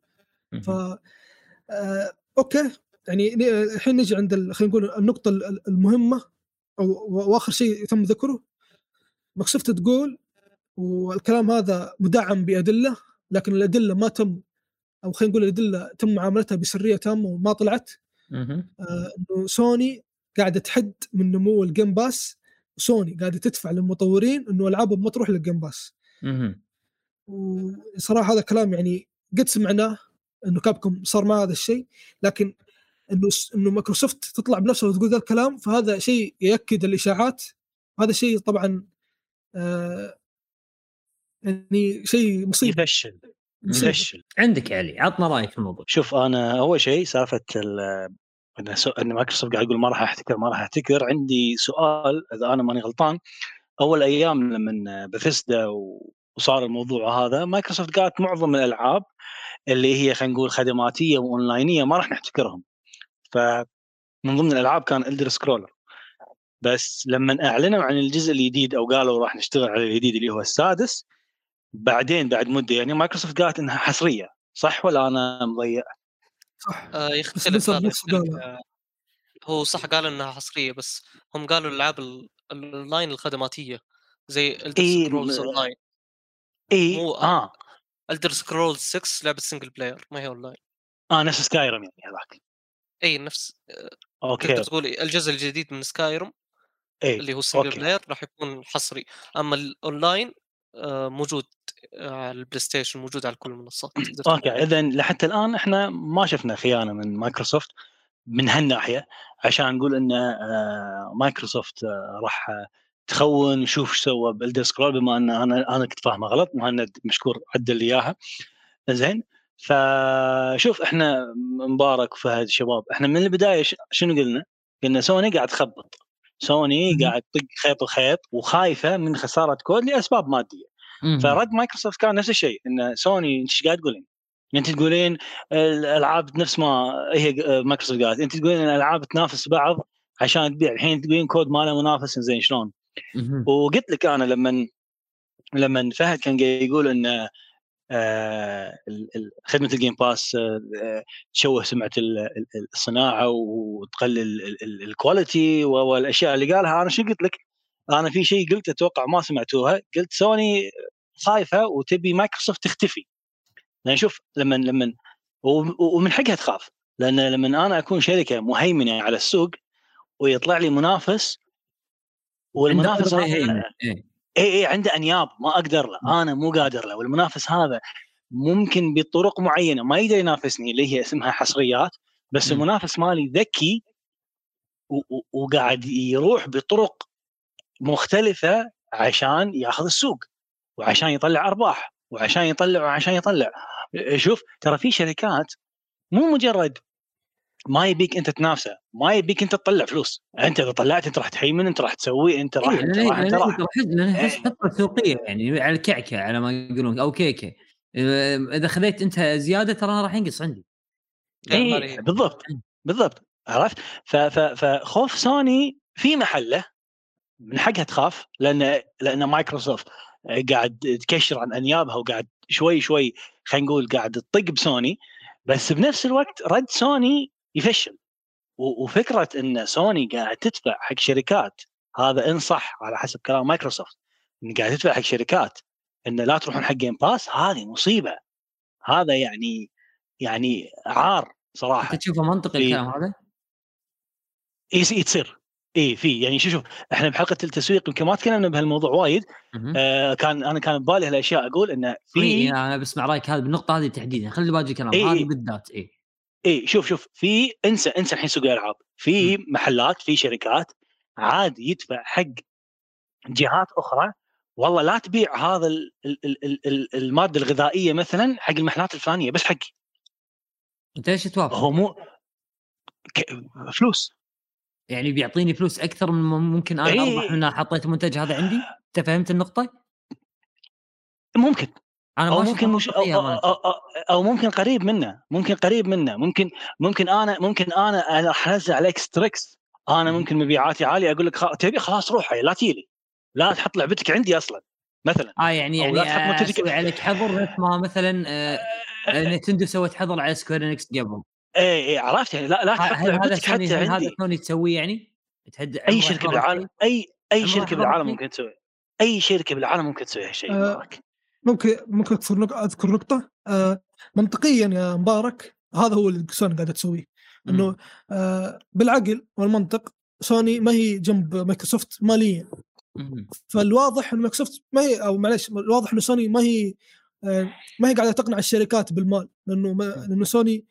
اوكي، يعني الحين نجي عند خلينا نقول النقطه المهمه واخر شيء تم ذكره. مايكروسوفت تقول، والكلام هذا مدعم بادله، لكن الادله ما تم، او خلينا نقول الادله تم معاملتها بسريه تامه وما طلعت. انه سوني قاعده تحد من نمو الجيم باس، وسوني قاعده تدفع للمطورين انه العابهم ما تروح للجيم باس. وصراحه هذا كلام يعني قد سمعناه انه كابكم صار مع هذا الشيء، لكن انه مايكروسوفت تطلع بنفسها وتقول ذا الكلام، فهذا شيء يأكد الاشاعات. هذا شيء طبعا يعني شيء مصيبه. يفشل. عندك علي، عطنا رايك في الموضوع. شوف، انا اول شيء سالفه ان مايكروسوفت قاعد يقول ما راح احتكر. عندي سؤال اذا انا ماني غلطان. اول ايام لما بثيسدا وصار الموضوع هذا، مايكروسوفت قالت معظم الالعاب اللي هي خلينا نقول خدماتيه واونلاينيه ما راح نحتكرهم. فمن ضمن الالعاب كان إلدر سكرولر. بس لما اعلنوا عن الجزء الجديد او قالوا راح نشتغل على الجديد اللي هو السادس، بعدين بعد مده يعني مايكروسوفت قالت انها حصريه. صح ولا انا مضيع؟ صح. يختلف. هو صح قال انها حصريه، بس هم قالوا الالعاب الاونلاين الخدماتيه زي إلدر سكرولز اونلاين. مو إلدر سكرولز 6 لعبه سنجل بلاير، ما هي اونلاين. نفس سكايرم يعني هذاك. اي نفس. اوكي، تقدر تقول الجزء الجديد من سكايرم اللي هو سنجل بلاير راح يكون حصري، اما الاونلاين موجود على البلاي ستيشن، موجود على كل المنصات. اوكي، اذا لحتى الان احنا ما شفنا خيانه من مايكروسوفت من هالناحيه عشان نقول ان مايكروسوفت راح تخون. شوف ايش سوى بإلدر سكرول، بما ان انا كنت فاهمه غلط. مهند مشكور عدل لي اياها. زين، فشوف احنا مبارك وفهد شباب، احنا من البدايه شنو قلنا سوني قاعد تخبط، سوني قاعد تطق خيط الخيط وخايفه من خساره كود لاسباب ماديه. فرد مايكروسوفت كان نفس الشيء، ان سوني انت ايش قاعد تقولين؟ انت تقولين الالعاب نفس ما هي مايكروسوفت قالت، انت تقولين الالعاب تنافس بعض عشان تبيع، الحين تقولين كود ما له منافس. زين شلون؟ وقلت لك انا لما فهد كان يقول ان خدمه الجيم باس تشوه سمعه الصناعه وتقلل الكواليتي والاشياء اللي قالها. انا شو قلت لك؟ انا في شيء قلت اتوقع ما سمعتوها، قلت سوني خايفه وتبي مايكروسوفت تختفي. يعني شوف، لما ومن حقها تخاف، لان لما انا اكون شركه مهيمنه على السوق ويطلع لي منافس، والمنافس هذا اي عنده انياب ما اقدر له، انا مو قادر له، والمنافس هذا ممكن بطرق معينه ما يقدر ينافسني اللي هي اسمها حصريات، بس المنافس مالي ذكي وقاعد يروح بطرق مختلفه عشان ياخذ السوق وعشان يطلع ارباح وعشان يطلع. شوف ترى في شركات مو مجرد ما يبيك انت تنافسه، ما يبيك انت تطلع فلوس، انت اذا طلعت انت راح تهيمن، انت راح تسوي، انت راح لأن خطة تسويقية يعني على الكعكة على ما يقولون او كيكة، اذا خذيت انت زيادة ترى راح ينقص عندي. اي بالضبط عرفت. فخوف سوني في محله، من حقها تخاف، لان مايكروسوفت قاعد تكشر عن انيابها وقاعد شوي خلينا نقول قاعد تطق بسوني، بس بنفس الوقت رد سوني يفشل. وفكره ان سوني قاعد تدفع حق شركات، هذا ان صح على حسب كلام مايكروسوفت ان قاعد تدفع حق شركات ان لا تروحون حق جيم باس، هذه مصيبه. هذا يعني عار صراحه. انت تشوفه منطقي الكلام هذا؟ يصير في يعني شوف احنا بحلقه التسويق يمكن ما تكلمنا بهالموضوع وايد. كان ببالي هالاشياء، اقول انه في انا بسمع رايك هذا بالنقطه هذه تحديدا، خلي باقي كلام هذه بالذات. شوف في انسى الحين سوق الالعاب، في محلات، في شركات عادي يدفع حق جهات اخرى والله لا تبيع هذا الماده الغذائيه مثلا حق المحلات الفلانيه بس حقي. انت ايش توافق؟ هو مو فلوس يعني بيعطيني فلوس اكثر من ممكن انا اربح منها حطيت المنتج هذا عندي. انت فهمت النقطه؟ ممكن انا أو ممكن أو ممكن قريب منه، ممكن انا راح انزل عليك ستريكس، انا ممكن مبيعاتي عاليه، اقول لك تبي خلاص روح لا تيلي، لا تحط لعبتك عندي اصلا مثلا. يعني لا تحط منتجك عليك حظر مثل ما مثلا نينتندو سوت حظر على سكوير انكس قبل. اي عرفت يعني لا تحط لعبتك حتى عندي. هذا سوني تسوي يعني اي شركه بالعالم، اي شركه بالعالم ممكن تسوي، اي شركه بالعالم ممكن تسوي هالشيء. ممكن اذكر نقطه منطقيا يا مبارك، هذا هو اللي سوني قاعده تسويه، انه بالعقل والمنطق سوني ما هي جنب مايكروسوفت ماليا، فالواضح ان مايكروسوفت ما هي، او معلش الواضح ان سوني ما هي قاعده تقنع الشركات بالمال، لانه سوني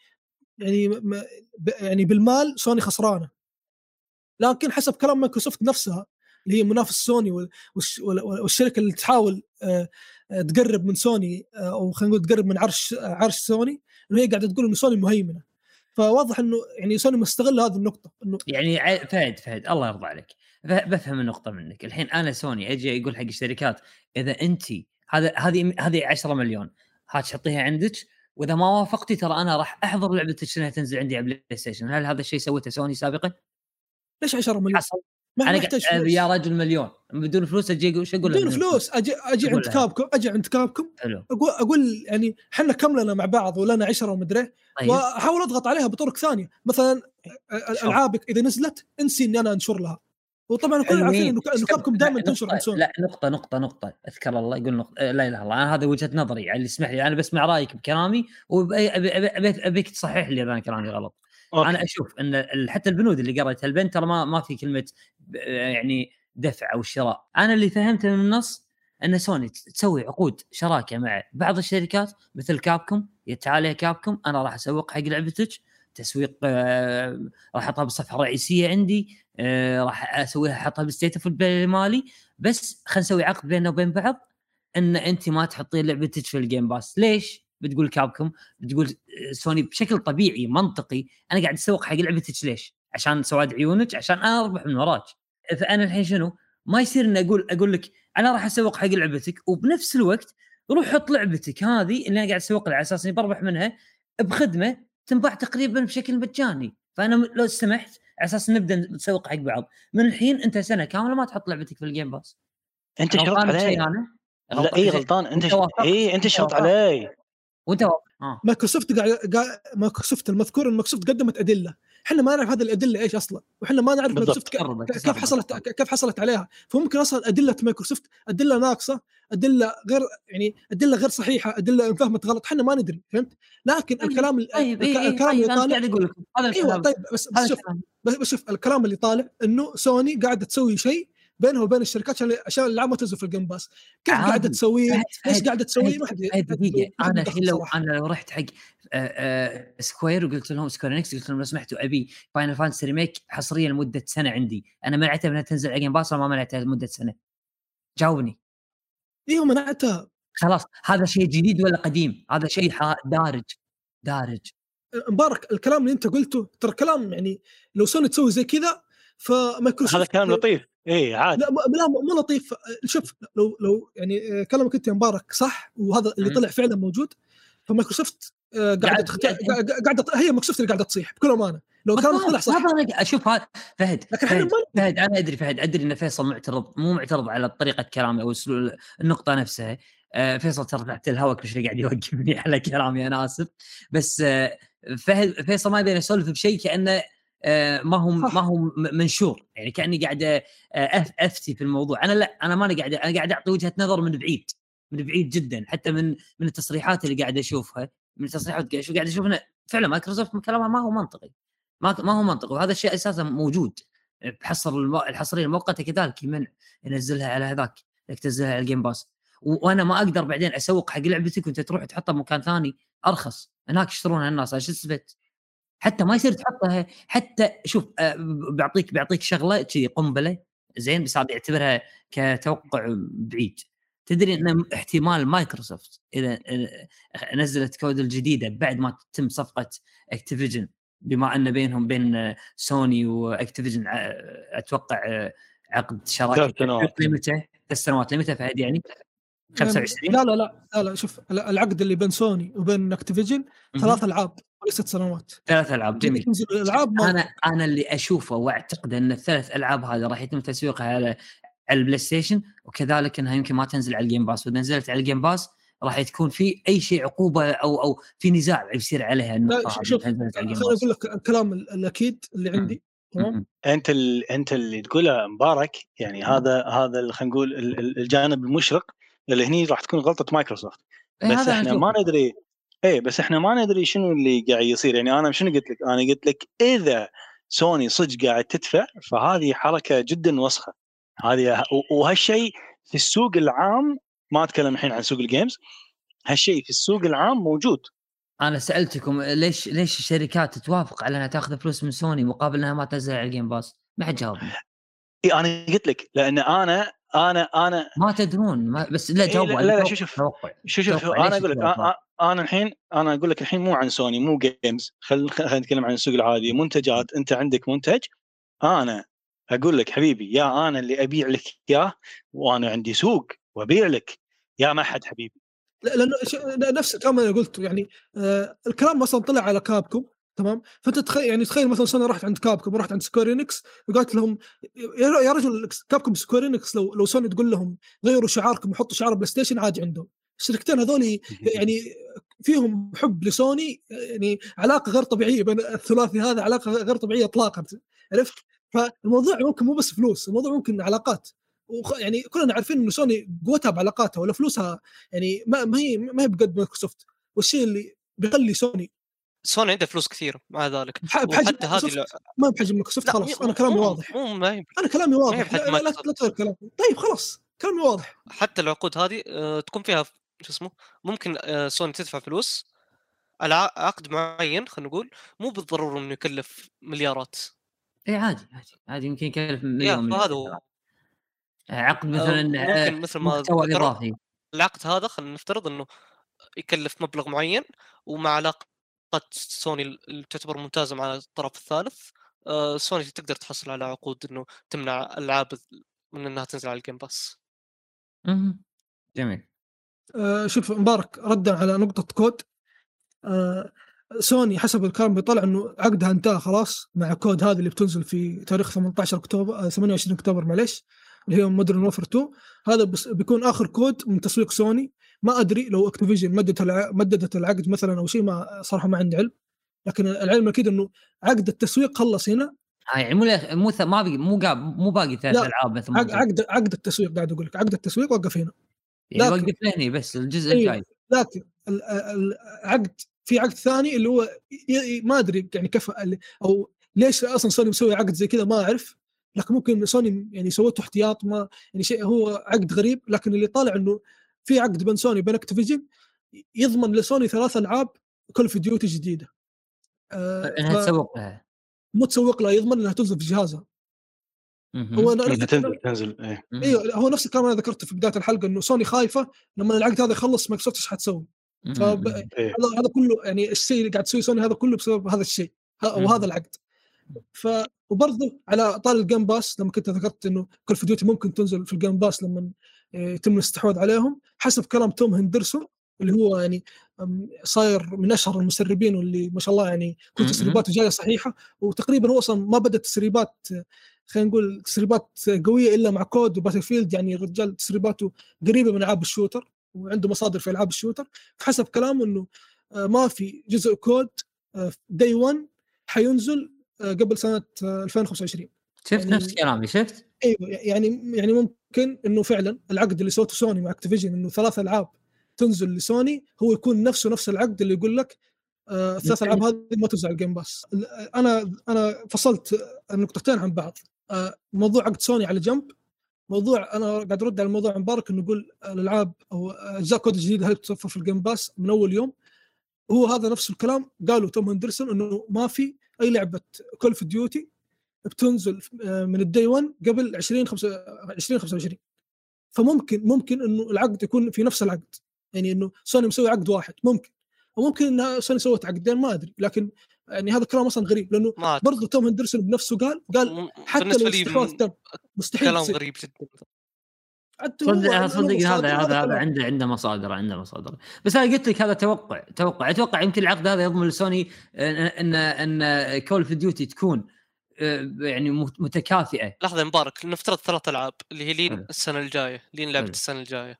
يعني بالمال سوني خسرانه. لكن حسب كلام مايكروسوفت نفسها اللي هي منافس سوني والشركه اللي تحاول تقرب من سوني، او خلينا نقول تقرب من عرش سوني، انه هي قاعده تقول انه سوني مهيمنه. فواضح انه يعني سوني مستغل هذه النقطه، انه يعني فهد الله يرضى عليك، بفهم النقطه منك. الحين انا سوني اجي اقول حق الشركات اذا انت هذه 10 مليون هتحطيها عندك، واذا ما وافقتي ترى انا راح احضر لعبتك انها تنزل عندي على بلاي ستيشن. هل هذا الشيء سوته سوني سابقا؟ ليش 10 مليون حصل؟ انا يا رجل مليون بدون فلوس اجي اقول بدون فلوس اجي عند كابكم اقول يعني احنا كملنا مع بعض ولنا 10 ومدري، واحاول اضغط عليها بطرق ثانيه، مثلا العابك اذا نزلت انسي اني انا انشر لها. وطبعا كلنا عارفين انه كابكم دائما تنشر عند سوني. لا نقطه اذكر الله يقول نقطة. لا اله الا الله، انا هذا وجهه نظري يعني، اسمح لي انا بسمع رايك بكلامي وابيك تصحح لي اذا انا كلامي غلط. انا اشوف ان حتى البنود اللي قريتها البنت ترى ما في كلمه يعني دفع او شراء. انا اللي فهمته من النص ان سوني تسوي عقود شراكه مع بعض الشركات مثل كابكوم، تعال كابكوم انا راح اسوق حق لعبتك تسويق، راح احطها بالصفحه الرئيسيه عندي، راح اسويها احطها بالستيتس المالي، بس خلينا نسوي عقد بيننا وبين بعض ان انت ما تحطين لعبتك في الجيم باس. ليش بتقول كابكوم؟ بتقول سوني بشكل طبيعي منطقي انا قاعد اسوق حق لعبتك. ليش؟ عشان سواد عيونك، عشان انا اربح من وراك. فانا الحين شنو ما يصير ان اقول لك انا راح اسوق حق لعبتك وبنفس الوقت روح حط لعبتك هذه اللي انا قاعد اسوق لها على اساس اني بربح منها بخدمه تنباع تقريبا بشكل مجاني. فانا لو سمحت على اساس نبدا نسوق حق بعض من الحين، انت سنه كامله ما تحط لعبتك في الجيم باس. انت شرط علي انا لا اي غلطان، انت شرط علي وانت مايكروسوفت المذكور ان مايكروسوفت قدمت ادله، احنا ما نعرف هذه الادله ايش اصلا، واحنا ما نعرف مايكروسوفت كيف حصلت عليها. فممكن اصلا ادله مايكروسوفت ادله ناقصه، ادله غير صحيحه، ادله فهمت غلط، احنا ما ندري. فهمت؟ لكن الكلام اللي طالع ايوه طيب بس شوف الكلام اللي طالع انه سوني قاعده تسوي شيء بينها وبين الشركات عشان العاب تنزل في الجيم باس. كيف قاعده تسويه؟ ايش قاعده تسويه؟ دقيقه انا الحين لو رحت حق سكوير وقلت لهم سكوير انكس، قلت لهم لو سمحتوا ابي فاينل فانتسي ريميك حصريا لمده سنه عندي، انا منعتها انها تنزل على جيم باس ولا ما منعتها لمده سنه؟ جاوبني. ايوه منعتها. خلاص هذا شيء جديد ولا قديم؟ هذا شيء دارج. مبارك الكلام اللي انت قلته ترى كلام يعني لو سوني تسوي زي كذا فمايكروسوفت هذا كلام لطيف اي عادي. لا مو لطيف. شوف لو يعني كلامك انت يا مبارك صح وهذا اللي طلع فعلا موجود، فمايكروسوفت قاعده هي مايكروسوفت اللي قاعده تصيح بكل امانه لو كان طلع صح. هذا اشوف هذا فهد انا ادري ان فيصل مو معترض على طريقه كلامي او النقطه نفسها. فيصل ترى تحت الهواء كل شيء قاعد يوقفني على كلامي، انا اسف. بس فيصل ما يبي يسولف بشيء كانه ما هو منشور، يعني كاني قاعد افتي في الموضوع. انا لا، انا ماني قاعد، انا قاعد اعطي وجهه نظر من بعيد جدا، حتى من التصريحات اللي قاعد اشوفها، من التصريحات قاعد اشوف انه فعلا مايكروسوفت كلامها ما هو منطقي، ما هو منطقي. وهذا الشيء اساسا موجود بحصر الحصريه المؤقته كذلك يمنع ينزلها على هذاك، تنزلها على الجيم باس. وانا ما اقدر بعدين اسوق حق لعبتك وانت تروح تحطها بمكان ثاني ارخص، هناك يشترونها الناس عشان تثبت. حتى ما يصير تحطها. حتى شوف بعطيك شغله شيء قنبله زين، بس هذا يعتبرها كتوقع بعيد. تدري ان احتمال مايكروسوفت اذا نزلت كود الجديده بعد ما تتم صفقه اكتيفيجن، بما ان بين سوني واكتيفيجن اتوقع عقد شراكه لمتى 3 سنوات لمتى فهد يعني 25. لا شوف العقد اللي بين سوني وبين اكتيفيجن 3 ألعاب وليس 6 سنوات. 3 ألعاب جميل. الألعاب انا اللي اشوفه واعتقد ان ال3 ألعاب هذه راح يتم تسويقها على البلاي ستيشن، وكذلك انها يمكن ما تنزل على الجيم باس، واذا نزلت على الجيم باس راح تكون في اي شيء عقوبه او في نزاع يصير عليها النقطه. شوف خليني اقول لك الكلام الاكيد اللي عندي. تمام، انت اللي تقوله مبارك يعني هذا خلينا نقول الجانب المشرق اللي هني راح تكون غلطه مايكروسوفت. بس احنا ما ندري بس احنا ما ندري شنو اللي قاعد يصير. يعني انا شنو قلت لك؟ انا قلت لك اذا سوني صدق قاعد تدفع فهذه حركه جدا وسخه هذه، وهالشيء في السوق العام، ما اتكلم الحين عن سوق الجيمز، هالشيء في السوق العام موجود. انا سالتكم ليش الشركات توافق على انها تاخذ فلوس من سوني مقابل انها ما تنزل على الجيم باس؟ ما حد جاوبني. انا قلت لك لان انا ما تدرون بس لا جاوبوا. لا شوف انا اقول لك انا الحين انا اقول لك الحين مو عن سوني مو جيمز، خلينا نتكلم عن السوق العادي. منتجات، انت عندك منتج، انا اقول لك حبيبي يا انا اللي ابيع لك اياه، وانا عندي سوق وابيع لك يا ما حد حبيبي. لانه نفس الكلام اللي قلته يعني الكلام مثلا طلع على كابكوم. تمام، فانت تخيل مثلا سنه رحت عند كابكوم ورحت عند سكويرينكس وقالت لهم يا رجل كابكوم سكويرينكس لو سوني تقول لهم غيروا شعاركم وحطوا شعار بلاي ستيشن عادي عندهم. الشركتين هذول يعني فيهم حب لسوني، يعني علاقه غير طبيعيه بين الثلاثي هذا، علاقه غير طبيعيه اطلاقا، عرفت؟ فالموضوع ممكن مو بس فلوس، الموضوع ممكن علاقات. يعني كلنا عارفين انه سوني قوتها بعلاقاتها ولا فلوسها، يعني ما هي بقد مايكروسوفت. والشيء اللي بيخلي سوني عندها فلوس كثير مع ذلك، وحتى هذه ما بحجم مايكروسوفت. خلاص انا كلامي واضح. انا كلامي واضح، لا تغير كلام. طيب خلاص كلامي واضح. حتى العقود هذه تكون فيها شو اسمه، ممكن سوني تدفع فلوس على عقد معين، خلينا نقول مو بالضروره انه يكلف مليارات. اي عادي يمكن يكلف مليون. هذا عقد مثلا ممكن مثل ما اضافي. العقد هذا خلينا نفترض انه يكلف مبلغ معين، ومع علاقه سوني اللي تعتبر ممتازه مع الطرف الثالث، سوني تقدر تحصل على عقود انه تمنع العاب من انها تنزل على الجيم باس. جميل. شوف مبارك، ردا على نقطه كود، سوني حسب الكلام بيطلع انه عقدها انتهى خلاص مع كود هذا اللي بتنزل في تاريخ 18 اكتوبر 28 اكتوبر معليش، اللي هي مودرن وورفير 2. هذا بس بيكون اخر كود من تسويق سوني. ما ادري لو اكتيفيجن مددت العقد مثلا او شيء، ما صراحه ما عندي علم، لكن العلم اكيد انه عقد التسويق خلص هنا. يعني مو باقي 3 ألعاب مثل عقد التسويق قاعد اقول لك، عقد التسويق وقف هنا، يعني وقف هنا بس الجزء الجاي. لكن العقد في عقد ثاني اللي هو ما ادري يعني كيف او ليش اصلا سوني مسوي عقد زي كذا، ما اعرف. لكن ممكن سوني يعني سوته احتياط، ما يعني شيء، هو عقد غريب. لكن اللي طالع انه في عقد بين سوني وبين اكتيفيجن يضمن لسوني 3 ألعاب كل في ديوتي جديده، انها تسوق لها، مو تسوق لها، يضمن انها تنزل في جهازها. هو أنا تنزل إيه. ايوه هو نفس الكلام اللي ذكرته في بدايه الحلقه انه سوني خايفه لما العقد هذا يخلص مايكروسوفت ايش حتسوي. إيه. هذا كله يعني الشيء اللي قاعد تسوي سوني هذا كله بسبب هذا الشيء وهذا العقد. وبرضه على طال الجيم باس لما كنت ذكرت انه كل اوف ديوتي ممكن تنزل في الجيم باس لما يتم الاستحواذ عليهم، حسب كلام توم هندرسون اللي هو يعني صاير من اشهر المسربين واللي ما شاء الله يعني كل تسريباته جايه صحيحه، وتقريبا هو اصلا ما بدأ تسريبات خلينا نقول تسريبات قويه الا مع كود وباتل فيلد. يعني الرجال تسريباته قريبه من العاب الشوتر وعنده مصادر في العاب الشوتر. فحسب كلامه انه ما في جزء كود داي 1 حينزل قبل سنه 2025. شفت يعني نفس كلامي شفت. ايوه يعني ممكن انه فعلا العقد اللي سوته سوني مع اكتيفيجن انه 3 ألعاب تنزل لسوني هو يكون نفس العقد اللي يقول لك 3 ألعاب هذه ما تنزل على الجيم باس. انا فصلت النقطتين عن بعض. موضوع عقد سوني على جنب، موضوع انا قاعد ارد على الموضوع مبارك انه يقول الالعاب او اجزاء كود جديده هل تتوفر في الجيم باس من اول يوم. هو هذا نفس الكلام قالوا توم هندرسون انه ما في اي لعبه كول اوف ديوتي بتنزل من الدي 1 قبل 2025. فممكن انه العقد يكون في نفس العقد، يعني انه سوني مسوي عقد واحد ممكن، وممكن انها سوني سوت عقدين ما ادري. لكن يعني هذا الكلام اصلا غريب لانه برضو توم هندرسون بنفسه قال حتى لو استحواذ تم مستحيل كلام غريب جدا. صدق هذا عنده مصادر. بس انا قلت لك هذا اتوقع يمكن العقد هذا يضمن لسوني ان كول اوف ديوتي تكون يعني متكافئه. لحظه مبارك، نفترض 3 ألعاب اللي هي لين السنه الجايه، لين لعبه السنه الجايه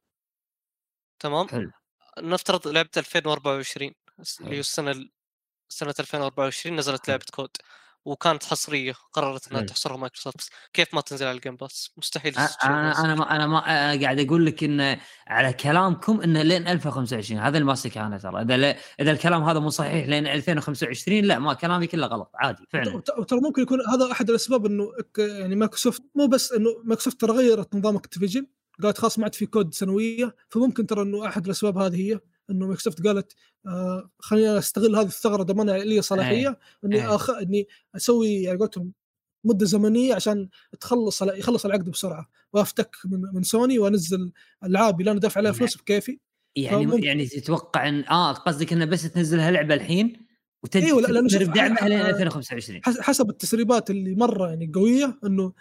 تمام. حلو. نفترض لعبه 2024 اللي هي سنه 2024 نزلت لعبه كود وكانت حصريه، قررت انها تحصرها مايكروسوفت، كيف ما تنزل على الجيم باس؟ مستحيل. انا ما قاعد اقول لك ان على كلامكم انه لين 2025 هذا الماسك. انا ترى اذا الكلام هذا مو صحيح لين 2025 لا، ما كلامي كله غلط عادي فعلا. ترى ممكن يكون هذا احد الاسباب انه يعني مايكروسوفت مو بس انه مايكروسوفت ترى غيرت نظام اكتيفيجن، قالت خلاص ما عاد في كود سنويه. فممكن ترى انه احد الاسباب هذه هي انه مايكروسوفت قالت خلينا استغل هذه الثغره ضمان لي صلاحيه اني اسوي يعني قلتهم مده زمنيه عشان يخلص العقد بسرعه وافتك من سوني وانزل العاب اللي انا دافع عليها فلوس بكيفي. يعني تتوقع ان قصدك انه بس تنزلها لعبه الحين ايوه لا دعمها لين 2025 حسب التسريبات اللي مره يعني قويه انه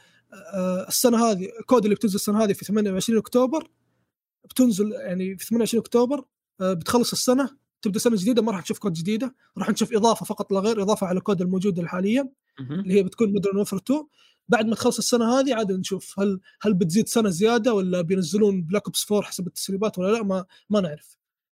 السنه هذه الكود اللي بتنزل السنه هذه في 28 اكتوبر بتنزل، يعني في 28 اكتوبر بتخلص السنه تبدا سنه جديده، ما راح نشوف كود جديده، راح نشوف اضافه فقط لا غير، اضافه على الكود الموجود حاليا اللي هي بتكون مودرن وورفير 2. بعد ما تخلص السنه هذه عاد نشوف هل بتزيد سنه زياده ولا بينزلون بلاك اوبس 4 حسب التسريبات ولا لا، ما نعرف.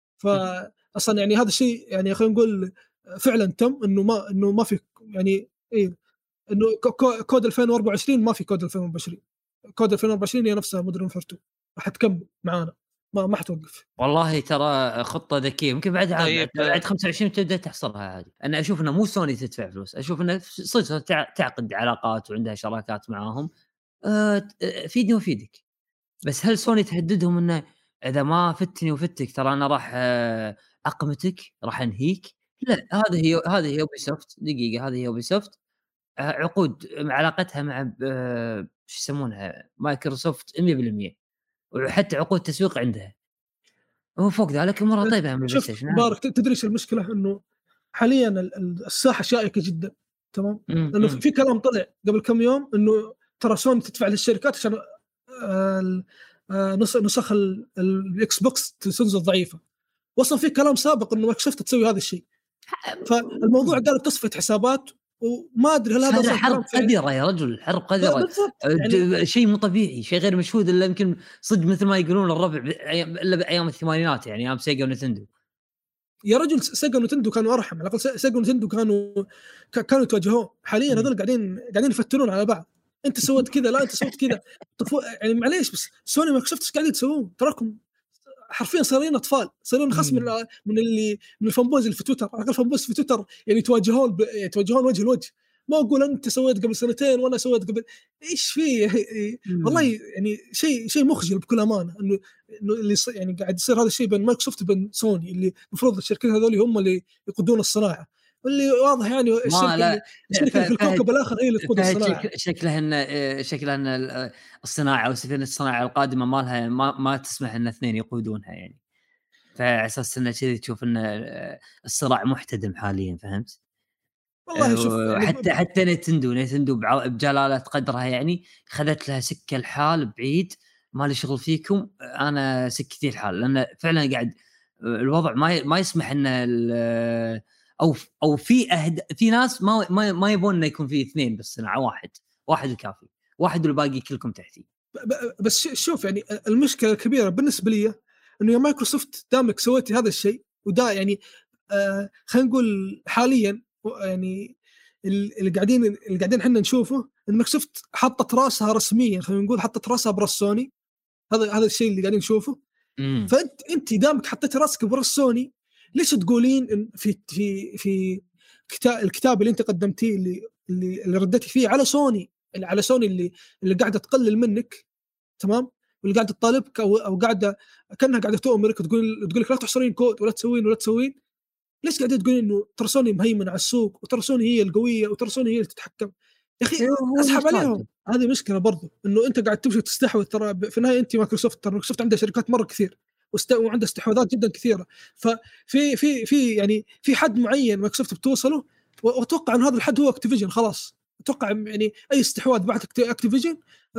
فاصلا يعني هذا الشيء يعني خلينا نقول فعلا تم انه ما في يعني ايه انه كود 2024 ما في كود 2024. كود 2024 هي نفسها مودرن وورفير 2 راح تكمل معانا ما حتوقف. والله ترى خطه ذكيه، ممكن بعد بعد 25 تبدا تحصلها عادي. انا اشوف انه مو سوني تدفع فلوس، اشوف انه صدق تعقد علاقات وعندها شراكات معاهم. فيدني وفيدك. بس هل سوني تهددهم انه اذا ما فتني وفتك ترى انا راح اقمتك، راح انهيك؟ لا، هذه هي يوبيسوفت. دقيقه، هذه هي يوبيسوفت عقود علاقتها مع شو يسمونها مايكروسوفت 100%، وحتى عقود تسويق عندها. هو فوق ذلك امورها طيبه من البلاي ستيشن. مبارك تدري ايش المشكله؟ انه حاليا الساحه شائكه جدا تمام. لانه في كلام طلع قبل كم يوم انه ترى سوني تدفع للشركات عشان نسخ الاكس بوكس تنزل ضعيفه. وصل في كلام سابق انه مايكروسوفت تسوي هذا الشيء. فالموضوع قال تصفيه حسابات وما ادري هل هذا حرب قذره يا رجل، حرب قذره يعني شيء مو طبيعي، شيء غير مشهود الا يمكن صدق مثل ما يقولون الربع الا بايام الثمانينات، يعني ايام سيجا ونتندو. يا رجل سيجا ونتندو كانوا ارحم، على الاقل سيجا ونتندو كانوا يتواجهون. حاليا هذول قاعدين يفتنون على بعض، انت سويت كذا، لا انت سويت كذا. يعني معليش، بس سوني مايكروسوفت ايش قاعدين تسوون؟ تراكم حرفيا صارين اطفال، صارين خصم من الفانبوز اللي في تويتر. على الاقل الفانبوز في تويتر يعني يتواجهون وجه لوجه، ما اقول انت سويت قبل سنتين وانا سويت قبل ايش فيه. والله يعني شيء مخجل بكل امانه انه اللي يعني قاعد يصير هذا الشيء بين مايكروسوفت وبين سوني، اللي المفروض الشركات هذول هم اللي يقودون الصناعه. واللي واضح يعني الشركه في الكوكب الاخر هي اللي تقود الصناعه. شكلها ان الصناعه او سفينه الصناعه القادمه مالها ما تسمح ان اثنين يقودونها يعني، فعلى اساس انه كذي تشوف ان الصراع محتدم حاليا، فهمت؟ والله شوف يعني حتى نتندو بجلاله قدرها يعني خذت لها سكه الحال بعيد، ما لي شغل فيكم، انا سكتي الحال، لان فعلا قاعد الوضع ما يسمح ان او في ناس ما يبون انه يكون في اثنين بالصناعه، واحد الكافي، واحد والباقي كلكم تحتي. بس شوف يعني المشكله الكبيره بالنسبه لي انه يا مايكروسوفت دامك سويتي هذا الشيء ودا يعني خلينا نقول حاليا يعني اللي قاعدين احنا نشوفه ان مايكروسوفت حطت راسها رسميا، خلينا نقول حطت راسها براس سوني، هذا الشيء اللي قاعدين نشوفه. فانت دامك حطيت راسك براس سوني، ليش تقولين إن في الكتاب اللي انت قدمتيه اللي رديتي فيه على سوني اللي قاعده تقلل منك، تمام، واللي قاعده تطالبك او قاعده كانها قاعده تؤمرك تقول لك لا تحصرين كود ولا تسوين. ليش قاعده تقولين انه ترى سوني مهيمن على السوق وترى سوني هي القويه وترى سوني هي اللي تتحكم؟ يا اخي اسحب عليهم. هذه مشكله برضو انه انت قاعد تمشي تستحوذ، ترى في النهايه انت مايكروسوفت عندها شركات مره كثير وعندها استحواذات جدا كثيره، ففي يعني في حد معين مايكروسوفت بتوصله، واتوقع ان هذا الحد هو اكتيفيجن. خلاص اتوقع يعني اي استحواذ بعد اكتيفيجن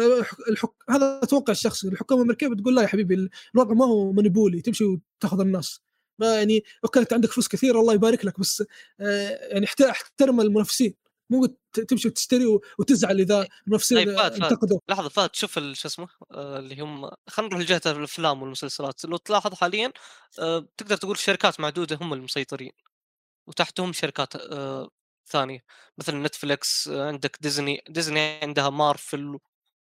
هذا اتوقع الشخصي الحكومه الامريكيه بتقول لا يا حبيبي الوضع ما هو مانيبولي تمشي وتاخذ الناس، ما يعني اوكي انت عندك فلوس كثير الله يبارك لك، بس يعني احترم المنافسين، مو تمشي وتشتري وتزعل اذا المنافسين انتقدوا. لحظه فات شوف شو اسمه اللي هم خلينا نروح لجهه الافلام والمسلسلات. لو تلاحظ حاليا تقدر تقول شركات معدوده هم المسيطرين، وتحتهم شركات ثانيه مثل نتفليكس، عندك ديزني عندها مارفل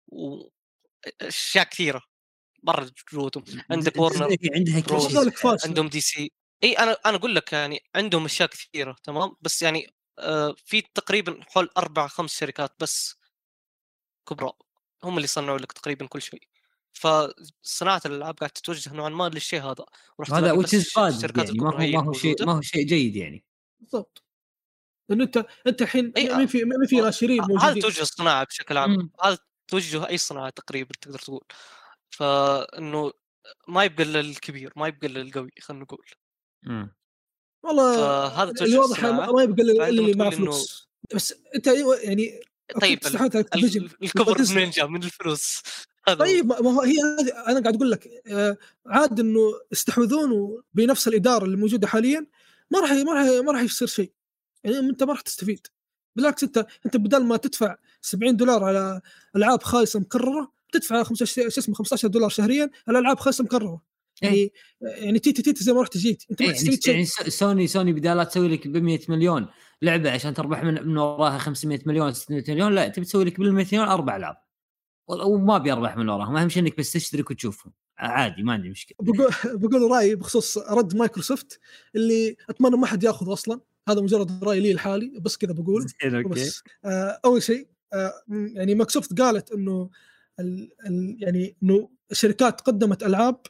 واشياء كثيره برا جودهم، عندك وورنر عندها عندهم دي سي. اي انا اقول لك يعني عندهم اشياء كثيره تمام، بس يعني في تقريبا حول 4-5 شركات بس كبرى هم اللي صنعوا لك تقريبا كل شيء. فصناعه الالعاب قاعده تتوجه نوعا ما للشيء هذا، هذا الشركات يعني ما هو شيء جيد يعني. بالضبط، لأن انت الحين ما في ناشرين موجودين. هذا توجه الصناعه بشكل عام، هذا توجه اي صناعه تقريبا تقدر تقول، فانه ما يبقى الكبير ما يبقى القوي خلينا نقول. والله هذا الواضح ما يبقى اللي مع فلوس. بس انت يعني طيب الكبر منين جاء؟ من الفلوس. طيب ما هو هي انا قاعد اقول لك عاد انه استحوذون بنفس الاداره اللي موجوده حاليا، ما راح يصير شيء يعني، انت ما راح تستفيد. بالعكس انت بدل ما تدفع $70 على العاب خايسه مكرره تدفع $15 شهريا على العاب خايسه مكرره. يعني تي زي ما رحت جيت انت ما تستفيد شيء. يعني سوني بدال لا تسوي لك ب100 مليون لعبه عشان تربح من وراها 500 مليون 600 مليون، لا تبي تسوي لك بال100 مليون 4 العاب وما بيربح من وراهم، اهم شيء انك بس تشترك وتشوفهم عادي، ما عندي مشكله. بقول رايي بخصوص رد مايكروسوفت اللي اتمنى ما حد ياخذ اصلا، هذا مجرد راي لي الحالي بس كذا بقول. بس اول شيء يعني مايكروسوفت قالت انه يعني انه الشركات قدمت العاب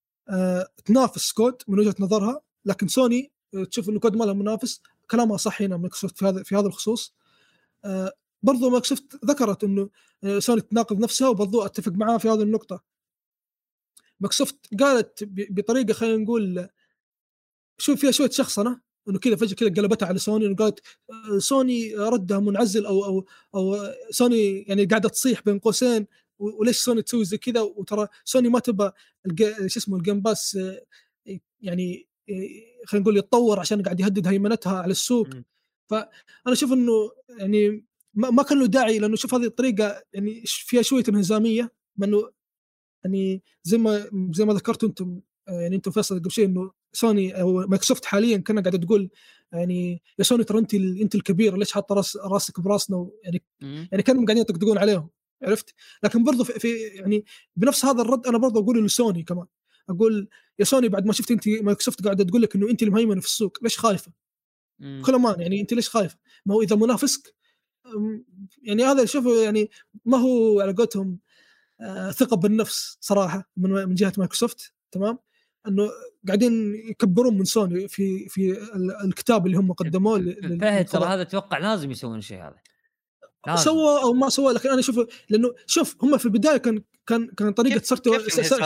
تنافس كود من وجهة نظرها، لكن سوني تشوف انه كود ما له منافس. كلامها صح هنا مايكروسوفت في هذا الخصوص. برضو مايكروسوفت ذكرت انه سوني تناقض نفسها، وبرضو اتفق معها في هذه النقطة. مايكروسوفت قالت بطريقة خلينا نقول شوف فيها شوية شخصنة، انه كذا فجأة كذا قلبتها على سوني، انه قالت سوني ردها منعزل او سوني يعني قاعدة تصيح بين قوسين، وليش سوني تسوي زي كذا، وترى سوني ما تبى الجيم باس يعني خلينا نقول يتطور عشان قاعد يهدد هيمنتها على السوق. فانا اشوف انه يعني ما كان له داعي، لانه شوف هذه الطريقه يعني فيها شويه انهزاميه، انه يعني زي ما ذكرتوا انتم يعني انتم فيصل قبل شيء انه سوني او مايكروسوفت حاليا كنا قاعده تقول يعني يا سوني ترى انت الكبير، ليش حاطه راسك براسنا يعني كانوا قاعدين يطقطقون عليهم، عرفت؟ لكن برضو في يعني بنفس هذا الرد انا برضو اقول لسوني كمان، اقول يا سوني بعد ما شفت انت مايكروسوفت قاعده تقول لك انه انت المهيمنه في السوق، ليش خايفه؟ كل مان يعني انت ليش خايفه؟ ما هو اذا منافسك يعني هذا شوفوا يعني ما هو على قولتهم ثقه بالنفس صراحه من جهه مايكروسوفت، تمام؟ انه قاعدين يكبرون من سوني في الكتاب اللي هم قدموه فهد ترى هذا اتوقع لازم يسوون شيء هذا سوى او ما سوى، لكن انا اشوف لانه شوف هم في البدايه كان طريقه سرته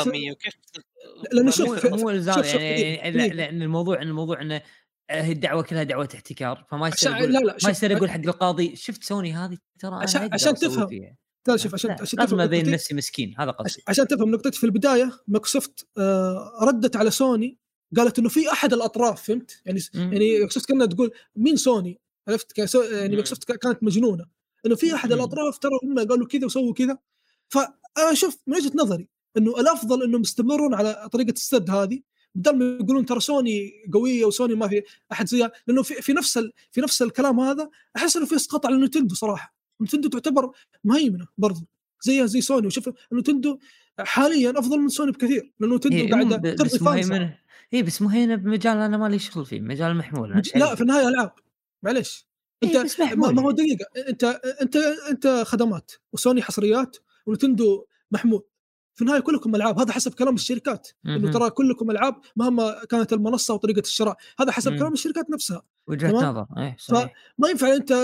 لانه شوف مو الزام يعني لان الموضوع انه هي الدعوه كلها دعوه احتكار، فما يصير يقول ما يصير يقول حق القاضي شفت سوني هذه ترى انا عشان تفهم شوف عشان لازم ذي نفسي مسكين، هذا قصدي عشان تفهم نقطتي. في البدايه مايكروسوفت ردت على سوني قالت انه في احد الاطراف، فهمت يعني يعني مايكروسوفت كنا تقول مين سوني، عرفت يعني مايكروسوفت كانت مجنونه انه في احد الاطراف ترى هم قالوا كذا وسووا كذا. فانا شوف من وجهه نظري انه الافضل انهم يستمرون على طريقه السد هذه بدل ما يقولون ترى سوني قويه وسوني ما في احد زيها، لانه في نفس الكلام هذا احس انه في اسقاط على نينتندو صراحه. نينتندو تعتبر مهيمنه برضو زي سوني، وشوف نينتندو حاليا افضل من سوني بكثير لانه نينتندو قاعده ترضي فانسها. بس مهيمنه بمجال انا ما لي شغل فيه، مجال المحمول. لا في النهايه العاب معليش انت ما هو دقيقه، انت خدمات وسوني حصريات ونينتندو محمول. في النهايه كلكم العاب، هذا حسب كلام الشركات انه ترى كلكم العاب مهما كانت المنصه وطريقه الشراء، هذا حسب كلام الشركات نفسها وجهه نظر. فما ينفع انت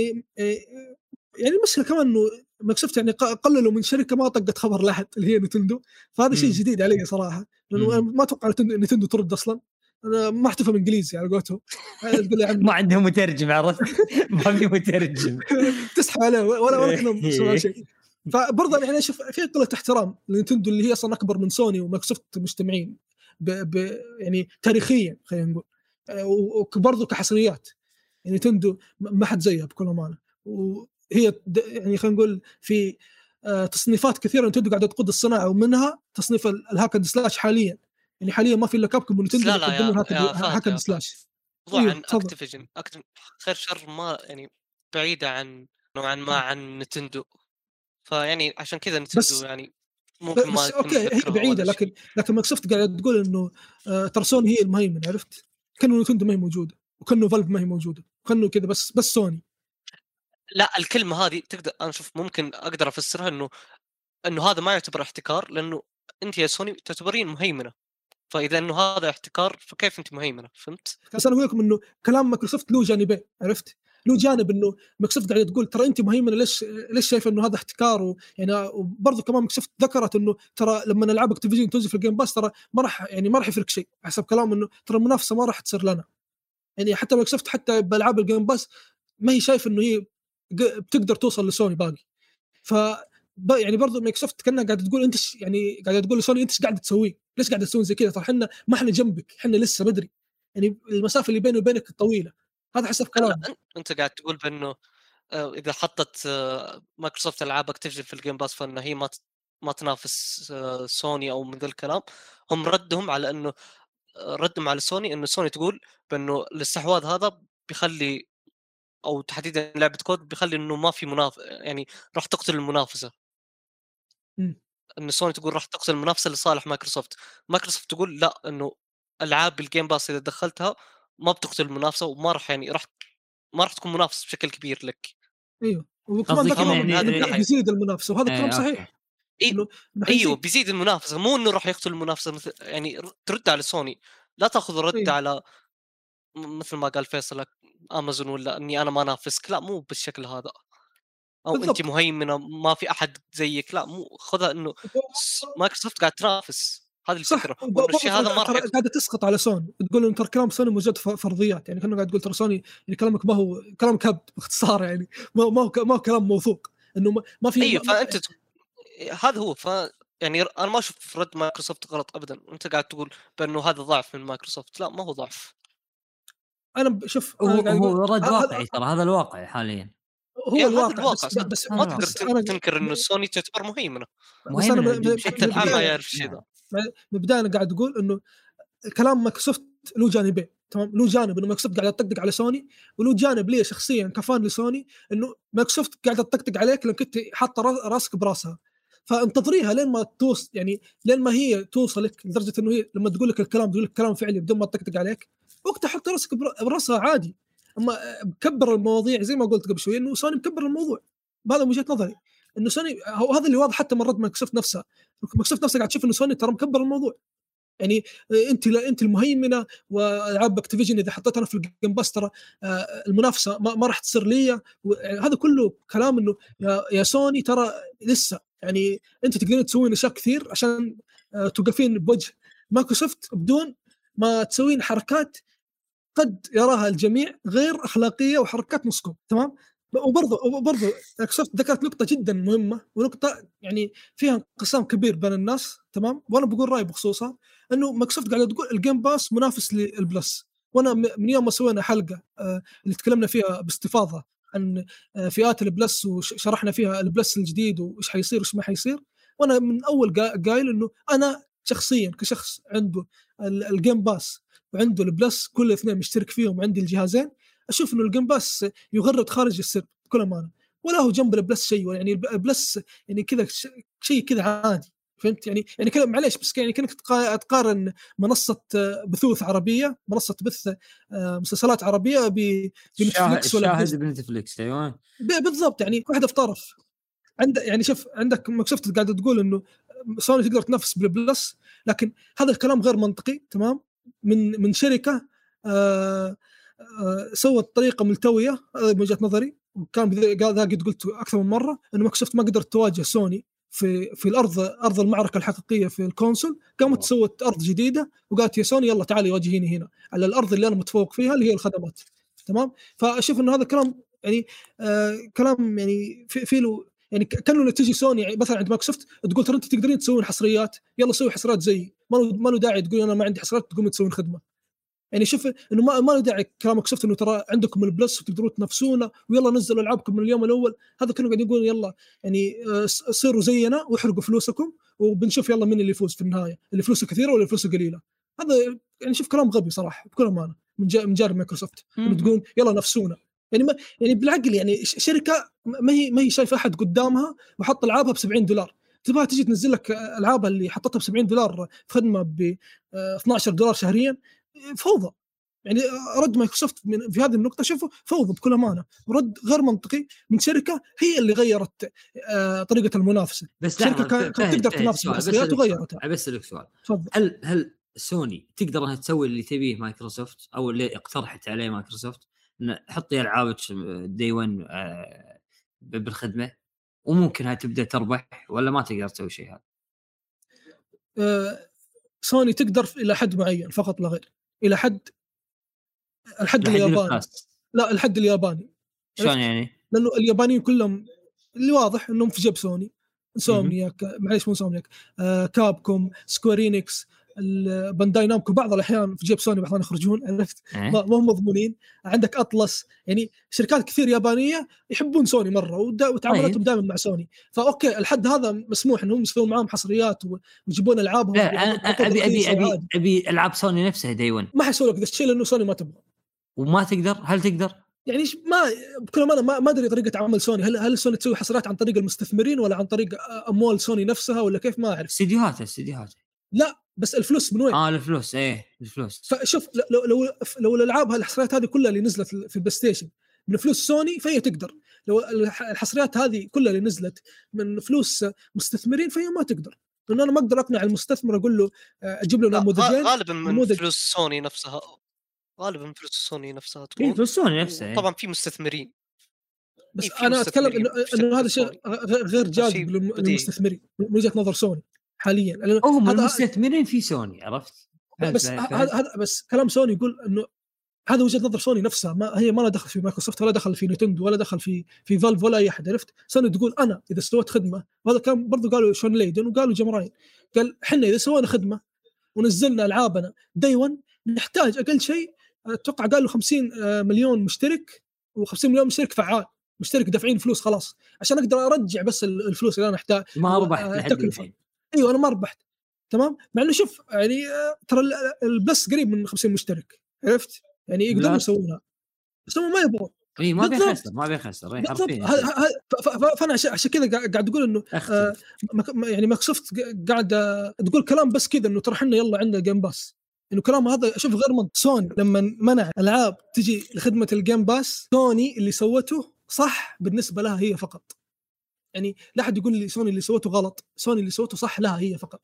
يعني المشكله كمان انه مايكروسوفت يعني قللوا من شركه ما طقت خبر لاحد اللي هي نينتندو، فهذا شيء جديد علي صراحه، لانه ما اتوقع نينتندو ترد اصلا. انا ما احتفل انجليزي على قولتهم ما عندهم مترجم، عرفت؟ ما في مترجم تسحب عليه ولا كنا نسوي شيء. فبرضه يعني اشوف في قله احترام لنينتندو اللي هي اصلا اكبر من سوني ومايكروسوفت مجتمعين يعني تاريخيا خلينا نقول، وبرضه كحصريات يعني نينتندو ما حد زيها بكل امانه. وهي يعني خلينا نقول في تصنيفات كثيره نينتندو قاعده تقود الصناعه، ومنها تصنيف الهاك اند سلاش حاليا. يعني حاليا ما في الا كابكوم ونينتندو يقدمون هاك اند سلاش. موضوع عن اكتيفيجن خير شر ما يعني بعيده عن نوعا ما عن نينتندو، فيعني عشان كذا نينتندو يعني ممكن ما اوكي هي بعيده، لكن مايكروسوفت قاعده تقول انه ترى سوني هي المهيمن، عرفت؟ كانه نينتندو ما هي موجوده، وكانه فالف ما هي موجوده، وكانه كذا بس سوني. لا الكلمه هذه تقدر انا اشوف ممكن اقدر افسرها انه هذا ما يعتبر احتكار، لانه انت يا سوني تعتبرين مهيمنه، فاذا انه هذا احتكار فكيف انت مهيمنه؟ فهمت؟ بس انا اقول لكم انه كلام مايكروسوفت له جانبين، عرفت؟ له جانب انه مايكروسوفت قاعده تقول ترى انت مهيمنه، ليش شايف انه هذا احتكار؟ يعني وبرضه كمان مايكروسوفت ذكرت انه ترى لما نلعب اكتيفيجن تنزل في الجيم باس ترى ما راح يفرق شيء، حسب كلام انه ترى المنافسه ما راح تصير لنا. يعني حتى مايكروسوفت حتى بالعاب الجيم باس ما هي شايف انه هي بتقدر توصل لسوني باقي. ف يعني برضه مايكروسوفت كانها قاعده تقول انت يعني قاعده تقول لسوني انت ايش قاعده تسوي؟ ليش قاعده تسوون زي كذا؟ ترى احنا ما احنا جنبك، احنا لسه بدري، يعني المسافه اللي بيني وبينك طويله. هذا حسب كلام انت قاعد تقول بانه اذا حطت مايكروسوفت العاب اكتيفيجن في الجيم باس فانه هي ما تنافس سوني او من ذا الكلام. هم ردهم على انه ردهم على سوني انه سوني تقول بانه الاستحواذ هذا بيخلي او تحديدا لعبه كود بيخلي انه ما في يعني راح تقتل المنافسه. ان سوني تقول راح تقتل المنافسه لصالح مايكروسوفت تقول لا، انه العاب الجيم باس اذا دخلتها ما بتقتل المنافسه وما راح يعني ما راح تكون منافس بشكل كبير لك. ايوه وكمان يعني بيزيد المنافسه، وهذا كلام صحيح. ايوه بيزيد المنافسه، مو انه راح يقتل المنافسه. يعني ترد على سوني، لا تاخذ رد على مثل ما قال فيصل امازون ولا اني انا ما انافسك، لا مو بالشكل هذا، او بالضبط. انت مهيمنه ما في احد زيك، لا مو خذها انه مايكروسوفت قاعد تنافس، هذه الفكره. والشيء هذا ما راح قاعده تسقط على سوني، تقول انه ترى كلام سوني مجرد فرضيات، يعني كانه قاعد تقول ترى سوني يعني كلامك ما هو كلام كذب باختصار، يعني ما هو كلام موثوق، انه ما في. ايوه فانت هذا هو يعني انا ما اشوف رد مايكروسوفت غلط ابدا. انت قاعد تقول بانه هذا ضعف من مايكروسوفت، لا ما هو ضعف. انا شوف هو رد واقعي، ترى هذا الواقع حاليا، هو الواقع. بس ما تقدر تنكر انه سوني تعتبر مهيمنه. بس انا حتى الان ما يعرف الشيء ذا. مبدئيا انا قاعد اقول انه كلام مايكروسوفت له جانبين، تمام؟ له جانب انه مايكروسوفت قاعده تطقطق على سوني، وله جانب لي شخصيا كفان لسوني انه مايكروسوفت قاعده تطقطق عليك لانك كنت حاطه راسك براسها، فانتظريها لين ما توصل، يعني لين ما هي توصلك لدرجه انه هي لما تقول لك الكلام تقول لك كلام فعلي بدون ما تطقطق عليك، وقتها حط راسك براسها عادي. اما مكبر المواضيع زي ما قلت قبل شوي انه سوني مكبر الموضوع، بهذا وجهه نظري انه سوني هذا اللي واضح حتى من رد مايكروسوفت نفسها. مايكروسوفت نفسها قاعد تشوف انه سوني ترى مكبر الموضوع، يعني انت المهيمنه، والعاب اكتيفيجن اذا حطيتها في الجيم باس ترى المنافسه ما راح تصير لي. هذا كله كلام انه يا سوني ترى لسه يعني انت تقدرين تسوين اشياء كثير عشان توقفين بوجه مايكروسوفت بدون ما تسوين حركات قد يراها الجميع غير اخلاقيه وحركات نصكم. تمام. وبرضه مايكروسوفت ذكرت نقطه جدا مهمه، ونقطه يعني فيها انقسام كبير بين الناس. تمام. وانا بقول رايي بخصوصها، انه مايكروسوفت قاعده تقول الجيم باس منافس للبلس. وانا من يوم ما سوينا حلقه اللي تكلمنا فيها باستفاضه عن فئات البلس وشرحنا فيها البلس الجديد وايش حيصير وايش ما حيصير، وانا من اول قايل انه انا شخصيا كشخص عنده الجيم باس وعنده البلس كل الاثنين مشترك فيهم وعندي الجهازين، اشوف انه الجيم باس يغرد خارج السر بكل امانه، ولا هو جنب البلس شيء. يعني البلس يعني كذا شيء كذا عادي. فهمت يعني كذا معليش، بس يعني كأنك تقارن منصه بثوث عربيه، منصه بث مسلسلات عربيه بنتفليكس ولا شاهد بنتفليكس. ايوه بالضبط. يعني واحده في طرف يعني شوف عندك مايكروسوفت قاعده تقول انه سوني تقدر تنافس بالبلس، لكن هذا الكلام غير منطقي. تمام. من شركه سوت طريقه ملتويه من وجهه نظري، وكان ذا قد قلت اكثر من مره انه مايكروسوفت ما قدرت تواجه سوني في ارض المعركه الحقيقيه في الكونسول. قامت سوت ارض جديده وقالت يا سوني يلا تعالي واجهيني هنا على الارض اللي انا متفوق فيها اللي هي الخدمات. تمام. فاشوف انه هذا كلام يعني كلام يعني في له يعني كانه تجي سوني يعني مثلا عند مايكروسوفت تقول ترى انت تقدرين تسوون حصريات، يلا سوي حصريات زي ما له داعي تقول انا ما عندي حصريات تقومون تسوون خدمه. يعني شوف انه ما له داعي كلام مايكروسوفت انه ترى عندكم البلس وتقدرون تنافسونا ويلا نزلوا العابكم من اليوم الاول. هذا كانوا قاعدين يقولون يلا يعني صيروا زينا واحرقوا فلوسكم وبنشوف يلا مين اللي يفوز في النهايه، اللي فلوسه كثيره ولا فلوسه قليله. هذا يعني شوف كلام غبي صراحه بكل امانه من جانب مايكروسوفت انه تقول يلا نافسونا. يعني ما يعني بالعقل يعني شركه ما هي شايفه احد قدامها وحط العابها ب$70، تبغى تجي تنزل لك العابها اللي حطتها ب$70 في خدمه ب$12 شهريا. فوضى. يعني رد مايكروسوفت في هذه النقطه شوفوا فوضى بكل امانه، ورد غير منطقي من شركه هي اللي غيرت طريقه المنافسه. بس شركه كانت تقدر تنافس بالحصريات وغيرتها. بس السؤال هل سوني تقدر انها تسوي اللي تبيه مايكروسوفت او اللي اقترحت عليه مايكروسوفت، ان حطي العابك دي 1 بالخدمه وممكن تبدا تربح، ولا ما تقدر تسوي شيء هذا؟ سوني تقدر الى حد معين فقط لا غير، الى حد الحد الياباني. لا الحد الياباني. شلون يعني؟ لانه اليابانيين كلهم اللي واضح انهم في جيب سوني. انسومنياك معليش مو انسومنياك، كابكوم، سكويرينكس، بانداي نامكو بعض الاحيان في جيب سوني، بعض يخرجون عرفت ما هم مضمونين. عندك اطلس، يعني شركات كثير يابانيه يحبون سوني مره وتعاملاتهم دائما مع سوني. فاوكي الحد هذا مسموح انهم يسوون معهم حصريات ويجيبون العابهم. لا ابي العاب سوني نفسها دي 1 ما حيسوي لك ذا الشيء لانه سوني ما تبغى وما تقدر. هل تقدر يعني ما بكل ما ادري طريقه عمل سوني، هل سوني تسوي حصريات عن طريق المستثمرين ولا عن طريق اموال سوني نفسها ولا كيف ما اعرف. استديوهات لا بس الفلوس من وين؟ الفلوس الفلوس. فشوف لو الالعاب الحصريات هذه كلها اللي نزلت في البلاي ستيشن من فلوس سوني فهي تقدر. لو الحصريات هذه كلها اللي نزلت من فلوس مستثمرين فهي ما تقدر، لان انا ما اقدر اقنع المستثمر اقول له اجيب له نموذجين. غالبا من فلوس سوني نفسها، غالبا فلوس سوني نفسها تكون فلوس سوني نفسها. طبعا في مستثمرين، بس انا اتكلم انه هذا شيء غير جاذب للمستثمرين من وجهه نظر سوني حاليا. هم المستثمرين في سوني عرفت. بس كلام سوني يقول انه هذا وجهه نظر سوني نفسها، هي ما لها دخل في مايكروسوفت ولا دخل في نينتندو ولا دخل في فالف ولا اي احد عرفت. سوني تقول انا اذا سويت خدمه، وهذا كان برضو قالوا شون ليدن وقالوا جمراين، قال احنا اذا سوينا خدمه ونزلنا العابنا داي 1 نحتاج اقل شيء اتوقع قالوا 50 مليون مشترك، و50 مليون مشترك فعال مشترك دافعين فلوس خلاص عشان اقدر ارجع بس الفلوس اللي انا احتاج. ما ربحت تكلفه. ايوه انا ما ربحت. تمام. مع انه شوف يعني ترى البس قريب من 50 مشترك عرفت، يعني يقدروا يسوونها بس هم ما يبغوا. اي ما بيخسر فانا عشان كذا قاعد اقول انه يعني مايكروسوفت قاعده تقول كلام بس كذا انه ترى احنا يلا عندنا جيم باس، انه كلام هذا اشوف غير منطقي. سوني لما منع العاب تجي لخدمه الجيم باس، سوني اللي سوته صح بالنسبه لها هي فقط. يعني لا احد يقول لي سوني اللي سوته غلط، سوني اللي سوته صح لها هي فقط،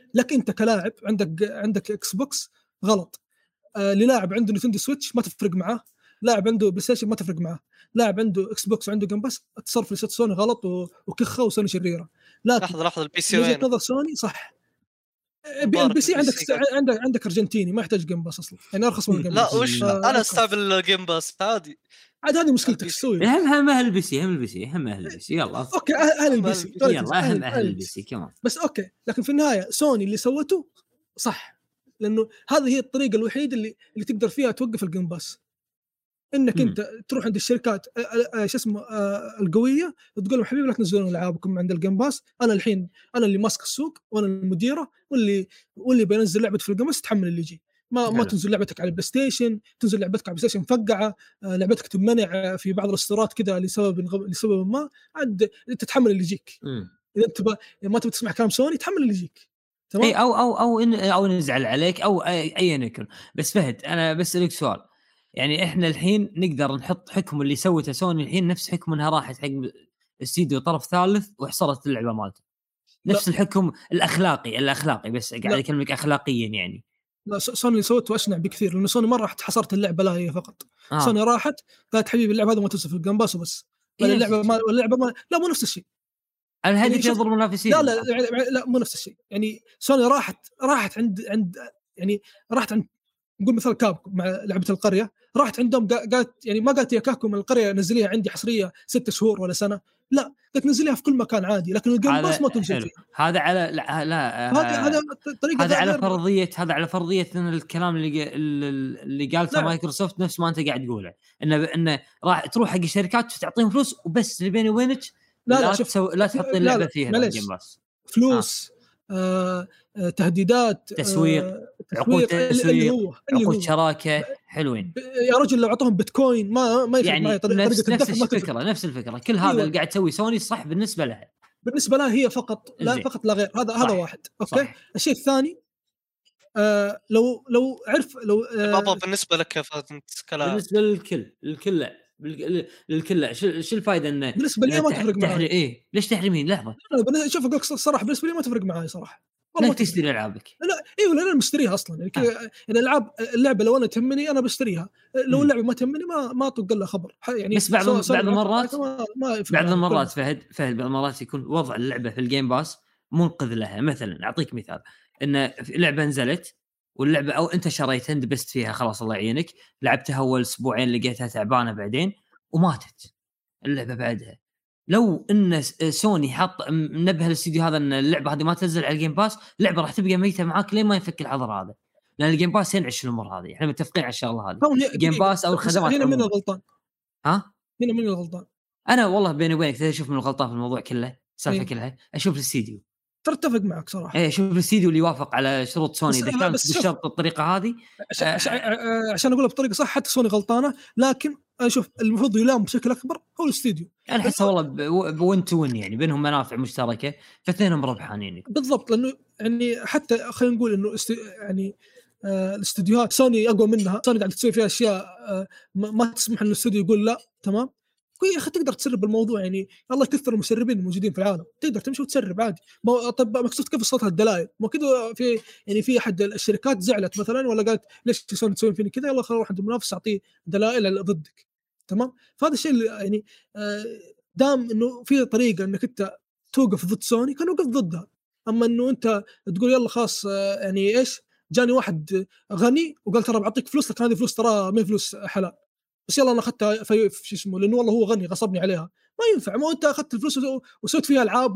لك انت كلاعب عندك اكس بوكس غلط، للاعب عنده نينتندو سويتش ما تفرق معاه، لاعب عنده بلاي ستيشن ما تفرق معاه، لاعب عنده اكس بوكس وعنده جيم باس تصرف لست سوني غلط وكخه وسوني شريره. لكن لحظه البي سي من وجهه وين؟ نظر سوني صح. مبارك البي سي البي سي قاعد. عندك ارجنتيني ما يحتاج جيم باس اصلا، يعني ارخص من الجيم لا باس. وش انا استعمل الجيم باس عادي. عاد هذه مشكلتك البي سي. تسوي. هم اهل البي سي، هم البي سي، هم اهل البي سي. يلا اوكي اهل البي سي، يلا اهم اهل البي سي كمان. بس اوكي، لكن في النهايه سوني اللي سوته صح، لانه هذه هي الطريقه الوحيده اللي تقدر فيها توقف الجيم باس، انك انت تروح عند الشركات شو اسمه القويه وتقول لهم حبيبي لا تنزلون العابكم عند الجيم باس، انا الحين انا اللي ماسك السوق وانا المديره واللي بينزل لعبه في الجيم باس تحمل اللي يجي. ما تنزل لعبتك على البلاي ستيشن، تنزل لعبتك على البلاي ستيشن مفقعه، لعبتك تمنع في بعض الاستورات كذا لسبب ما، عاد تتحمل اللي يجيك. اذا انت ما تبي تسمع كلام سوني تحمل اللي يجيك، تمام. اي او نزعل عليك او ايا يكن. بس فهد انا بسألك سؤال، يعني احنا الحين نقدر نحط حكم اللي سوته سوني الحين نفس حكم انها راحت حق استديو طرف ثالث وحصلت اللعبه مالته، نفس الحكم الاخلاقي بس قاعد اكلمك اخلاقيا يعني. لا سوني اللي سوته أشنع بكثير، لأنه سوني ما راحت حصرت اللعبة لها هي فقط. سوني راحت قالت حبيبي اللعبة هذا ما توصف الجيم باس وبس. اللعبة ما لا مو نفس الشيء. الهدف يعني يضر المنافسين. لا مو نفس الشيء. يعني سوني راحت عند يعني راحت عند نقول مثلا كابكوم مع لعبة القرية، راحت عندهم قالت يعني ما قالت يا كابكوم القرية نزليها عندي حصرية 6 شهور ولا سنة، لا قالت نزليها في كل مكان عادي، لكن الجيم باس ما تنزل فيه. هذا على هذا طريقة، هذا على فرضية ان الكلام اللي قالته مايكروسوفت نفس ما انت قاعد تقوله، انه راح تروح حق الشركات تعطيهم فلوس وبس اللي بيني وبينك لا تحط اللعبة فيها الجيم باس. فلوس تهديدات تسويق عقود تسويق عقود شراكه حلوين يا رجل. لو اعطوهم بيتكوين ما يعني نفس الفكره كل هذا اللي قاعد تسوي سوني صح بالنسبه لها هي فقط لا غير. هذا واحد اوكي صح. الشيء الثاني لو عرف لو بابا بالنسبه لك كيف انت كلام بالنسبه للكل شو الفائده انه بالنسبه لي ما تفرق معي. ليش تحرمين لحظه؟ شوف اقول لك الصراحه بالنسبه لي ما تفرق معي صراحه. والله تشتري العابك. لا ايوه انا مشتريها اصلا يعني يعني اللعبه لو انا تهمني انا بشتريها، لو اللعبه ما تهمني ما اطق لها خبر يعني. بس بعض المرات فهد بعض المرات يكون وضع اللعبه في الجيم باس منقذ لها. مثلا اعطيك مثال، ان لعبه نزلت واللعبه او انت شريتها اندبست فيها خلاص الله يعينك، لعبتها اول اسبوعين لقيتها تعبانه بعدين وماتت اللعبه بعدها. لو ان سوني حط منبه الاستديو هذا ان اللعبه هذه ما تنزل على الجيم باس، اللعبه راح تبقى ميته معاك لين ما يفك الحظر هذا، لان الجيم باس ينعش الامور هذه. احنا متفقين على الشغله هذه. الجيم باس او الخدمات هنا من الغلطان؟ هنا من الغلطان؟ انا والله بيني وبينك اشوف من الغلطان في الموضوع كله السالفه كلها اشوف الاستديو. تتفق معك صراحه. ايه شوف الاستديو اللي يوافق على شروط سوني اذا كانت بالشرط الطريقه هذه عشان اقولها بطريقه صح. حتى سوني غلطانه، لكن اشوف المفروض يلام بشكل اكبر هو الاستديو. انا احس والله بون تو ون يعني بينهم منافع مشتركه فاثنينهم ربحانين بالضبط. لانه يعني حتى خلينا نقول انه يعني الاستديوهات سوني اقوى منها. سوني قاعده تسوي فيها اشياء ما تسمح ان الاستوديو يقول لا. تمام يا اخي تقدر تسرب الموضوع يعني. الله يكثر المسربين الموجودين في العالم، تقدر تمشي وتسرب عادي. طب مقصود كيف وصلت الدلائل؟ مو كذا في يعني في احد الشركات زعلت مثلا ولا قالت ليش سوني تسوي فيني كذا، يلا خلينا نروح عند المنافس اعطيه دلائل ضدك. تمام. فهذا الشيء اللي يعني دام انه في طريقه انك انت توقف ضد سوني كان وقف ضدها. اما انه انت تقول يلا خلاص يعني ايش جاني واحد غني وقال ترى بعطيك فلوس، لكن هذه فلوس ترى ما فلوس حلال، بس يلا انا اخذتها في شو اسمه لانه والله هو غني غصبني عليها. ما ينفع. ما انت اخذت الفلوس وسويت فيها العاب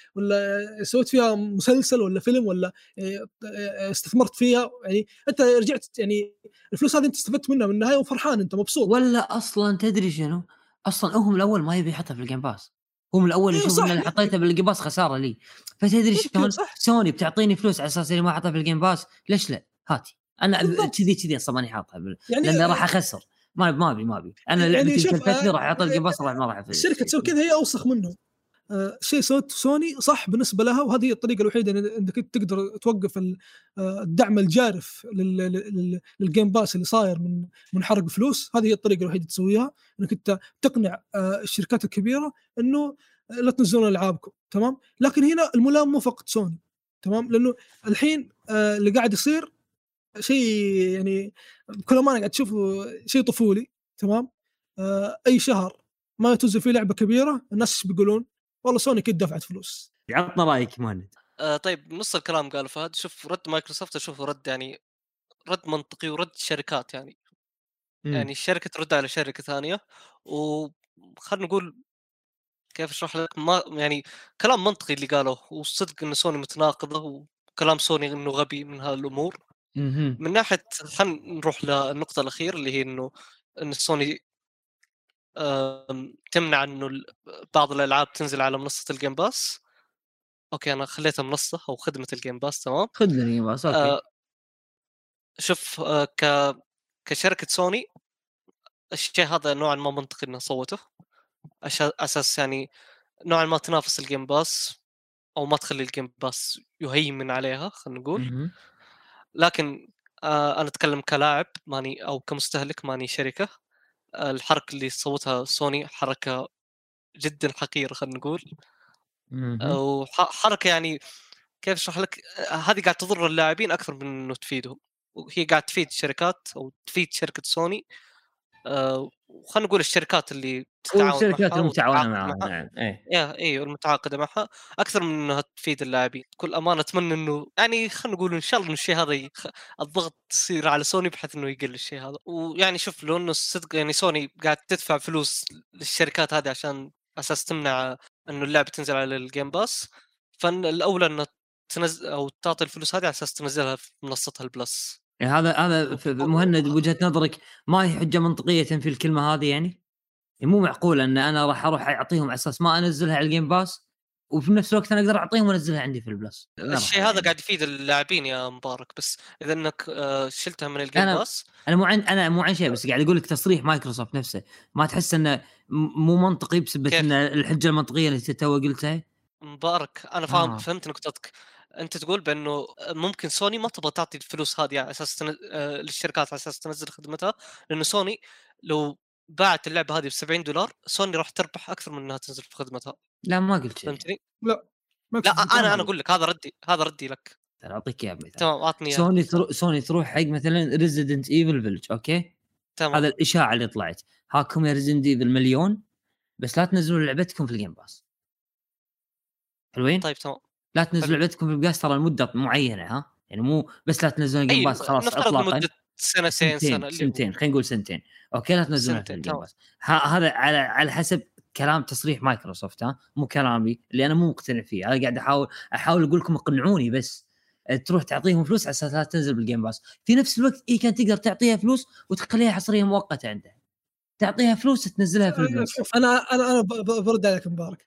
ولا سويت فيها مسلسل ولا فيلم ولا استثمرت فيها، يعني انت رجعت يعني الفلوس هذه انت استفدت منها من النهايه وفرحان انت مبسوط. ولا اصلا تدري شنو اصلا هم الاول ما يبي يحطها في الجيم باس، هم الاول يشوف ان اللي حطيتها بالجيم باس خساره لي. فتدري شلون سوني بتعطيني فلوس على اساس اني ما احطها في الجيم باس؟ ليش لا هاتي انا كذي اصلا ماني حاطها يعني لان راح اخسر. ما ابي انا لعبتي يعني كلفتني راح اعطي الجيم باس ما راح الشركه تسوي كذا هي اوسخ منهم. شيء سوني صح بالنسبه لها، وهذه الطريقه الوحيده انك تقدر توقف الدعم الجارف للجيم باس اللي صاير من حرق فلوس. هذه هي الطريقه الوحيده تسويها، انك انت تقنع الشركات الكبيره انه لا تنزلون العابكم. تمام. لكن هنا الملام مو فقط سوني، تمام. لانه الحين اللي قاعد يصير شيء يعني كل ما انا قاعد اشوفه شيء طفولي. تمام. اي شهر ما تنزل فيه لعبه كبيره الناس بيقولون والله سوني كده دفعت فلوس. عطنا رايك مهند. طيب نص الكلام قال فهد. شوف رد مايكروسوفت اشوفه رد يعني رد منطقي ورد شركات يعني يعني الشركه ترد على شركه ثانيه وخلنا نقول كيف اشرح لك ما يعني كلام منطقي اللي قاله والصدق ان سوني متناقضه وكلام سوني انه غبي من هالامور. من ناحيه خلينا نروح للنقطه الاخيره اللي هي انه ان سوني تمنع انه بعض الالعاب تنزل على منصه الجيم باس. اوكي انا خليتها منصه او خدمه الجيم باس تمام. خذني بس اوكي. شوف كشركه سوني الشيء هذا نوعا ما منطقي انه صوته اساس يعني نوعا ما تنافس الجيم باس او ما تخلي الجيم باس يهيمن عليها خلينا نقول. لكن انا اتكلم كلاعب ماني او كمستهلك ماني شركه. الحركه اللي صوتها سوني حركه جدا حقيره خلينا نقول. وحركه يعني كيف اشرح لك هذه قاعد تضر اللاعبين اكثر من انه تفيدهم. وهي قاعد تفيد الشركات او تفيد شركه سوني. وخلينا نقول الشركات اللي تتعاون معها والشركات المتعاونة معها نعم ايه المتعاقده معها اكثر من انها تفيد اللاعبين. بكل امانه اتمنى انه يعني خلينا نقول ان شاء الله انه الشيء هذا الضغط يصير على سوني بحيث انه يقل الشيء هذا. ويعني شوف لو انه الصدق يعني سوني قاعد تدفع فلوس للشركات هذه عشان اساس تمنع انه اللعبه تنزل على الجيم باس فالاولى انه تنزل او تعطي الفلوس هذه على اساس تنزلها في منصتها البلس. هذا مهند وجهة نظرك ما هي حجة منطقية في الكلمة هذه يعني مو معقول ان انا راح اروح اعطيهم على اساس ما انزلها على الجيم باس وفي نفس الوقت انا اقدر اعطيهم وانزلها عندي في البلس. الشيء هذا قاعد يفيد اللاعبين يا مبارك بس اذا انك شلتها من الجيم باس. انا مو عن شيء بس قاعد اقول لك تصريح مايكروسوفت نفسه ما تحس انه مو منطقي بسبب ان الحجه المنطقيه اللي تو قلتها. مبارك انا فهمت نقطتك. انت تقول بانه ممكن سوني ما تبغى تعطي الفلوس هذه على اساس للشركات على اساس تنزل خدمتها لانه سوني لو باعت اللعبه هذه $70 سوني راح تربح اكثر من انها تنزل في خدمتها. لا ما قلت شيء. فهمتني؟ لا انا اقول لك هذا ردي لك. اعطيك اياه مثال. تمام اعطني سوني تروح حق مثلا ريزيدنت ايفل فيلج اوكي تمام. هذا الاشاعه اللي طلعت هاكم يا ريزيدنت ايفل مليون بس لا تنزلوا لعبتكم في الجيم باس. حلوين. طيب تمام لا تنزلوا لعبتكم في الجيم ترى المده معينه ها يعني مو بس لا تنزلون الجيم باس خلاص اطلاقا مده سنتين خلينا نقول سنتين اوكي لا تنزلونها في الجيم باس. هذا على حسب كلام تصريح مايكروسوفت ها مو كلامي اللي انا مو مقتنع فيه. انا قاعد احاول اقول لكم اقنعوني بس تروح تعطيهم فلوس على اساس لا تنزل بالجيم باس. في نفس الوقت كان تقدر تعطيها فلوس وتخليها حصريه مؤقته عندها تعطيها فلوس تنزلها في البلس. انا برد عليك مبارك.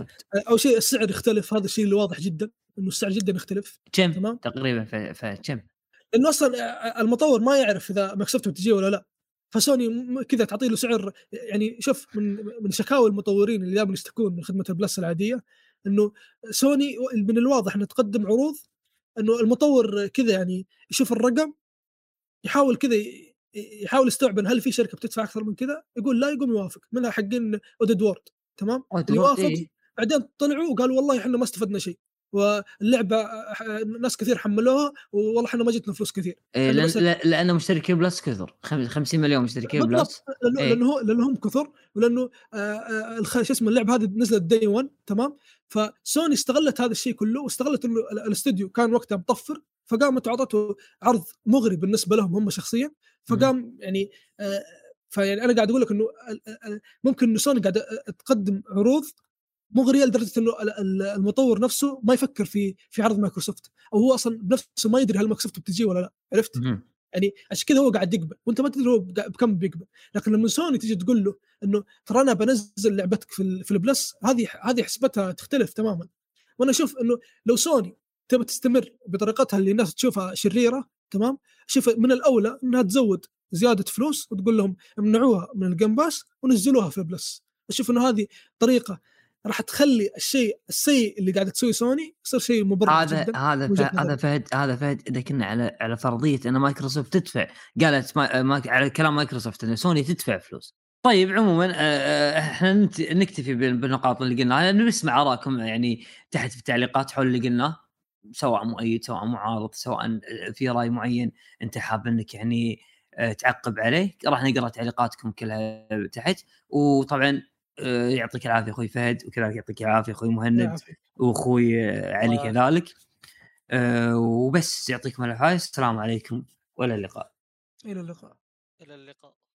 اول شيء السعر يختلف هذا الشيء اللي واضح جدا انه السعر جدا يختلف كم تقريبا فكم لانه اصلا المطور ما يعرف اذا مايكروسوفت بتجي ولا لا فسوني كذا تعطي له سعر. يعني شوف من شكاوى المطورين اللي دائما يشتكون من خدمه البلس العاديه انه سوني من الواضح انه تقدم عروض انه المطور كذا يعني يشوف الرقم يحاول كذا يحاول يستوعب هل في شركه بتدفع اكثر من كذا يقول لا يقوم يوافق منها حقين اودد وورد تمام يوافق بعدين طلعوا وقالوا والله احنا ما استفدنا شيء واللعبه ناس كثير حملوها والله احنا ما جتنا فلوس كثير لانه مشتركين بلس كثر 50 مليون مشتركين بلس لانهم كثر ولانه شو اسمه اللعبه هذه نزلت داي 1 تمام. فسوني استغلت هذا الشيء كله واستغلت انه الاستوديو كان وقتها مطفر فقامت اعطته عرض مغري بالنسبه لهم هم شخصيا فقام يعني فيعني انا قاعد اقول لك انه ممكن انه سوني قاعد تقدم عروض مغريه لدرجه انه المطور نفسه ما يفكر في عرض مايكروسوفت او هو اصلا بنفسه ما يدري هل مايكروسوفت بتجي ولا لا عرفت يعني عشان كذا هو قاعد يقبل وانت ما تدري هو بكم بيقبل. لكن لما سوني تيجي تقول له انه ترى انا بنزل لعبتك في البلس هذه حسبتها تختلف تماما. وانا اشوف انه لو سوني تبى تستمر بطريقتها اللي الناس تشوفها شريره تمام شوف من الاولى انها تزود زياده فلوس وتقول لهم امنعوها من الجيم باس ونزلوها في البلس. اشوف انه هذه طريقه راح تخلي الشيء السيء اللي قاعده تسوي سوني يصير شيء مبرر جدا. هذا فهد اذا كنا على فرضيه ان مايكروسوفت تدفع قالت على كلام مايكروسوفت ان سوني تدفع فلوس. طيب عموما احنا نكتفي بالنقاط اللي قلناها نسمع آراءكم يعني تحت في التعليقات حول اللي قلناه سواء مؤيد سواء معارض، سواء في راي معين انت حاب انك يعني تعقب عليه، راح نقرا تعليقاتكم كلها تحت. وطبعا يعطيك العافيه اخوي فهد، وكذلك يعطيك العافيه اخوي مهند يعافيك. واخوي علي الله كذلك. وبس يعطيكم العافيه، السلام عليكم والى اللقاء. الى اللقاء. الى اللقاء.